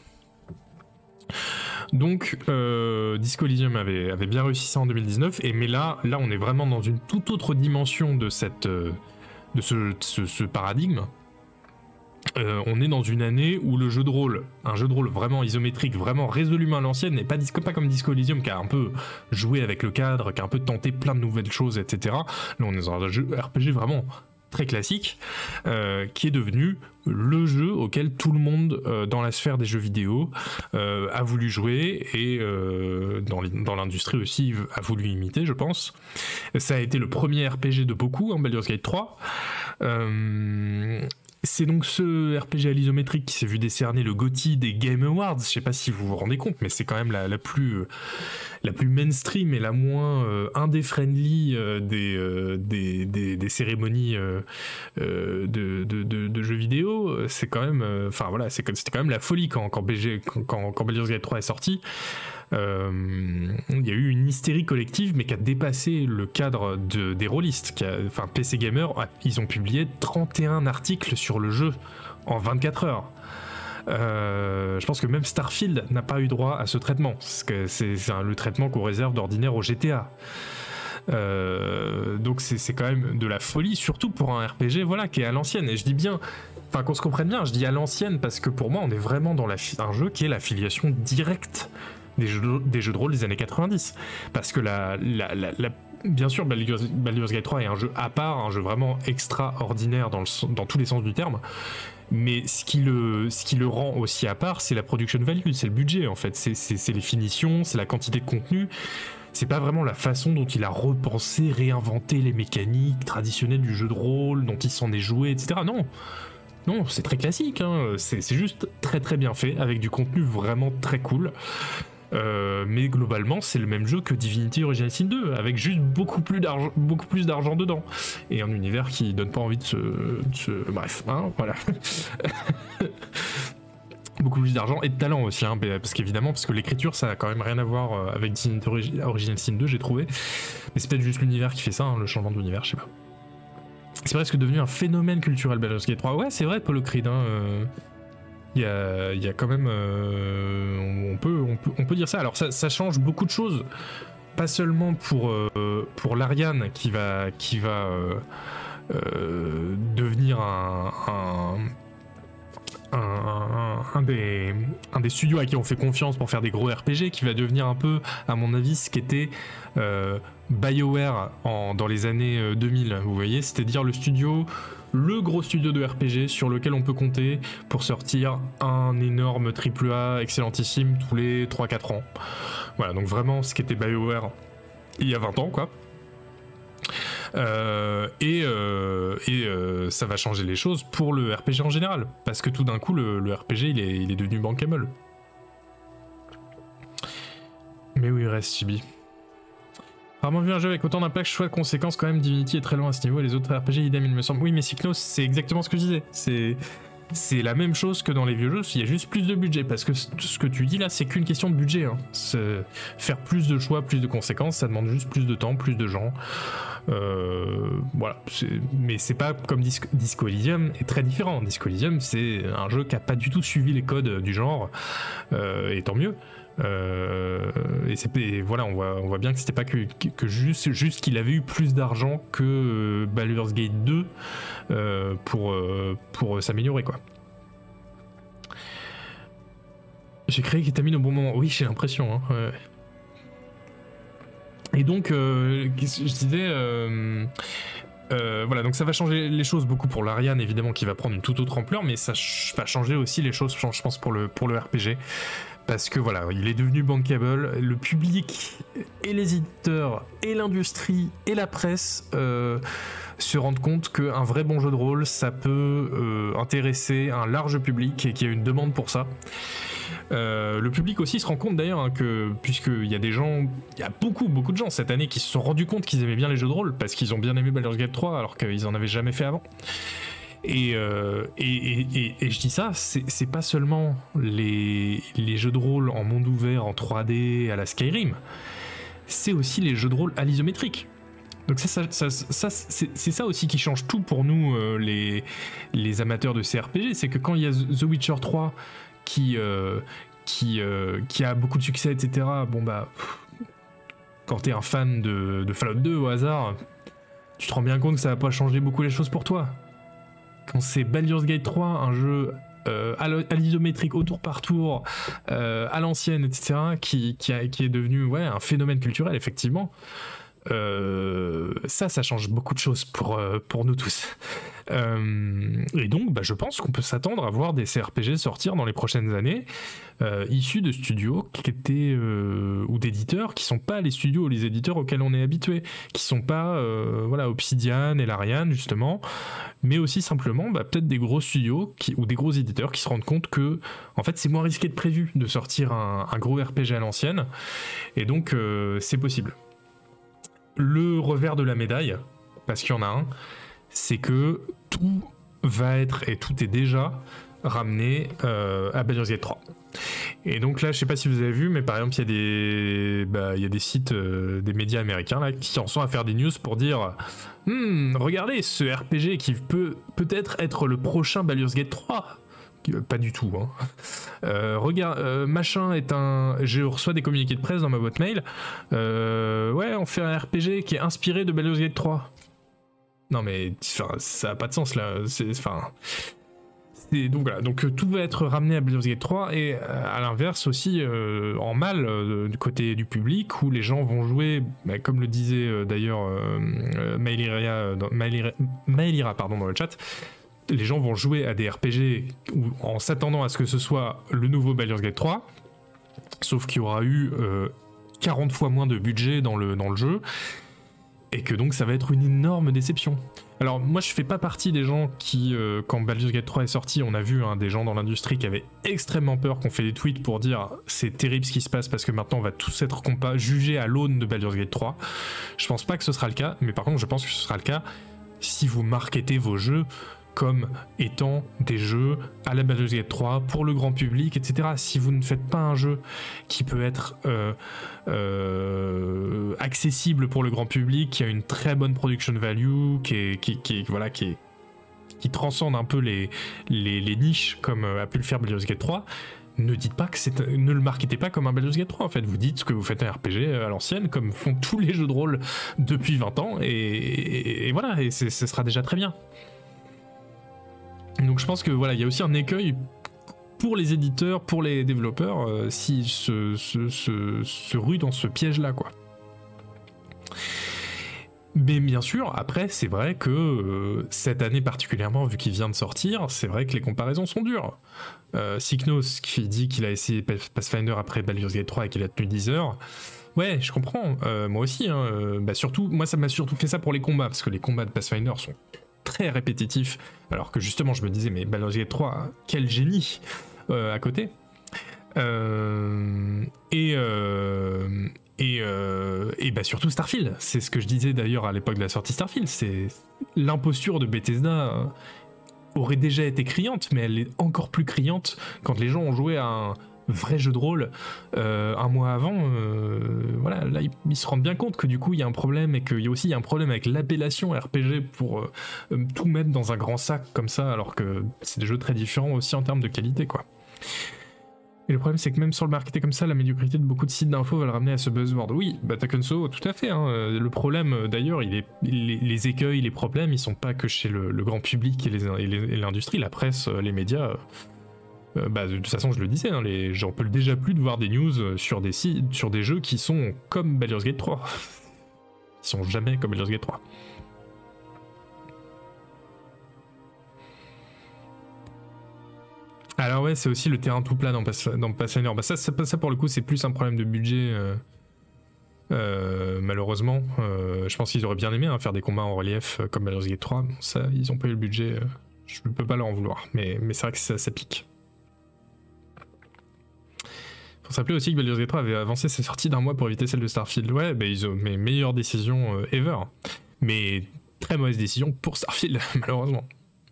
Donc Disco Elysium avait bien réussi ça en 2019, mais là on est vraiment dans une toute autre dimension de ce paradigme. On est dans une année où un jeu de rôle vraiment isométrique, vraiment résolument à l'ancienne, et pas comme Disco Elysium qui a un peu joué avec le cadre, qui a un peu tenté plein de nouvelles choses, etc. Là on est dans un jeu RPG vraiment très classique, qui est devenu le jeu auquel tout le monde dans la sphère des jeux vidéo a voulu jouer et dans l'industrie aussi a voulu imiter, je pense. Ça a été le premier RPG de beaucoup, Baldur's Gate 3. C'est donc ce RPG à l'isométrique qui s'est vu décerner le GOTY des Game Awards. Je sais pas si vous vous rendez compte, mais c'est quand même la plus mainstream et la moins indé-friendly des cérémonies de jeux vidéo. C'est quand même, c'était quand même la folie quand Baldur's Gate 3 est sorti. Il y a eu une hystérie collective, mais qui a dépassé le cadre des rôlistes. PC Gamer, ils ont publié 31 articles sur le jeu en 24 heures. Je pense que même Starfield n'a pas eu droit à ce traitement, parce que c'est le traitement qu'on réserve d'ordinaire au GTA. Donc c'est quand même de la folie, surtout pour un RPG qui est à l'ancienne. Et je dis bien, qu'on se comprenne bien, je dis à l'ancienne parce que pour moi on est vraiment dans un jeu qui est l'affiliation directe des jeux de rôle des années 90. Parce que bien sûr, Baldur's Gate 3 est un jeu à part, un jeu vraiment extraordinaire dans tous les sens du terme. Mais ce qui le rend aussi à part, c'est la production value, c'est le budget en fait, c'est les finitions, c'est la quantité de contenu. C'est pas vraiment la façon dont il a repensé, réinventé les mécaniques traditionnelles du jeu de rôle, dont il s'en est joué, etc. Non, c'est très classique, hein. C'est juste très très bien fait, avec du contenu vraiment très cool. Mais globalement c'est le même jeu que Divinity Original Sin 2 avec juste beaucoup plus d'argent dedans et un univers qui donne pas envie de se... Bref, hein, voilà. Beaucoup plus d'argent et de talent aussi, hein, parce que l'écriture ça a quand même rien à voir avec Divinity Original Sin 2, j'ai trouvé, mais c'est peut-être juste l'univers qui fait ça, hein, le changement d'univers, je sais pas. C'est presque devenu un phénomène culturel Baldur's Gate 3. Ouais, c'est vrai, Paulo Creed, hein, il y a quand même on peut dire ça. Alors ça change beaucoup de choses, pas seulement pour l'Ariane qui va devenir un des studios à qui on fait confiance pour faire des gros RPG, qui va devenir un peu, à mon avis, ce qu'était BioWare dans les années 2000, vous voyez, c'est-à-dire le gros studio de RPG sur lequel on peut compter pour sortir un énorme AAA excellentissime tous les 3-4 ans. Voilà, donc vraiment ce qu'était BioWare il y a 20 ans, quoi. Ça va changer les choses pour le RPG en général, parce que tout d'un coup le RPG il est devenu bankable. Mais oui, reste Chibi. Rarement vu un jeu avec autant d'impact, choix de conséquences, quand même Divinity est très loin à ce niveau et les autres RPG idem il me semble. Oui, mais Psychnos c'est exactement ce que je disais, c'est la même chose que dans les vieux jeux, il y a juste plus de budget, parce que ce que tu dis là c'est qu'une question de budget, hein. Faire plus de choix, plus de conséquences, ça demande juste plus de temps, plus de gens. Voilà, mais c'est pas comme Disco Elysium est très différent. Disco Elysium c'est un jeu qui a pas du tout suivi les codes du genre, et tant mieux. Et voilà, on voit bien que c'était pas que juste qu'il avait eu plus d'argent que Baldur's Gate 2 pour s'améliorer, quoi. J'ai créé Kétamine au bon moment. Oui, j'ai l'impression, hein. Ouais. Et donc, je disais, voilà, donc ça va changer les choses beaucoup pour l'Ariane, évidemment, qui va prendre une toute autre ampleur, mais ça va changer aussi les choses, je pense, pour le RPG. Parce que voilà, il est devenu bankable, le public et les éditeurs et l'industrie et la presse se rendent compte qu'un vrai bon jeu de rôle, ça peut intéresser un large public et qu'il y a une demande pour ça. Le public aussi se rend compte d'ailleurs, hein, que puisqu'il y a des gens, il y a beaucoup de gens cette année qui se sont rendus compte qu'ils aimaient bien les jeux de rôle parce qu'ils ont bien aimé Baldur's Gate 3 alors qu'ils en avaient jamais fait avant. Et je dis ça, c'est pas seulement les jeux de rôle en monde ouvert, en 3D à la Skyrim, c'est aussi les jeux de rôle à l'isométrique. Donc c'est ça aussi qui change tout pour nous, les amateurs de CRPG, c'est que quand il y a The Witcher 3 qui a beaucoup de succès, etc., bon bah, quand t'es un fan de Fallout 2 au hasard, tu te rends bien compte que ça va pas changer beaucoup les choses pour toi. Quand c'est Baldur's Gate 3, un jeu à l'isométrique, au tour par tour, à l'ancienne, etc., qui est devenu un phénomène culturel, effectivement, Ça change beaucoup de choses pour nous tous. Et donc, je pense qu'on peut s'attendre à voir des CRPG sortir dans les prochaines années, issus de studios qui étaient ou d'éditeurs qui sont pas les studios ou les éditeurs auxquels on est habitué, qui sont pas Obsidian et Larian justement, mais aussi simplement peut-être des gros studios ou des gros éditeurs qui se rendent compte que en fait c'est moins risqué de prévu de sortir un gros RPG à l'ancienne, et donc c'est possible. Le revers de la médaille, parce qu'il y en a un, c'est que tout va être, et tout est déjà ramené à Baldur's Gate 3. Et donc là, je sais pas si vous avez vu, mais par exemple, il y a des sites, des médias américains là, qui en sont à faire des news pour dire regardez ce RPG qui peut peut-être être le prochain Baldur's Gate 3. Pas du tout, hein. Machin est un... Je reçois des communiqués de presse dans ma boîte mail. Ouais, on fait un RPG qui est inspiré de Baldur's Gate 3. Non mais ça a pas de sens là. Donc voilà, donc tout va être ramené à Baldur's Gate 3, et à l'inverse aussi en mal du côté du public, où les gens vont jouer, comme le disait d'ailleurs Maelira dans le chat. Les gens vont jouer à des RPG en s'attendant à ce que ce soit le nouveau Baldur's Gate 3, sauf qu'il y aura eu 40 fois moins de budget dans le jeu, et que donc ça va être une énorme déception. Alors moi je fais pas partie des gens qui, quand Baldur's Gate 3 est sorti, on a vu des gens dans l'industrie qui avaient extrêmement peur, qu'on fait des tweets pour dire c'est terrible ce qui se passe parce que maintenant on va tous être jugés à l'aune de Baldur's Gate 3. Je pense pas que ce sera le cas, mais par contre je pense que ce sera le cas si vous marketez vos jeux comme étant des jeux à la Baldur's Gate 3 pour le grand public, etc. Si vous ne faites pas un jeu qui peut être accessible pour le grand public, qui a une très bonne production value, qui transcende un peu les niches comme a pu le faire Baldur's Gate 3, ne le marketez pas comme un Baldur's Gate 3 en fait. Vous dites que vous faites un RPG à l'ancienne, comme font tous les jeux de rôle depuis 20 ans, et voilà, et ce sera déjà très bien. Donc je pense que il y a aussi un écueil pour les éditeurs, pour les développeurs, s'ils se ruent dans ce piège-là, quoi. Mais bien sûr, après, c'est vrai que cette année particulièrement, vu qu'il vient de sortir, c'est vrai que les comparaisons sont dures. Cycnos qui dit qu'il a essayé Pathfinder après Baldur's Gate 3 et qu'il a tenu 10 heures. Ouais, je comprends. Moi aussi. Surtout, moi, ça m'a surtout fait ça pour les combats, parce que les combats de Pathfinder sont très répétitif, alors que justement je me disais mais Baldur's Gate 3, quel génie à côté. Surtout Starfield, c'est ce que je disais d'ailleurs à l'époque de la sortie Starfield, c'est l'imposture de Bethesda aurait déjà été criante, mais elle est encore plus criante quand les gens ont joué à un vrai jeu de rôle un mois avant. Là ils se rendent bien compte que du coup il y a un problème, et qu'il y a aussi un problème avec l'appellation RPG pour tout mettre dans un grand sac comme ça, alors que c'est des jeux très différents aussi en termes de qualité, quoi. Et le problème c'est que même sans le marketer comme ça, la médiocrité de beaucoup de sites d'infos va le ramener à ce buzzword. Oui, Takenso, tout à fait, hein. Le problème d'ailleurs, les écueils, les problèmes, ils sont pas que chez le grand public et l'industrie, la presse, les médias. De toute façon, je le disais, hein, j'en peux déjà plus de voir des news sur des jeux qui sont comme Baldur's Gate 3. Ils sont jamais comme Baldur's Gate 3. Alors ouais, c'est aussi le terrain tout plat dans Pathfinder. Ça pour le coup, c'est plus un problème de budget. Malheureusement, je pense qu'ils auraient bien aimé faire des combats en relief comme Baldur's Gate 3. Bon, ça, ils ont pas eu le budget. Je ne peux pas leur en vouloir. Mais c'est vrai que ça pique. Faut se rappeler aussi que Baldur's Gate 3 avait avancé ses sorties d'un mois pour éviter celle de Starfield. Ouais, ils ont mes meilleures décisions ever. Mais très mauvaise décision pour Starfield, malheureusement.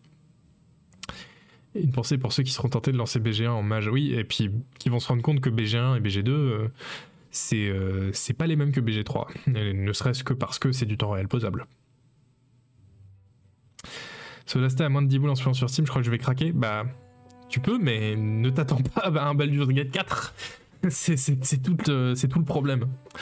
Et une pensée pour ceux qui seront tentés de lancer BG1 en mage. Oui, et puis qui vont se rendre compte que BG1 et BG2, c'est pas les mêmes que BG3. Ne serait-ce que parce que c'est du temps réel posable. Solasta à moins de 10 boules en ce moment sur Steam, je crois que je vais craquer. Tu peux, mais ne t'attends pas à un Baldur's Gate 4. C'est tout le problème.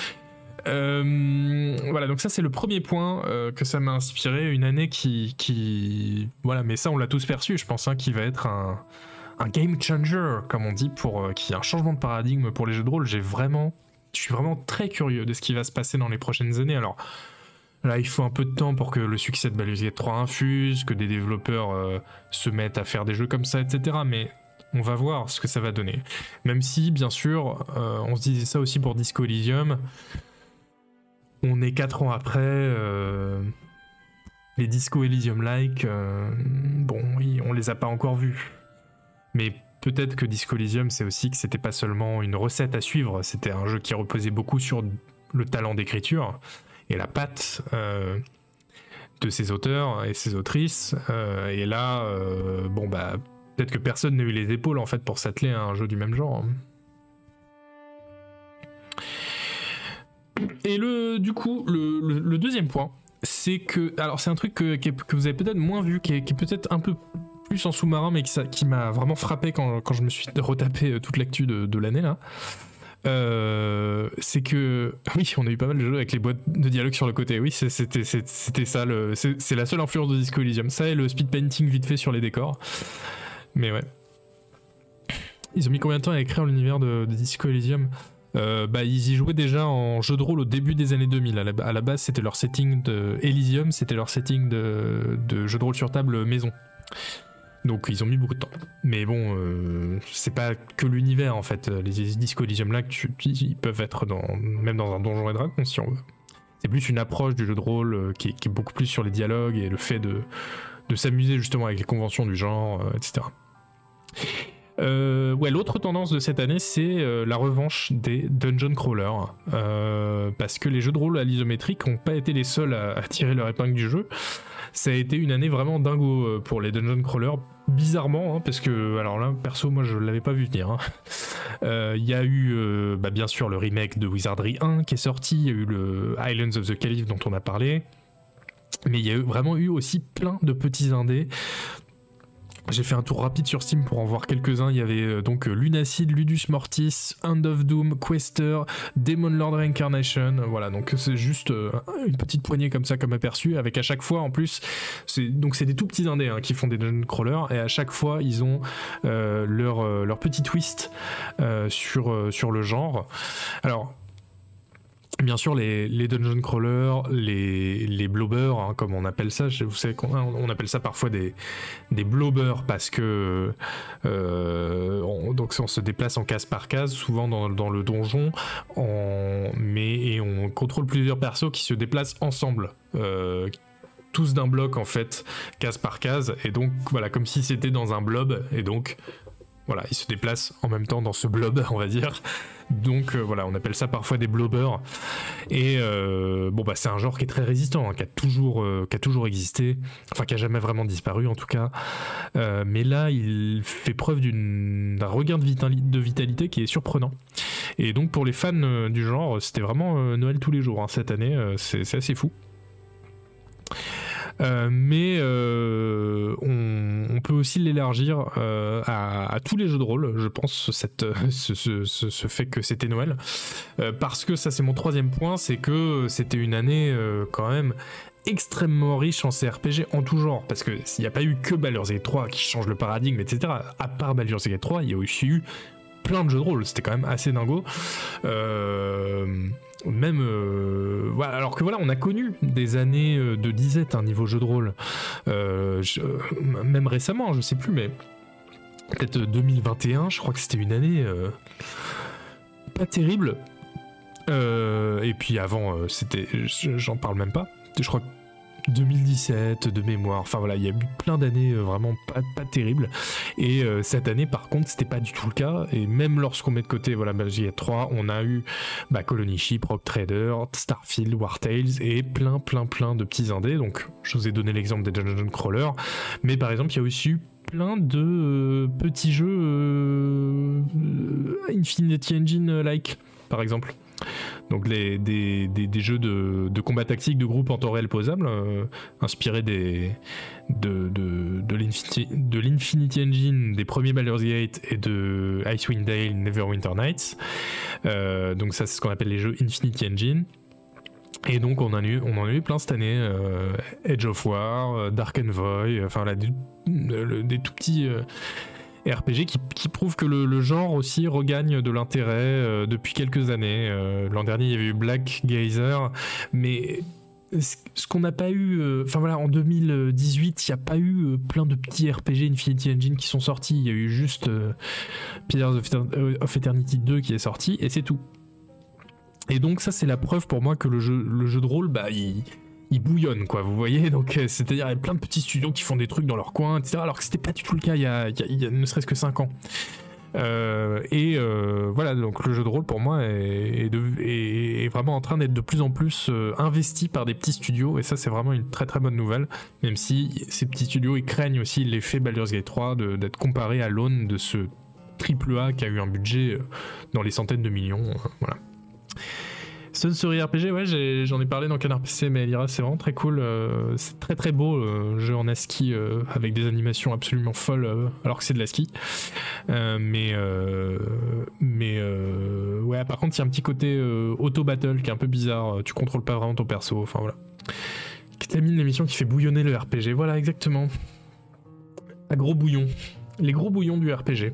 Voilà, donc ça c'est le premier point que ça m'a inspiré, une année qui voilà, mais ça on l'a tous perçu, je pense, qui va être un game changer, comme on dit, qui est un changement de paradigme pour les jeux de rôle. J'ai vraiment je suis vraiment très curieux de ce qui va se passer dans les prochaines années. Alors là, il faut un peu de temps pour que le succès de Baldur's Gate 3 infuse, que des développeurs se mettent à faire des jeux comme ça, etc. Mais on va voir ce que ça va donner. Même si, bien sûr, on se disait ça aussi pour Disco Elysium. On est 4 ans après, les Disco Elysium-like, bon, oui, on les a pas encore vus. Mais peut-être que Disco Elysium, c'est aussi que c'était pas seulement une recette à suivre, c'était un jeu qui reposait beaucoup sur le talent d'écriture et la patte de ses auteurs et ses autrices. Et là, bon, bah, peut-être que personne n'a eu les épaules, en fait, pour s'atteler à un jeu du même genre. Et du coup, le deuxième point, c'est que... Alors, c'est un truc que vous avez peut-être moins vu, qui est peut-être un peu plus en sous-marin, mais qui m'a vraiment frappé quand je me suis retapé toute l'actu de l'année, là. C'est que... Oui, on a eu pas mal de jeux avec les boîtes de dialogue sur le côté. Oui, c'était ça. C'est la seule influence de Disco Elysium. Ça et le speed painting vite fait sur les décors. Mais ouais. Ils ont mis combien de temps à écrire l'univers de Disco Elysium ? Bah, ils y jouaient déjà en jeu de rôle au début des années 2000. À la base, c'était leur setting de Elysium, c'était leur setting de jeu de rôle sur table maison. Donc ils ont mis beaucoup de temps. Mais bon, c'est pas que l'univers en fait. Les Disco Elysium là, ils peuvent être même dans un Donjons et Dragons si on veut. C'est plus une approche du jeu de rôle qui est beaucoup plus sur les dialogues et le fait de s'amuser justement avec les conventions du genre, etc. Ouais, l'autre tendance de cette année, c'est la revanche des dungeon crawlers, parce que les jeux de rôle à l'isométrique n'ont pas été les seuls à tirer leur épingle du jeu. Ça a été une année vraiment dingo pour les dungeon crawlers, bizarrement, hein, parce que, alors là, perso, moi je l'avais pas vu venir. Il y a eu, bien sûr, le remake de Wizardry 1 qui est sorti, il y a eu le Islands of the Caliph dont on a parlé, mais il y a vraiment eu aussi plein de petits indés. J'ai fait un tour rapide sur Steam pour en voir quelques-uns. Il y avait donc Lunacid, Ludus Mortis, Hand of Doom, Quester, Demon Lord Reincarnation. Voilà, donc c'est juste une petite poignée comme ça, comme aperçu, avec à chaque fois en plus, c'est des tout petits indés qui font des dungeon crawlers, et à chaque fois ils ont leur petit twist sur le genre. Alors, bien sûr, les dungeon crawlers, les blobbers, comme on appelle ça, vous savez qu'on appelle ça parfois des blobbers parce que donc on se déplace en case par case, souvent dans le donjon, et on contrôle plusieurs persos qui se déplacent ensemble. Tous d'un bloc en fait, case par case, et donc voilà, comme si c'était dans un blob, et donc voilà, ils se déplacent en même temps dans ce blob, on va dire. Donc voilà, on appelle ça parfois des blobbers. Et c'est un genre qui est très résistant, qui a toujours existé, enfin qui a jamais vraiment disparu en tout cas. Mais là, il fait preuve d'un regain de vitalité qui est surprenant. Et donc pour les fans du genre, c'était vraiment Noël tous les jours cette année. C'est assez fou. Mais on peut aussi l'élargir à tous les jeux de rôle, je pense, ce fait que c'était Noël, parce que ça c'est mon troisième point, c'est que c'était une année quand même extrêmement riche en CRPG en tout genre, parce que s'il n'y a pas eu que Baldur's Gate 3 qui change le paradigme, etc., à part Baldur's Gate 3, il y a aussi eu plein de jeux de rôle, c'était quand même assez dingo. Voilà, alors que voilà, on a connu des années de disette niveau jeu de rôle, même récemment, je sais plus, mais peut-être 2021, je crois que c'était une année pas terrible. Et puis avant, j'en parle même pas. Je crois que 2017 de mémoire, enfin voilà, il y a eu plein d'années vraiment pas terribles, et cette année par contre c'était pas du tout le cas, et même lorsqu'on met de côté Baldur's Gate 3, on a eu Colony Ship, Rogue Trader, Starfield, War Tales et plein de petits indés. Donc je vous ai donné l'exemple des dungeon crawlers, mais par exemple il y a aussi eu plein de petits jeux Infinity Engine like par exemple. Donc des jeux de combat tactique de groupe en temps réel posable, inspirés de l'Infinity Engine des premiers Baldur's Gate et de Icewind Dale, Neverwinter Nights. Donc ça c'est ce qu'on appelle les jeux Infinity Engine. Et donc on en a eu plein cette année, Edge of War, Dark Envoy, enfin là, des tout petits RPG qui prouve que le genre aussi regagne de l'intérêt depuis quelques années. L'an dernier, il y avait eu Black Geyser, mais ce qu'on n'a pas eu... en 2018, il n'y a pas eu plein de petits RPG Infinity Engine qui sont sortis. Il y a eu juste Pillars of Eternity 2 qui est sorti, et c'est tout. Et donc ça, c'est la preuve pour moi que le jeu de rôle, il bouillonne, quoi, vous voyez. Donc c'est-à-dire il y a plein de petits studios qui font des trucs dans leur coin, etc. Alors que c'était pas du tout le cas il y a ne serait-ce que 5 ans. Voilà, donc le jeu de rôle pour moi est vraiment en train d'être de plus en plus investi par des petits studios, et ça c'est vraiment une très très bonne nouvelle, même si ces petits studios ils craignent aussi l'effet Baldur's Gate 3 d'être comparé à l'aune de ce AAA qui a eu un budget dans les centaines de millions, voilà. Stone Story RPG, ouais, j'en ai parlé dans Canard PC, mais Elira, c'est vraiment très cool. C'est très très beau, jeu en ASCII avec des animations absolument folles, alors que c'est de l'ASCII. Ouais, par contre, il y a un petit côté auto-battle qui est un peu bizarre. Tu contrôles pas vraiment ton perso, enfin voilà. Kétamine, l'émission qui fait bouillonner le RPG, voilà, exactement. Un gros bouillon. Les gros bouillons du RPG.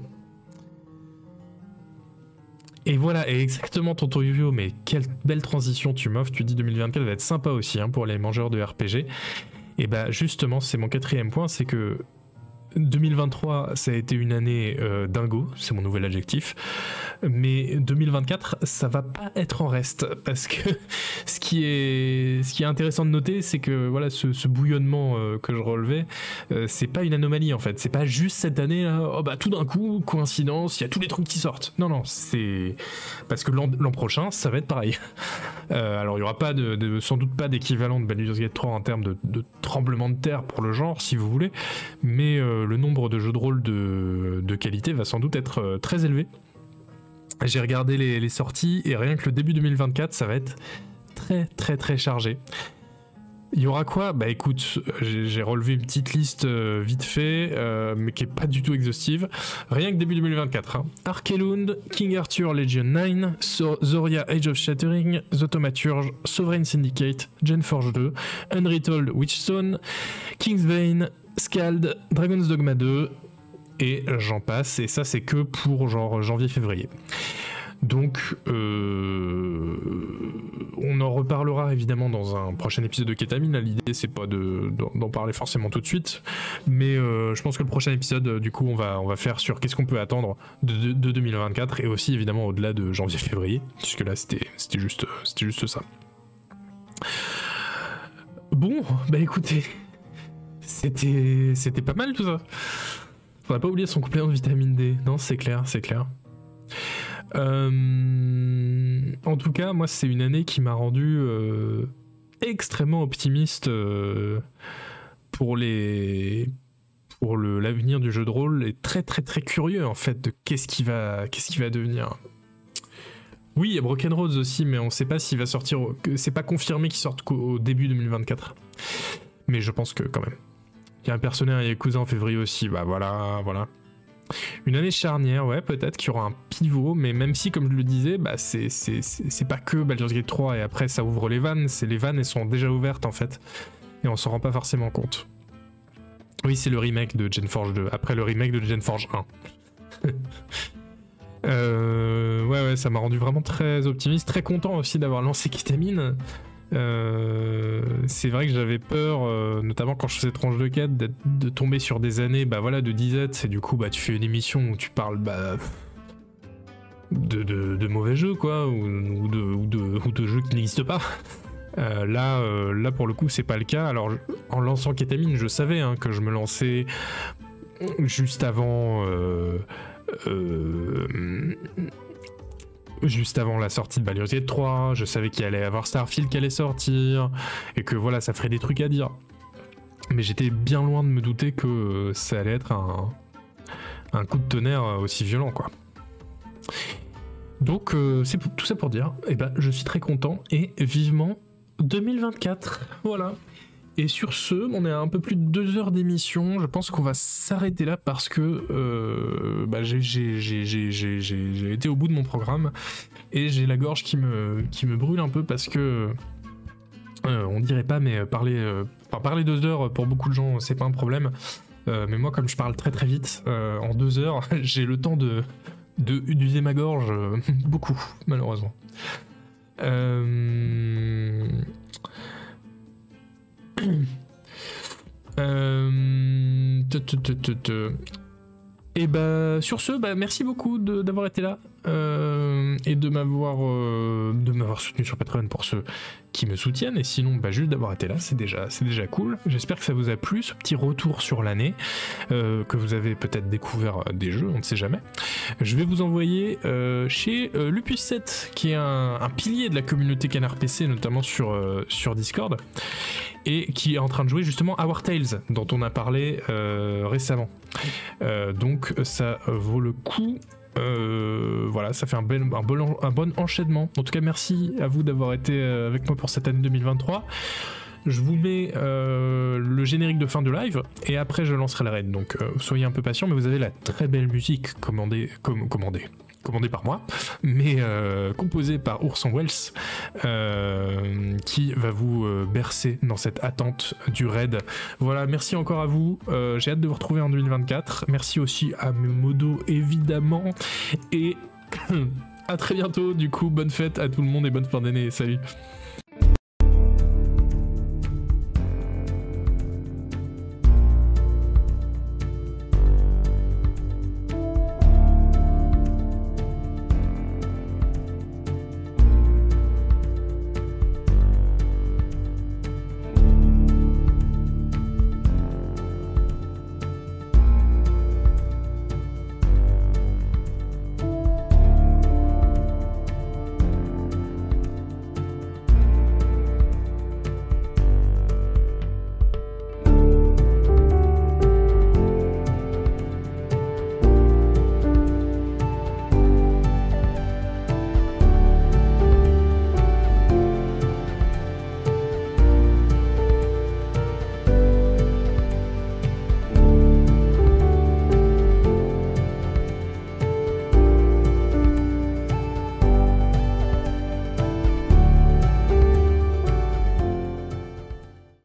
Et voilà, et exactement tonton Yuvio, mais quelle belle transition tu m'offres, tu dis 2024 va être sympa aussi pour les mangeurs de RPG. Et justement, c'est mon 4e point, c'est que 2023, ça a été une année dingo, c'est mon nouvel adjectif, mais 2024, ça va pas être en reste, parce que ce qui est intéressant de noter, c'est que voilà, ce bouillonnement que je relevais, c'est pas une anomalie en fait, c'est pas juste cette année là, tout d'un coup, coïncidence, il y a tous les trucs qui sortent. Non, c'est parce que l'an prochain, ça va être pareil. Alors il y aura pas sans doute pas d'équivalent de Baldur's Gate 3 en termes de tremblement de terre pour le genre, si vous voulez, mais le nombre de jeux de rôle de qualité va sans doute être très élevé. J'ai regardé les sorties et rien que le début 2024, ça va être très très très chargé. Il y aura quoi ? Écoute, j'ai relevé une petite liste vite fait, mais qui est pas du tout exhaustive. Rien que début 2024. Arkelund, King Arthur Legion 9, Zoria Age of Shattering, The Thaumaturge, Sovereign Syndicate, Genforge 2, Unretold Witchstone, Kingsbane, Scald, Dragon's Dogma 2, et j'en passe, et ça c'est que pour genre janvier-février. Donc on en reparlera évidemment dans un prochain épisode de Kétamine. L'idée c'est pas d'en parler forcément tout de suite, mais je pense que le prochain épisode du coup on va faire sur qu'est-ce qu'on peut attendre de 2024, et aussi évidemment au-delà de janvier-février, puisque là c'était juste ça. Bon, écoutez, c'était pas mal tout ça. Faudrait pas oublier son complément de vitamine D. Non, c'est clair. En tout cas, moi, c'est une année qui m'a rendu extrêmement optimiste pour l'avenir du jeu de rôle, et très très très curieux en fait de qu'est-ce qui va devenir. Oui, il y a Broken Roads aussi, mais on sait pas s'il va sortir. C'est pas confirmé qu'il sorte qu'au début 2024. Mais je pense que quand même. Il y a un personnage Yakuza en février aussi, voilà. Une année charnière, ouais, peut-être qu'il y aura un pivot, mais même si, comme je le disais, c'est pas que Baldur's Gate 3 et après ça ouvre les vannes, les vannes elles sont déjà ouvertes en fait, et on s'en rend pas forcément compte. Oui, c'est le remake de Genforge 2, après le remake de Genforge 1. Ouais, ça m'a rendu vraiment très optimiste, très content aussi d'avoir lancé Kétamine. C'est vrai que j'avais peur, notamment quand je faisais Tranche de quête, de tomber sur des années de disette, et du coup tu fais une émission où tu parles de mauvais jeux quoi, ou de jeux qui n'existent pas. Là pour le coup c'est pas le cas. Alors en lançant Kétamine, je savais que je me lançais juste avant la sortie de Baldur's Gate 3, je savais qu'il allait y avoir Starfield qui allait sortir, et que voilà, ça ferait des trucs à dire. Mais j'étais bien loin de me douter que ça allait être un coup de tonnerre aussi violent, quoi. Donc, c'est tout ça pour dire, je suis très content, et vivement 2024, voilà. Et sur ce, on est à un peu plus de 2 heures d'émission. Je pense qu'on va s'arrêter là parce que j'ai été au bout de mon programme et j'ai la gorge qui me brûle un peu parce que on dirait pas, mais parler 2 heures pour beaucoup de gens c'est pas un problème. Mais moi, comme je parle très très vite, en 2 heures, j'ai le temps d'user ma gorge beaucoup, malheureusement. Et bah sur ce, bah merci beaucoup d'avoir été là et de m'avoir soutenu sur Patreon pour ceux qui me soutiennent, et sinon bah juste d'avoir été là, c'est déjà cool. J'espère que ça vous a plu, ce petit retour sur l'année, que vous avez peut-être découvert des jeux, on ne sait jamais. Je vais vous envoyer chez Lupus7, qui est un pilier de la communauté Canard PC, notamment sur Discord, et qui est en train de jouer justement à War Tales, dont on a parlé récemment. Donc ça vaut le coup. Voilà, ça fait un bon enchaînement. En tout cas, merci à vous d'avoir été avec moi pour cette année 2023. Je vous mets le générique de fin de live et après je lancerai la raid. Donc soyez un peu patients, mais vous avez la très belle musique commandée par moi, mais composée par Orson Welles, qui va vous bercer dans cette attente du raid. Voilà, merci encore à vous. J'ai hâte de vous retrouver en 2024. Merci aussi à mes modos, évidemment. Et à très bientôt, du coup, bonne fête à tout le monde et bonne fin d'année. Salut.